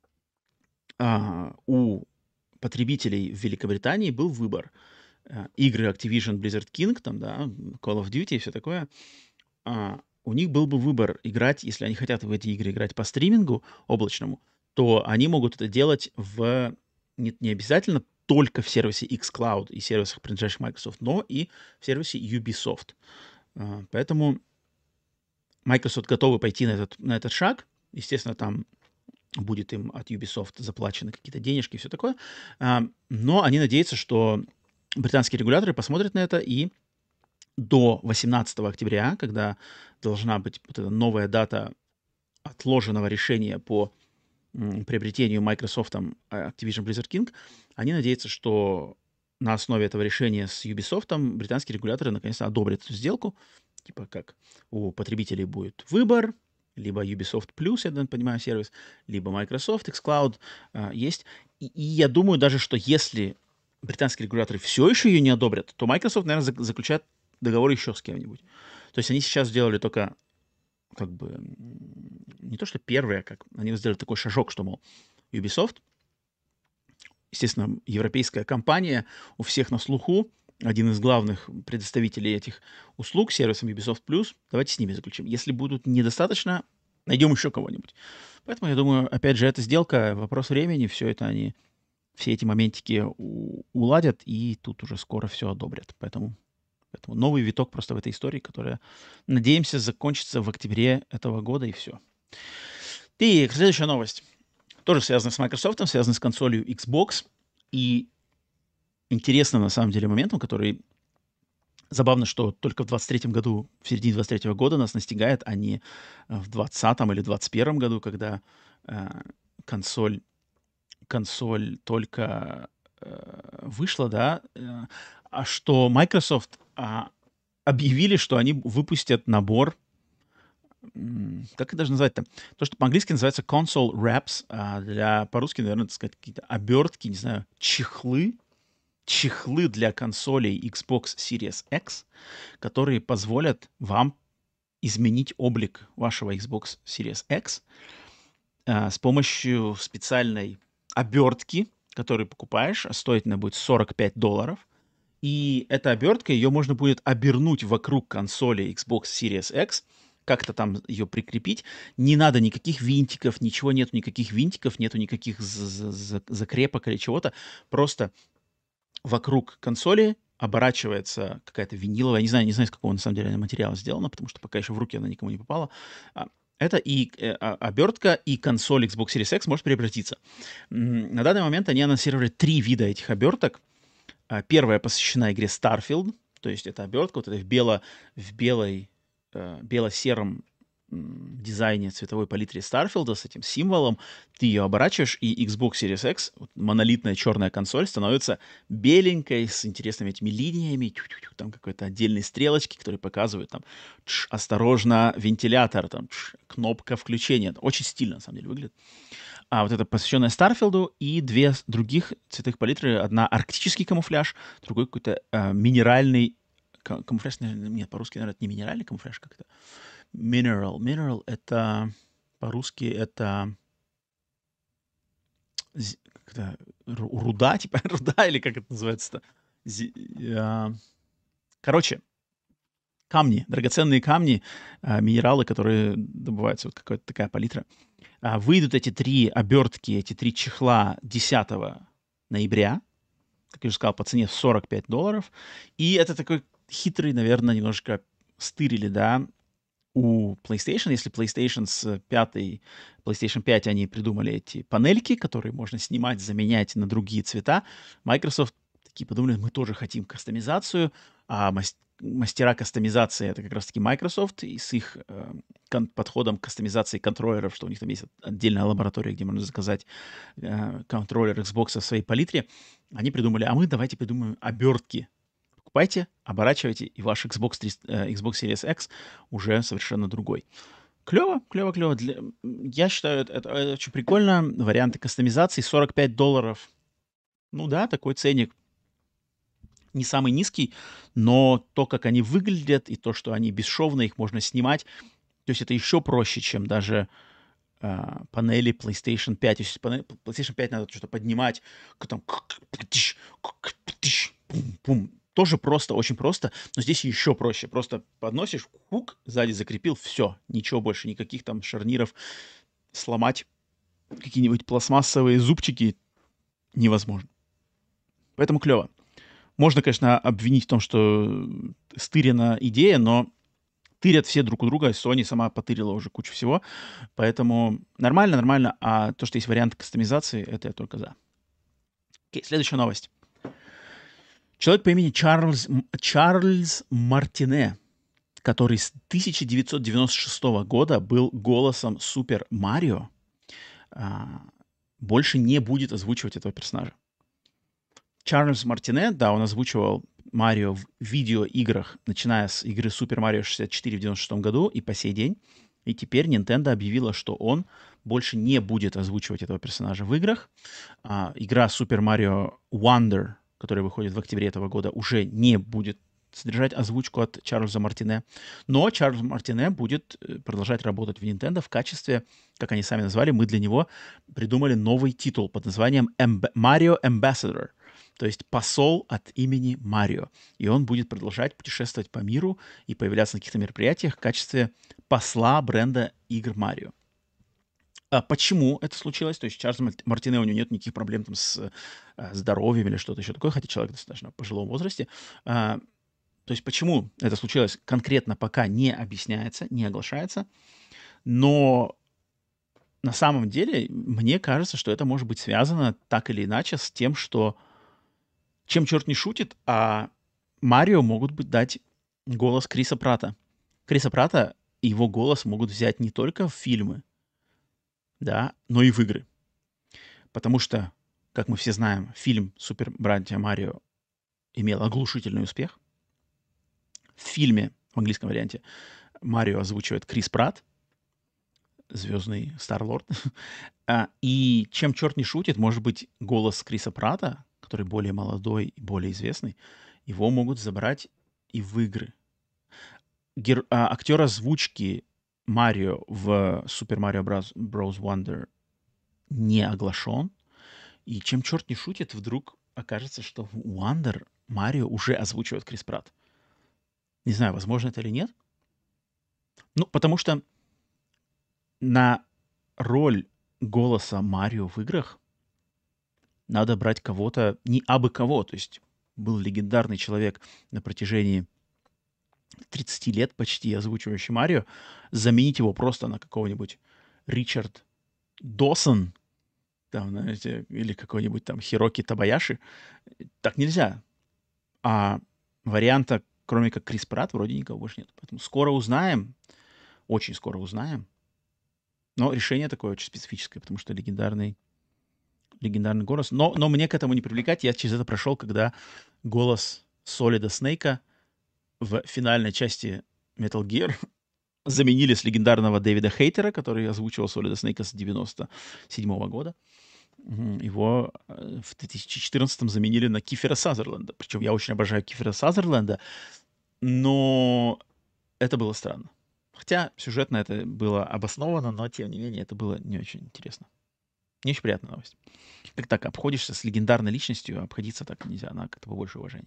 а, у потребителей в Великобритании был выбор. А, игры Activision Blizzard King, там, да, Call of Duty и все такое, а, у них был бы выбор играть, если они хотят в эти игры играть по стримингу облачному, то они могут это делать в не, не обязательно только в сервисе xCloud и сервисах, принадлежащих Microsoft, но и в сервисе Ubisoft. А, поэтому Microsoft готовы пойти на этот, на этот шаг. Естественно, там будет им от Ubisoft заплачены какие-то денежки и все такое. А, но они надеются, что британские регуляторы посмотрят на это и до восемнадцатого октября, когда должна быть вот эта новая дата отложенного решения по м, приобретению Microsoft Activision Blizzard King, они надеются, что на основе этого решения с Ubisoft британские регуляторы наконец-то одобрят эту сделку. Типа как у потребителей будет выбор, либо Ubisoft Plus, я понимаю, сервис, либо Microsoft xCloud а, есть. И, и я думаю даже, что если британские регуляторы все еще ее не одобрят, то Microsoft, наверное, заключает договор еще с кем-нибудь. То есть они сейчас сделали только как бы не то, что первые, как они сделали такой шажок, что, мол, Ubisoft, естественно, европейская компания, у всех на слуху, один из главных представителей этих услуг сервисом Ubisoft Plus, давайте с ними заключим. Если будут недостаточно, найдем еще кого-нибудь. Поэтому я думаю, опять же, эта сделка, вопрос времени, все это они, все эти моментики у- уладят, и тут уже скоро все одобрят. Поэтому, поэтому новый виток просто в этой истории, которая, надеемся, закончится в октябре этого года, и все. И следующая новость. Тоже связана с Microsoft, связана с консолью Xbox, и интересным, на самом деле, моментом, который забавно, что только в двадцать третьем году, в середине двадцать третьего года нас настигает, а не в двадцатом или двадцать первом году, когда э, консоль, консоль только э, вышла, да, э, а что Microsoft э, объявили, что они выпустят набор, м, как это даже назвать-то? То, что по-английски называется console wraps, а для, по-русски, наверное, так сказать, какие-то обертки, не знаю, чехлы, чехлы для консолей Xbox Series X, которые позволят вам изменить облик вашего Xbox Series X э, с помощью специальной обертки, которую покупаешь, а стоит она будет сорок пять долларов. И эта обертка, ее можно будет обернуть вокруг консоли Xbox Series X, как-то там ее прикрепить. Не надо никаких винтиков, ничего нету, никаких винтиков, нету никаких закрепок или чего-то. Просто вокруг консоли оборачивается какая-то виниловая, не знаю, не знаю, из какого на самом деле материала сделана, потому что пока еще в руки она никому не попала. Это и э, а- обертка, и консоль Xbox Series X может превратиться. М, На данный момент они анонсировали три вида этих оберток. А, Первая посвящена игре Starfield, то есть это обертка вот этой в, бело, в белой, э, бело-сером м, дизайне цветовой палитре Старфилда с этим символом. Ты ее оборачиваешь, и Xbox Series X, вот монолитная черная консоль, становится беленькой, с интересными этими линиями, тю-тю-тю, там какой-то отдельные стрелочки, которые показывают там, тш, осторожно, вентилятор, там, тш, кнопка включения. Очень стильно, на самом деле, выглядит. А вот это посвященное Старфилду, и две с- других цветных палитры. Одна арктический камуфляж, другой какой-то э, минеральный ка- камуфляж. наверное, Нет, по-русски, наверное, это не минеральный камуфляж, как-то. Mineral. Mineral — это по-русски это зи- как это, ру- руда, типа руда, или как это называется-то? Зи- а, Короче, камни, драгоценные камни, а, минералы, которые добываются, вот какая-то такая палитра. А, Выйдут эти три обертки, эти три чехла десятого ноября, как я уже сказал, по цене в сорок пять долларов. И это такой хитрый, наверное, немножко стырили, да, у PlayStation. Если PlayStation с пятой, PlayStation пять они придумали эти панельки, которые можно снимать, заменять на другие цвета, Microsoft такие подумали, мы тоже хотим кастомизацию, а мас- мастера кастомизации — это как раз-таки Microsoft, и с их э, кон- подходом к кастомизации контроллеров, что у них там есть отдельная лаборатория, где можно заказать э, контроллер Xbox в своей палитре, они придумали, а мы давайте придумаем обертки. Покупайте, оборачивайте, и ваш Xbox, триста э, Xbox Series X уже совершенно другой. Клево, клево, клево. Для... м, Я считаю, это, это- это очень прикольно. Варианты кастомизации сорок пять долларов. Ну да, такой ценник. Не самый низкий, но то, как они выглядят, и то, что они бесшовно, их можно снимать, то есть это еще проще, чем даже а, панели PlayStation пять. То есть пане- PlayStation пять надо что-то поднимать, к- там, к- к- птыщ, к- к- птыщ, пум, пум. Тоже просто, очень просто, но здесь еще проще. Просто подносишь, хук, сзади закрепил, все, ничего больше, никаких там шарниров. Сломать какие-нибудь пластмассовые зубчики невозможно. Поэтому клево. Можно, конечно, обвинить в том, что стырена идея, но тырят все друг у друга. Sony сама потырила уже кучу всего. Поэтому нормально, нормально. А то, что есть варианты кастомизации, это я только за. Окей, следующая новость. Человек по имени Чарльз, М- Чарльз Мартине, который с тысяча девятьсот девяносто шестого года был голосом Супер Марио, а, больше не будет озвучивать этого персонажа. Чарльз Мартине, да, он озвучивал Марио в видеоиграх, начиная с игры Супер Марио шестьдесят четыре в девяносто шестом году и по сей день. И теперь Nintendo объявила, что он больше не будет озвучивать этого персонажа в играх. А, игра Super Mario Wonder, которая выходит в октябре этого года, уже не будет содержать озвучку от Чарльза Мартине. Но Чарльз Мартине будет э, продолжать работать в Nintendo в качестве, как они сами назвали, мы для него придумали новый титул под названием Эмб- Mario Ambassador, то есть посол от имени Марио. И он будет продолжать путешествовать по миру и появляться на каких-то мероприятиях в качестве посла бренда игр Марио. А почему это случилось? То есть Чарльз Мальт- Мартине, у него нет никаких проблем там с э, здоровьем или что-то еще такое, хотя человек достаточно в пожилом возрасте. А, то есть почему это случилось конкретно пока не объясняется, не оглашается, но на самом деле мне кажется, что это может быть связано так или иначе с тем, что чем черт не шутит, а Марио могут быть дать голос Криса Прата. Криса Прата и его голос могут взять не только в фильмы, да, но и в игры. Потому что, как мы все знаем, фильм «Супер братья Марио» имел оглушительный успех. В фильме, в английском варианте, Марио озвучивает Крис Пратт, звездный Стар-Лорд. А, И чем черт не шутит, может быть, голос Криса Пратта, который более молодой и более известный, его могут забрать и в игры. Гер- а, актер озвучки Марио в Super Mario Bros. Bros. Wonder не оглашен. И чем черт не шутит, вдруг окажется, что в Wonder Марио уже озвучивает Крис Пратт. Не знаю, возможно это или нет. Ну, потому что на роль голоса Марио в играх надо брать кого-то, не абы кого. То есть был легендарный человек на протяжении тридцати лет почти озвучивающий Марио, заменить его просто на какого-нибудь Ричард Досон, там, знаете, или какой-нибудь там Хироки Табаяши, так нельзя. А варианта, кроме как Крис Пратт, вроде никого больше нет. Поэтому скоро узнаем, очень скоро узнаем. Но решение такое очень специфическое, потому что легендарный, легендарный голос. Но, но мне к этому не привлекать. Я через это прошел, когда голос Солида Снейка в финальной части Metal Gear заменили с легендарного Дэвида Хейтера, который озвучивал Солида Снейка с девяносто седьмого года. Мгм. Его э, в две тысячи четырнадцатом заменили на Кифера Сазерленда. Причем я очень обожаю Кифера Сазерленда, но это было странно. Хотя сюжетно это было обосновано, но тем не менее это было не очень интересно. Не очень приятная новость. Как так обходишься с легендарной личностью, а обходиться так нельзя, надо как-то побольше уважения.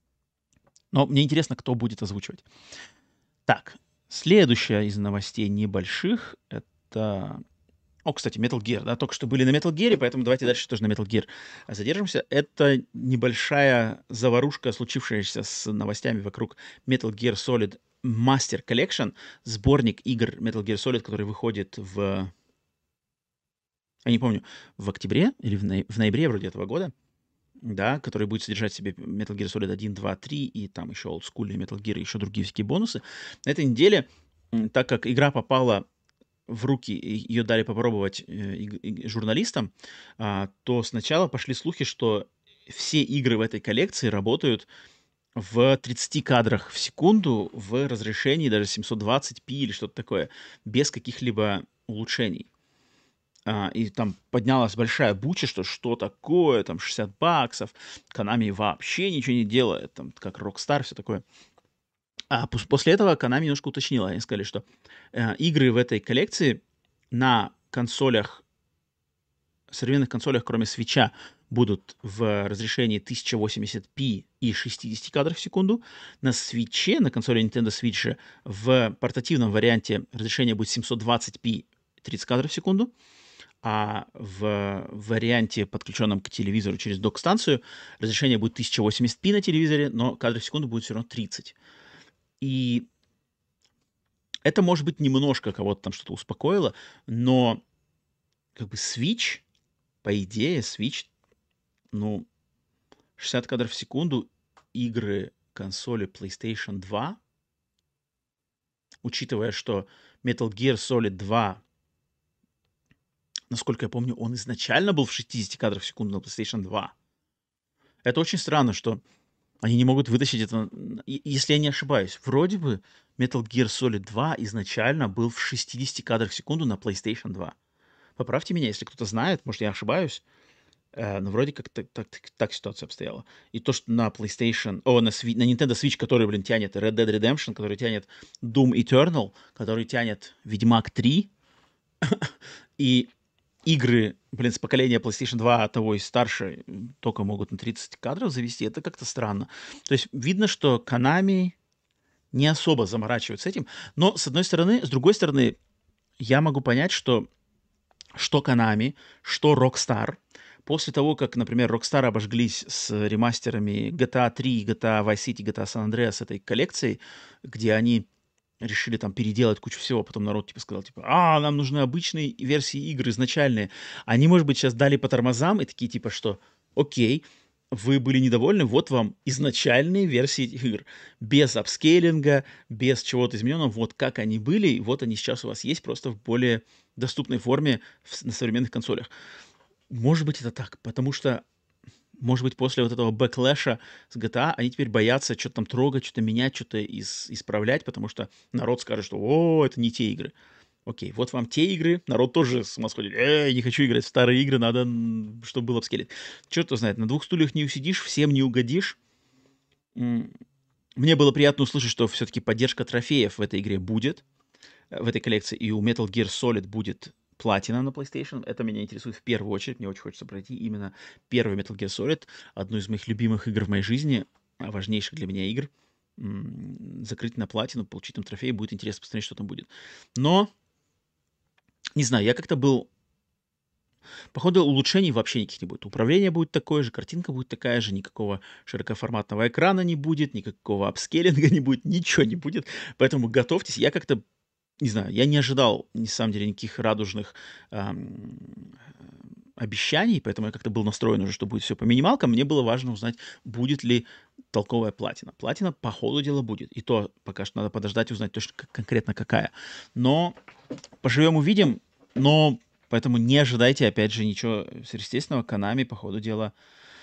Но мне интересно, кто будет озвучивать. Так, следующая из новостей небольших — это... О, кстати, Metal Gear, да, только что были на Metal Gear, поэтому давайте дальше тоже на Metal Gear задержимся. Это небольшая заварушка, случившаяся с новостями вокруг Metal Gear Solid Master Collection, сборник игр Metal Gear Solid, который выходит в... Я не помню, в октябре или в, ноя- в ноябре вроде этого года, да, который будет содержать в себе Metal Gear Solid один, два, три и там еще олдскульные Metal Gear и еще другие всякие бонусы. На этой неделе, м, так как игра попала в руки, и ее дали попробовать э, иг- иг- журналистам, а, то сначала пошли слухи, что все игры в этой коллекции работают в тридцати кадрах в секунду в разрешении даже семьсот двадцать пи или что-то такое, без каких-либо улучшений. А, и там поднялась большая буча, что что такое, там шестьдесят баксов, Konami вообще ничего не делает, там как Rockstar, все такое. А пос- после этого Konami немножко уточнила, они сказали, что э, игры в этой коллекции на консолях, современных консолях, кроме свеча, будут в разрешении тысяча восемьдесят пи и шестьдесят кадров в секунду. На свече, на консоли Nintendo Switch, же, в портативном варианте разрешение будет семьсот двадцать пи тридцать кадров в секунду. А в варианте, подключенном к телевизору через док-станцию, разрешение будет тысяча восемьдесят пи на телевизоре, но кадры в секунду будет все равно тридцать. И это, может быть, немножко кого-то там что-то успокоило, но как бы Switch, по идее, Switch, ну, шестьдесят кадров в секунду, игры консоли PlayStation два, учитывая, что Metal Gear Solid два, насколько я помню, он изначально был в шестидесяти кадрах в секунду на PlayStation два. Это очень странно, что они не могут вытащить это, н- и- если я не ошибаюсь. Вроде бы Metal Gear Solid два изначально был в шестидесяти кадрах в секунду на PlayStation два. Поправьте меня, если кто-то знает, может, я ошибаюсь. Э, но вроде как так, так- так- так ситуация обстояла. И то, что на PlayStation, о, на, Swi- на Nintendo Switch, который, блин, тянет Red Dead Redemption, который тянет Doom Eternal, который тянет Ведьмак три, и игры, блин, с поколения PlayStation два, а того и старше, м, только могут на тридцать кадров завести, это как-то странно. То есть видно, что Konami не особо заморачиваются этим, но с одной стороны, с другой стороны, я могу понять, что что Konami, что Rockstar, после того, как, например, Rockstar обожглись с ремастерами джи ти эй три, джи ти эй Vice City, джи ти эй San Andreas, этой коллекцией, где они решили там переделать кучу всего, потом народ типа сказал, типа, а, нам нужны обычные версии игр изначальные. Они, может быть, сейчас дали по тормозам и такие типа, что, окей, вы были недовольны, вот вам изначальные версии этих игр. Без апскейлинга, без чего-то измененного, вот как они были, и вот они сейчас у вас есть просто в более доступной форме в- на современных консолях. Может быть, это так, потому что, может быть, после вот этого бэклэша с джи ти эй они теперь боятся что-то там трогать, что-то менять, что-то ис- исправлять, потому что народ скажет, что «О, это не те игры». Окей, вот вам те игры, народ тоже с ума сходит. Эй, не хочу играть в старые игры, надо, м, чтобы был апскейлинг. Черт его знает, на двух стульях не усидишь, всем не угодишь. М, Мне было приятно услышать, что все-таки поддержка трофеев в этой игре будет, э, в этой коллекции, и у Metal Gear Solid будет платина на PlayStation. Это меня интересует в первую очередь. Мне очень хочется пройти именно первый Metal Gear Solid, одну из моих любимых игр в моей жизни, а, важнейших для меня игр. М, Закрыть на платину, получить там трофей, будет интересно посмотреть, что там будет. Но, не знаю, я как-то был... Походу, улучшений вообще никаких не будет. Управление будет такое же, картинка будет такая же, никакого широкоформатного экрана не будет, никакого апскейлинга не будет, ничего не будет. Поэтому готовьтесь. Я как-то, не знаю, я не ожидал, на самом деле, никаких радужных эм, обещаний, поэтому я как-то был настроен уже, что будет все по минималкам. Мне было важно узнать, будет ли толковая платина. Платина, по ходу дела, будет. И то пока что надо подождать, узнать точно как- конкретно какая. Но поживем, увидим. Но поэтому не ожидайте, опять же, ничего сверхъестественного. Konami, по ходу дела,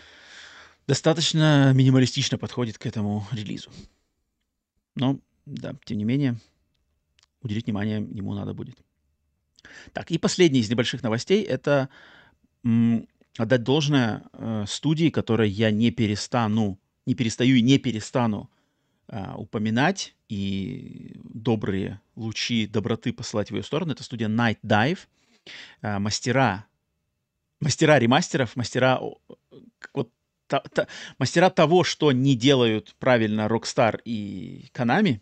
достаточно минималистично подходит к этому релизу. Но, да, тем не менее, уделить внимание ему надо будет. Так, и последний из небольших новостей — это м, отдать должное э, студии, которой я не перестану, не перестаю и не перестану а, упоминать и добрые лучи доброты посылать в ее сторону. Это студия Night Dive, а, мастера, мастера ремастеров, мастера, о, как вот, та- та- мастера того, что не делают правильно Rockstar и Konami,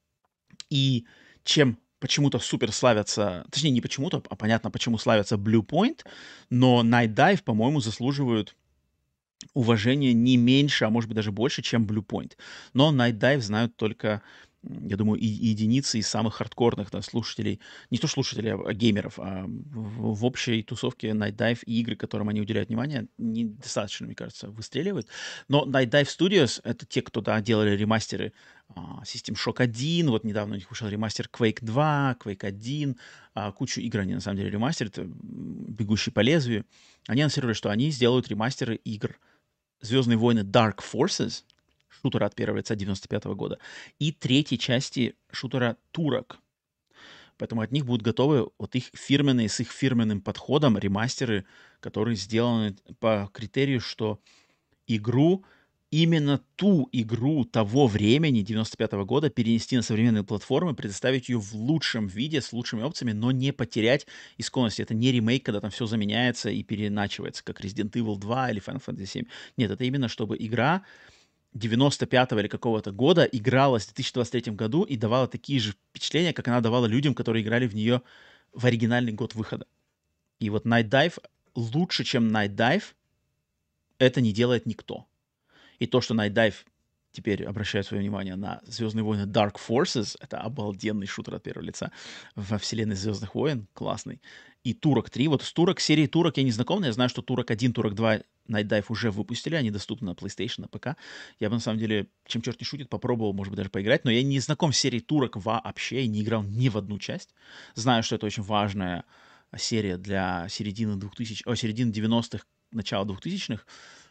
и чем почему-то супер славятся, точнее, не почему-то, а понятно, почему славятся Blue Point, но Night Dive, по-моему, заслуживают уважения не меньше, а может быть даже больше, чем Blue Point. Но Night Dive знают только, м, я думаю, и и единицы из самых хардкорных, да, слушателей, не то слушателей, а геймеров, а в, в общей тусовке Night Dive и игры, которым они уделяют внимание, недостаточно, мне кажется, выстреливают. Но Night Dive Studios — это те, кто, да, делали ремастеры а, System Shock один, вот недавно у них вышел ремастер Quake два, Quake один, а, кучу игр они, на самом деле, ремастерят, м, «Бегущий по лезвию». Они анонсировали, что они сделают ремастеры игр «Звездные войны Dark Forces», шутера от первого лица девяносто пятого года, и третьей части шутера «Турок». Поэтому от них будут готовы вот их фирменные, с их фирменным подходом ремастеры, которые сделаны по критерию, что игру, именно ту игру того времени, девяносто пятого года, перенести на современные платформы, предоставить ее в лучшем виде, с лучшими опциями, но не потерять исконность. Это не ремейк, когда там все заменяется и переначивается, как Resident Evil два или Final Fantasy семь. Нет, это именно чтобы игра девяносто пятого или какого-то года игралась в две тысячи двадцать третьем году и давала такие же впечатления, как она давала людям, которые играли в нее в оригинальный год выхода. И вот Night Dive лучше, чем Night Dive, это не делает никто. И то, что Night Dive теперь обращает свое внимание на «Звездные войны Dark Forces», это обалденный шутер от первого лица во вселенной «Звездных войн», классный. И «Турок три», вот с «Турок», серии «Турок» я не знаком, но я знаю, что «Турок один», «Турок два» Night Dive уже выпустили, они доступны на PlayStation, на ПК. Я бы, на самом деле, чем черт не шутит, попробовал, может быть, даже поиграть, но я не знаком с серией «Турок» вообще, и не играл ни в одну часть. Знаю, что это очень важная серия для середины двухтысячных, о, середины девяностых, начала двухтысячных.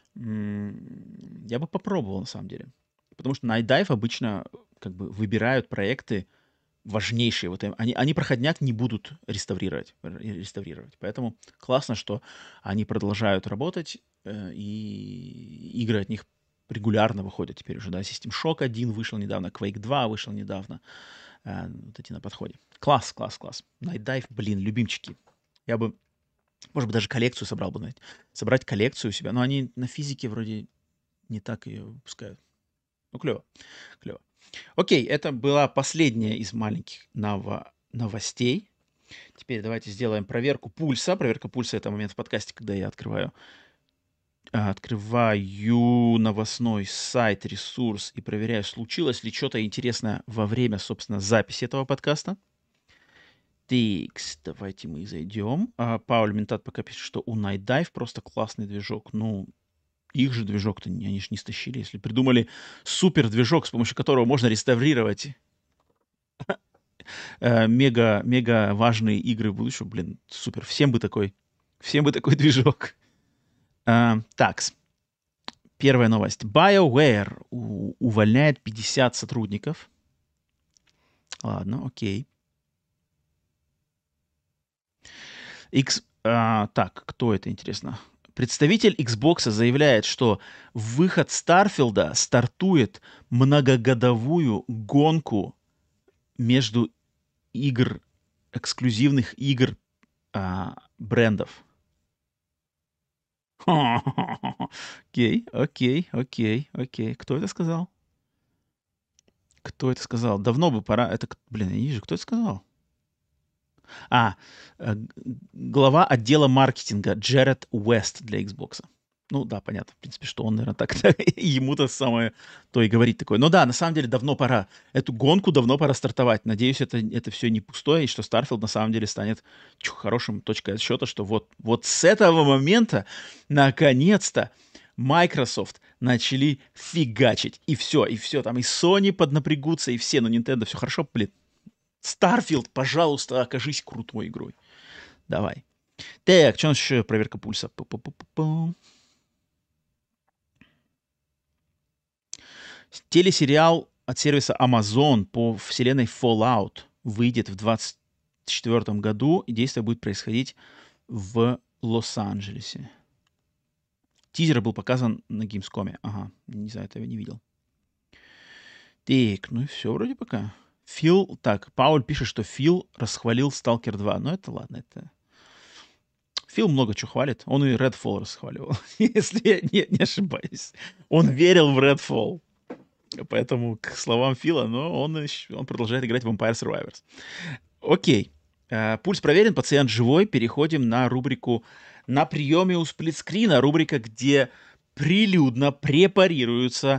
М, Я бы попробовал, на самом деле. Потому что Night Dive обычно как бы выбирают проекты важнейшие. Вот им- они, они проходняк не будут реставрировать, ре- реставрировать. Поэтому классно, что они продолжают работать, э, и игры от них регулярно выходят теперь уже. Да, System Shock один вышел недавно, Quake два вышел недавно. Э, вот эти на подходе. Класс, класс, класс. Night Dive, блин, любимчики. Я бы, может быть, даже коллекцию собрал бы, знаете. Собрать коллекцию у себя. Но они на физике вроде не так ее выпускают. Ну, клево, клево. Окей, это была последняя из маленьких ново- новостей. Теперь давайте сделаем проверку пульса. Проверка пульса — это момент в подкасте, когда я открываю, а, открываю новостной сайт, ресурс и проверяю, случилось ли что-то интересное во время, собственно, записи этого подкаста. Тикс, давайте мы зайдем. А, Пауль Ментат пока пишет, что у Night Dive просто классный движок. Ну, их же движок-то не- они же не стащили. Если придумали супер движок, с помощью которого можно реставрировать э, мега, мега важные игры в будущем, блин, супер. Всем бы такой, всем бы такой движок. А, такс. Первая новость. BioWare у- увольняет пятьдесят сотрудников. Ладно, окей. X, а, так, кто это, интересно? Представитель Xbox заявляет, что выход Старфилда стартует многогодовую гонку между игр, эксклюзивных игр а, брендов. Окей, окей, окей, окей. Кто это сказал? Кто это сказал? Давно бы пора. Это, к- блин, я не вижу, кто это сказал? А, э, глава отдела маркетинга Джеред Уэст для Xbox. Ну да, понятно, в принципе, что он, наверное, так ему-то самое то и говорить такое. Но да, на самом деле давно пора. Эту гонку давно пора стартовать. Надеюсь, это, это все не пустое, и что Starfield на самом деле станет чух, хорошим точкой отсчета, что вот, вот с этого момента наконец-то Microsoft начали фигачить. И все, и все. Там и Sony поднапрягутся, и все. Но Nintendo все хорошо, блин. Starfield, пожалуйста, окажись крутой игрой. Давай. Так, что у нас еще? Проверка пульса. Пу-пу-пу-пу-пу. Телесериал от сервиса Amazon по вселенной Fallout выйдет в двадцать четвёртом году, и действие будет происходить в Лос-Анджелесе. Тизер был показан на Gamescom. Ага, не знаю, этого не видел. Так, ну и все вроде пока. Фил, так, Пауль пишет, что Фил расхвалил Stalker два. Ну это ладно, это... Фил много чего хвалит. Он и Redfall расхваливал, если я не, не ошибаюсь. Он верил в Redfall. Поэтому к словам Фила, но он, он продолжает играть в Vampire Survivors. Окей. Uh, пульс проверен, пациент живой. Переходим на рубрику «На приеме у сплитскрина». Рубрика, где прилюдно препарируются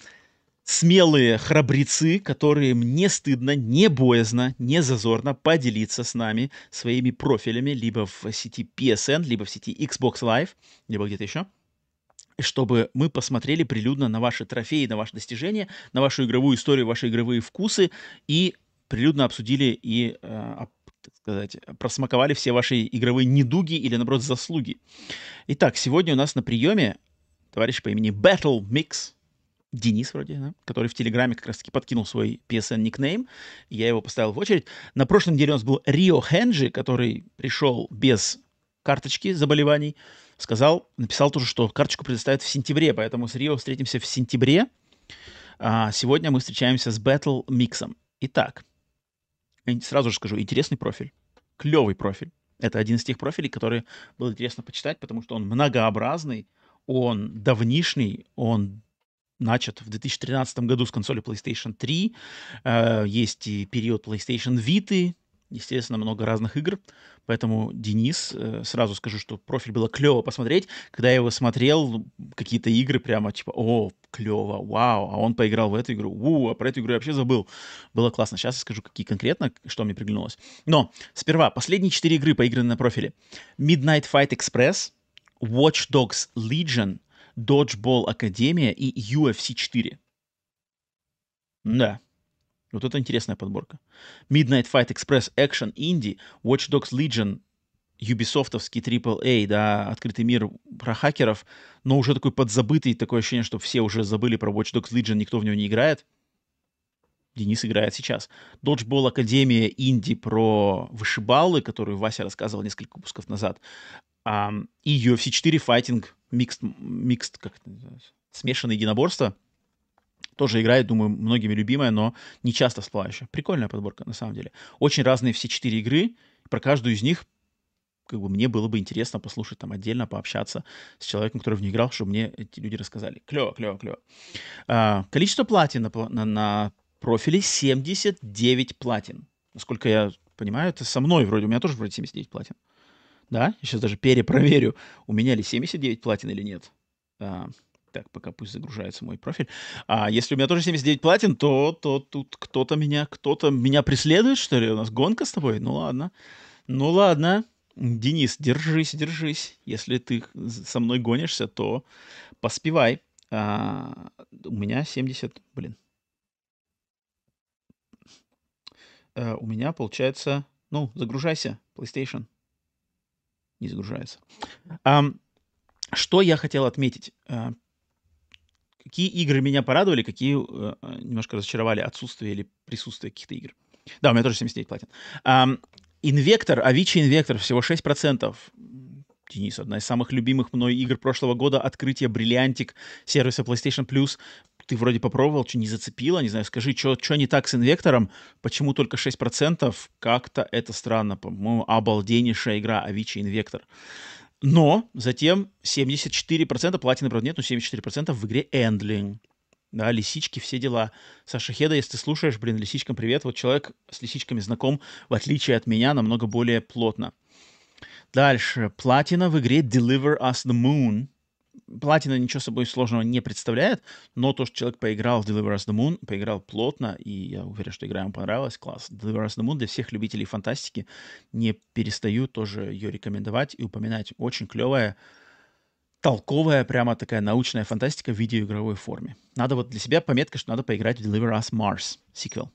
смелые храбрецы, которым не стыдно, не боязно, не зазорно поделиться с нами своими профилями либо в сети пи эс эн, либо в сети Xbox Live, либо где-то еще, чтобы мы посмотрели прилюдно на ваши трофеи, на ваши достижения, на вашу игровую историю, ваши игровые вкусы и прилюдно обсудили и, э, так сказать, просмаковали все ваши игровые недуги или, наоборот, заслуги. Итак, сегодня у нас на приеме товарищ по имени Battle Mix, Денис вроде, да, который в Телеграме как раз-таки подкинул свой пи эс эн-никнейм, я его поставил в очередь. На прошлой неделе у нас был Рио Хенджи, который пришел без карточки заболеваний, сказал, написал тоже, что карточку предоставят в сентябре, поэтому с Рио встретимся в сентябре. А сегодня мы встречаемся с Battle Mix'ом. Итак, сразу же скажу, интересный профиль, клевый профиль. Это один из тех профилей, которые было интересно почитать, потому что он многообразный, он давнишний, он начат в две тысячи тринадцатом году с консоли PlayStation три. Э, есть и период PlayStation Vita, естественно, много разных игр. Поэтому, Денис, э, сразу скажу, что профиль было клево посмотреть. Когда я его смотрел, какие-то игры прямо типа, о, клево, вау, а он поиграл в эту игру, у, а про эту игру я вообще забыл. Было классно. Сейчас я скажу, какие конкретно, что мне приглянулось. Но сперва, последние четыре игры поиграны на профиле. Midnight Fight Express, Watch Dogs Legion, Dodgeball Академия и ю эф си четыре. Да. Вот это интересная подборка. Midnight Fight Express, Action, Indie, Watch Dogs Legion, юбисофтовский трипл эй, да, открытый мир про хакеров, но уже такой подзабытый, такое ощущение, что все уже забыли про Watch Dogs Legion, никто в него не играет. Денис играет сейчас. Dodgeball Академия, Инди про вышибалы, которую Вася рассказывал несколько выпусков назад. Um, и ю эф си четыре Fighting, mixed, mixed, как это называется, смешанное единоборство. Тоже играет, думаю, многими любимая, но не часто всплывающая. Прикольная подборка, на самом деле. Очень разные все четыре игры. Про каждую из них как бы мне было бы интересно послушать там отдельно, пообщаться с человеком, который в нее играл, чтобы мне эти люди рассказали. Клево, клево, клево. А, количество платин на, на, на профиле семьдесят девять платин. Насколько я понимаю, это со мной вроде. У меня тоже вроде семьдесят девять платин. Да, я сейчас даже перепроверю, у меня ли семьдесят девять платин или нет. А, так, пока пусть загружается мой профиль. А если у меня тоже семьдесят девять платин, то, то тут кто-то меня, кто-то меня преследует, что ли? У нас гонка с тобой? Ну ладно. Ну ладно. Денис, держись, держись. Если ты со мной гонишься, то поспевай. А, у меня семьдесят, блин. А, у меня получается, ну, загружайся, PlayStation. Не загружается. Um, что я хотел отметить? Uh, какие игры меня порадовали, какие uh, немножко разочаровали отсутствие или присутствие каких-то игр. Да, у меня тоже семьдесят девять платин. Um, Инвектор, Avicii Инвектор, всего шесть процентов. Денис, одна из самых любимых мной игр прошлого года, открытие Бриллиантик сервиса PlayStation Plus. Ты вроде попробовал, что не зацепило, не знаю, скажи, что не так с Инвектором, почему только шесть процентов, как-то это странно, по-моему, обалденнейшая игра Avicii Инвектор. Но затем семьдесят четыре процента, платины, правда, нет, но семьдесят четыре процента в игре Endling. Да, лисички, все дела. Саша Хеда, если ты слушаешь, блин, лисичкам привет. Вот человек с лисичками знаком, в отличие от меня, намного более плотно. Дальше. Платина в игре Deliver Us the Moon. Платина ничего собой сложного не представляет, но то, что человек поиграл в Deliver Us the Moon, поиграл плотно, и я уверен, что игра ему понравилась, класс. Deliver Us the Moon для всех любителей фантастики, не перестаю тоже ее рекомендовать и упоминать. Очень клевая, толковая, прямо такая научная фантастика в видеоигровой форме. Надо вот для себя пометка, что надо поиграть в Deliver Us Mars, сиквел.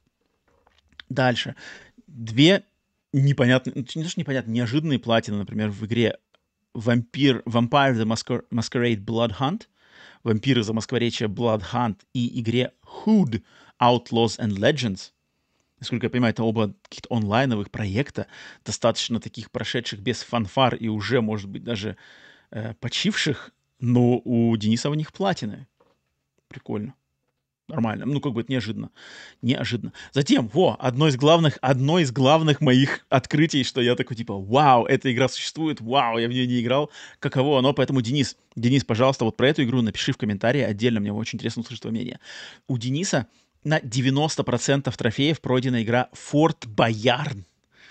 Дальше. Две непонятные, ну, не то, что непонятные, неожиданные платины, например, в игре Vampire, Vampire the Masquer- Masquerade Blood Hunt, Вампиры замоскворечья Blood Hunt и игре Hood Outlaws and Legends. Насколько я понимаю, это оба каких-то онлайновых проекта, достаточно таких прошедших без фанфар и уже, может быть, даже э, почивших, но у Дениса в них платины. Прикольно. Нормально. Ну, как бы это неожиданно. Неожиданно. Затем, во, одно из главных, одно из главных моих открытий, что я такой, типа, вау, эта игра существует, вау, я в нее не играл, каково оно. Поэтому, Денис, Денис, пожалуйста, вот про эту игру напиши в комментарии отдельно, мне очень интересно услышать твое мнение. У Дениса на девяносто процентов трофеев пройдена игра Форт Боярд.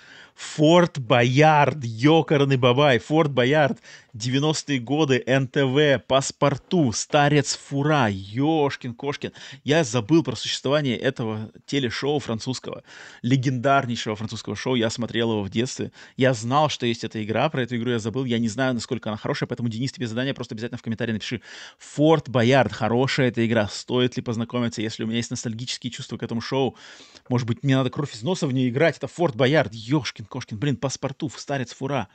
Форт Боярд, ёкарный бабай, Форт Боярд, девяностые годы, эн тэ вэ, Паспорту, Старец Фура, ёшкин-кошкин. Я забыл про существование этого телешоу французского, легендарнейшего французского шоу, я смотрел его в детстве. Я знал, что есть эта игра, про эту игру я забыл, я не знаю, насколько она хорошая, поэтому, Денис, тебе задание, просто обязательно в комментарии напиши. Форт Боярд, хорошая эта игра, стоит ли познакомиться, если у меня есть ностальгические чувства к этому шоу. Может быть, мне надо кровь из носа в нее играть. Это Форт Боярд. Ёшкин, кошкин. Блин, Паспорту, Старец Фура.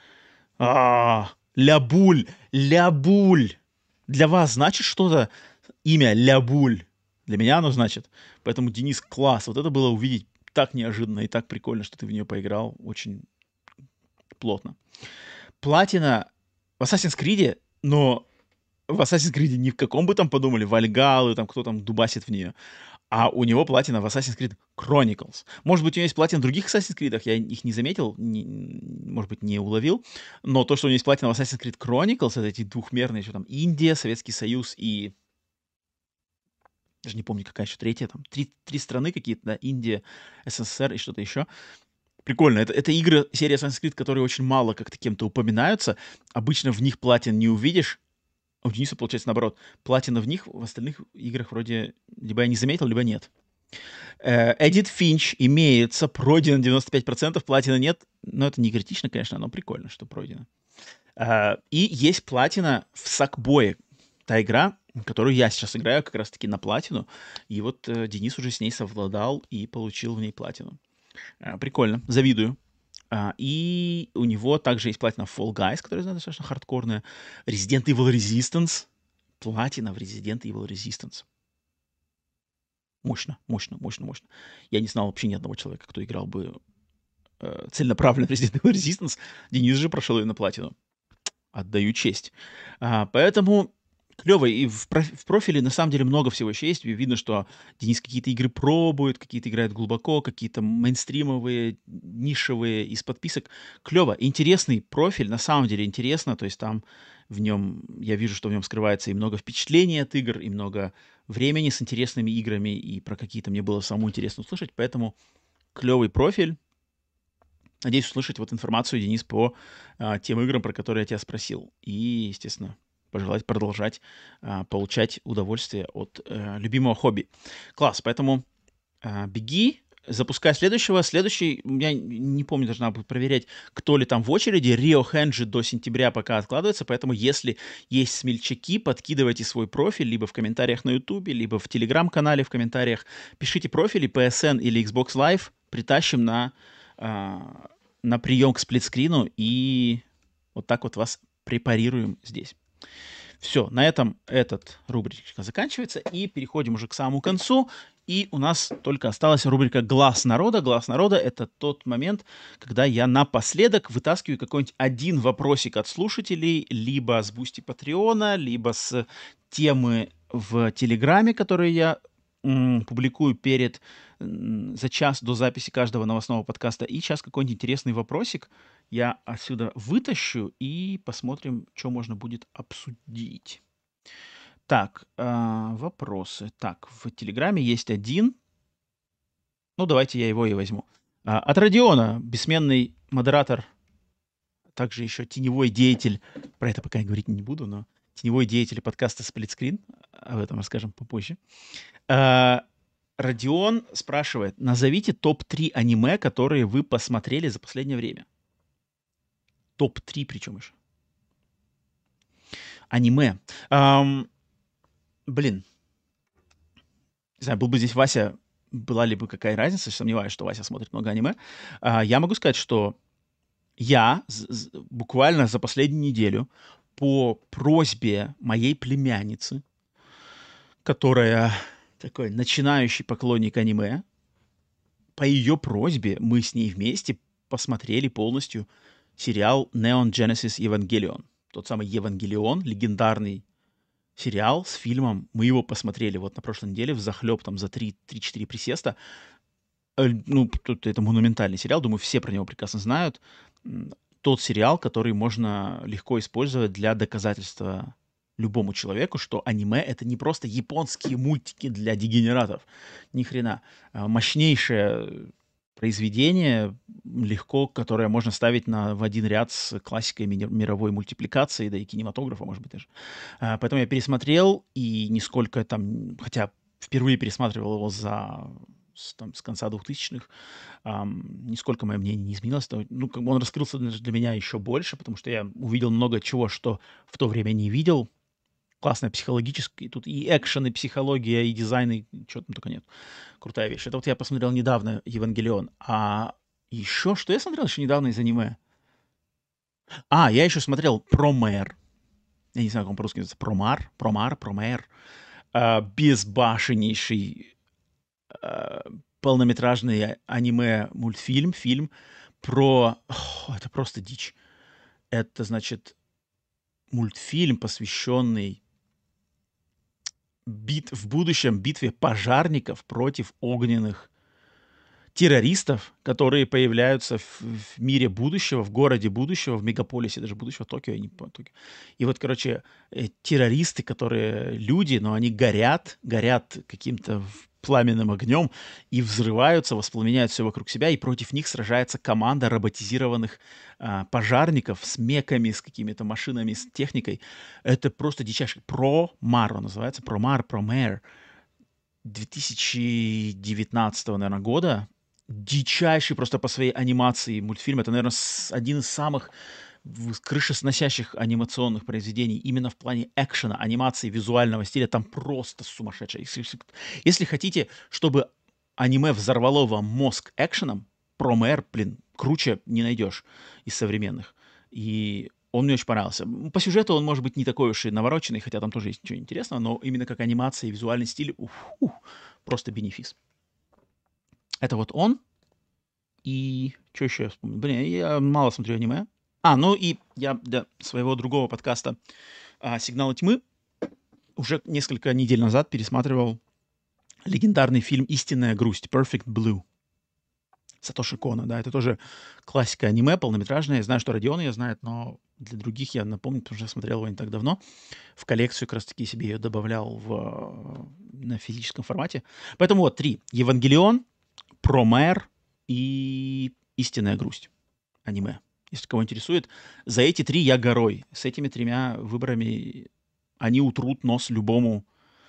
А, Лябуль. Лябуль. Для вас значит что-то имя Лябуль? Для меня оно значит. Поэтому, Денис, класс. Вот это было увидеть так неожиданно и так прикольно, что ты в нее поиграл. Очень плотно. Платина в Assassin's Creed, но в Assassin's Creed ни в каком бы там подумали, Вальгаллы, там кто там дубасит в нее. А у него платина в Assassin's Creed Chronicles. Может быть, у него есть платина в других Assassin's Creed, я их не заметил, не, может быть, не уловил. Но то, что у него есть платина в Assassin's Creed Chronicles, это эти двухмерные, еще там Индия, Советский Союз и... Даже не помню, какая еще третья, там три, три страны какие-то, да, Индия, эс эс эс эр и что-то еще. Прикольно. Это, это игры серии Assassin's Creed, которые очень мало как-то кем-то упоминаются. Обычно в них платин не увидишь. А у Дениса, получается, наоборот. Платина в них, в остальных играх вроде либо я не заметил, либо нет. Эдит Финч имеется, пройдено девяносто пять процентов, платина нет. Но это не критично, конечно, но прикольно, что пройдено. Uh, и есть платина в Сакбое. Та игра, которую я сейчас играю как раз-таки на платину. И вот uh, Денис уже с ней совладал и получил в ней платину. Uh, прикольно, завидую. Uh, и у него также есть платина в Fall Guys, которая, знаю, достаточно хардкорная. Resident Evil Resistance. Платина в Resident Evil Resistance. Мощно, мощно, мощно, мощно. Я не знал вообще ни одного человека, кто играл бы э, целенаправленно в Resident Evil Resistance. Денис же прошел ее на платину. Отдаю честь. А, поэтому клево. И в, проф- в профиле на самом деле много всего еще есть. Видно, что Денис какие-то игры пробует, какие-то играет глубоко, какие-то мейнстримовые, нишевые из подписок. Клево. Интересный профиль, на самом деле интересно. То есть там в нем, я вижу, что в нем скрывается и много впечатлений от игр, и много времени с интересными играми, и про какие-то мне было самому интересно услышать. Поэтому клевый профиль. Надеюсь услышать вот информацию, Денис, по а, тем играм, про которые я тебя спросил. И, естественно, пожелать продолжать а, получать удовольствие от а, любимого хобби. Класс, поэтому а, беги, запускай следующего. Следующий, я не помню, должна будет проверять, кто ли там в очереди. Рио Хенджи до сентября пока откладывается, поэтому если есть смельчаки, подкидывайте свой профиль либо в комментариях на Ютубе, либо в Телеграм-канале в комментариях. Пишите профили пи эс эн или Xbox Live, притащим на... на прием к сплитскрину и вот так вот вас препарируем здесь. Все, на этом этот рубрика заканчивается и переходим уже к самому концу. И у нас только осталась рубрика «Глаз народа». «Глаз народа» — это тот момент, когда я напоследок вытаскиваю какой-нибудь один вопросик от слушателей, либо с Бусти Патреона, либо с темы в Телеграме, которые я м, публикую перед за час до записи каждого новостного подкаста. И сейчас какой-нибудь интересный вопросик я отсюда вытащу и посмотрим, что можно будет обсудить. Так, а, вопросы. Так, в Телеграме есть один. Ну, давайте я его и возьму. А, от Родиона, бессменный модератор, также еще теневой деятель, про это пока я говорить не буду, но теневой деятель подкаста «Сплитскрин», об этом расскажем попозже. А, Родион спрашивает, назовите топ три аниме, которые вы посмотрели за последнее время. топ три причем еще. Аниме. Ам, блин. Не знаю, был бы здесь Вася, была ли бы какая разница, сомневаюсь, что Вася смотрит много аниме. А, я могу сказать, что я з- з- буквально за последнюю неделю по просьбе моей племянницы, которая такой начинающий поклонник аниме, по ее просьбе мы с ней вместе посмотрели полностью сериал Neon Genesis Evangelion. Тот самый Евангелион, легендарный сериал с фильмом. Мы его посмотрели вот на прошлой неделе взахлеб там за три-четыре присеста. Э, Ну, тут это монументальный сериал, думаю, все про него прекрасно знают. М, Тот сериал, который можно легко использовать для доказательства любому человеку, что аниме — это не просто японские мультики для дегенератов. Ни хрена. А, Мощнейшее произведение, легко, которое можно ставить на, в один ряд с классикой ми- мировой мультипликации, да и кинематографа, может быть, даже. А, Поэтому я пересмотрел, и нисколько там, хотя впервые пересматривал его за с, там, с конца двухтысячных, ам, нисколько мое мнение не изменилось. То- Ну, как бы он раскрылся даже для меня еще больше, потому что я увидел много чего, что в то время не видел. Классная психологическая, тут и экшен, и психология, и дизайн, и чего там только нет. Крутая вещь. Это вот я посмотрел недавно «Евангелион». А еще, что я смотрел еще недавно из аниме? А, я еще смотрел «Промэр». Я не знаю, как он по-русски называется. «Промар», «Промар», «Промэр». А, безбашеннейший а, полнометражный аниме-мультфильм, фильм про... Ох, это просто дичь. Это, значит, мультфильм, посвященный бит в будущем битве пожарников против огненных террористов, которые появляются в, в мире будущего, в городе будущего, в мегаполисе даже будущего, Токио, я не помню, Токио. И вот, короче, э, террористы, которые люди, но они горят, горят каким-то в- пламенным огнем и взрываются, воспламеняют все вокруг себя, и против них сражается команда роботизированных а, пожарников с меками, с какими-то машинами, с техникой. Это просто дичайший. Промар он называется, Промар, Промэр две тысячи девятнадцатого, наверное, года. Дичайший просто по своей анимации мультфильм. Это, наверное, с- один из самых в- крышесносящих анимационных произведений именно в плане экшена, анимации, визуального стиля. Там просто сумасшедшее. Если, если- если хотите, чтобы аниме взорвало вам мозг экшеном, Промэр, блин, круче не найдешь из современных. И он мне очень понравился. М, По сюжету он, может быть, не такой уж и навороченный, хотя там тоже есть ничего интересного, но именно как анимация и визуальный стиль, уф, ух, просто бенефис. Это вот он. И что еще я вспомнил? Блин, я мало смотрю аниме. А, ну и я для своего другого подкаста а, «Сигналы тьмы» уже несколько недель назад пересматривал легендарный фильм «Истинная грусть» Perfect Blue. Сатоши Коно, да, это тоже классика аниме, полнометражная. Я знаю, что Родион ее знает, но для других я напомню, потому что я смотрел его не так давно. В коллекцию как раз-таки себе ее добавлял в, э, на физическом формате. Поэтому вот три. Евангелион, Промэр и Истинная грусть. Аниме. Если кого интересует. За эти три я горой. С этими тремя выборами они утрут нос любому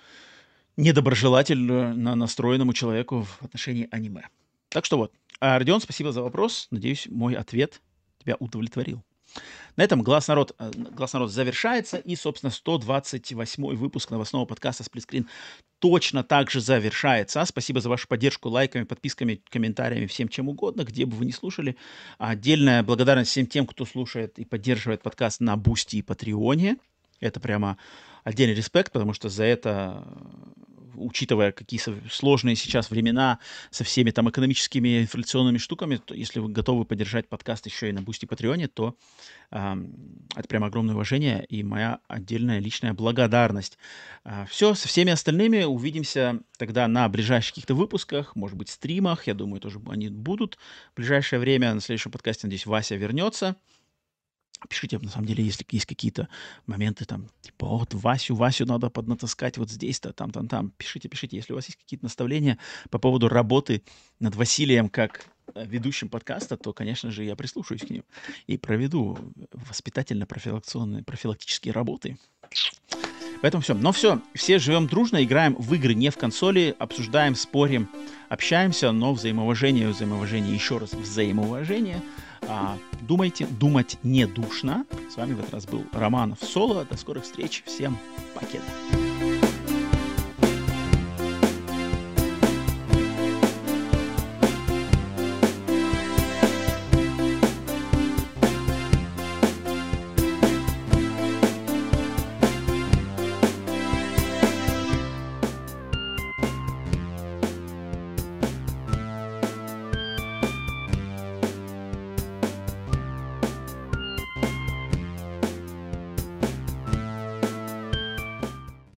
недоброжелательно настроенному человеку в отношении аниме. Так что вот. А, Родион, спасибо за вопрос. Надеюсь, мой ответ тебя удовлетворил. На этом «Глаз народ», э, «Глаз народ» завершается, и, собственно, сто двадцать восьмой выпуск новостного подкаста «Сплитскрин» точно так же завершается. Спасибо за вашу поддержку лайками, подписками, комментариями, всем чем угодно, где бы вы ни слушали. Отдельная благодарность всем тем, кто слушает и поддерживает подкаст на Бусти и Патреоне. Это прямо отдельный респект, потому что за это, учитывая какие со- сложные сейчас времена со всеми там экономическими инфляционными штуками, то если вы готовы поддержать подкаст еще и на Бусти и Патреоне, то ам, это прям огромное уважение и моя отдельная личная благодарность. Все, со всеми остальными увидимся тогда на ближайших каких-то выпусках, может быть, стримах. Я думаю, тоже они будут в ближайшее время. На следующем подкасте, надеюсь, Вася вернется. Пишите, на самом деле, если есть какие-то моменты, там, типа, вот Васю, Васю надо поднатаскать вот здесь-то, там, там, там. Пишите, пишите, если у вас есть какие-то наставления по поводу работы над Василием как э, ведущим подкаста, то, конечно же, я прислушаюсь к ним и проведу воспитательно-профилакционные, профилактические работы. Поэтому все. Но все, все живем дружно, играем в игры не в консоли, обсуждаем, спорим, общаемся, но взаимоуважение, взаимоуважение, еще раз взаимоуважение. А, думайте, думать не душно. С вами в этот раз был Романов Соло. До скорых встреч. Всем покеда.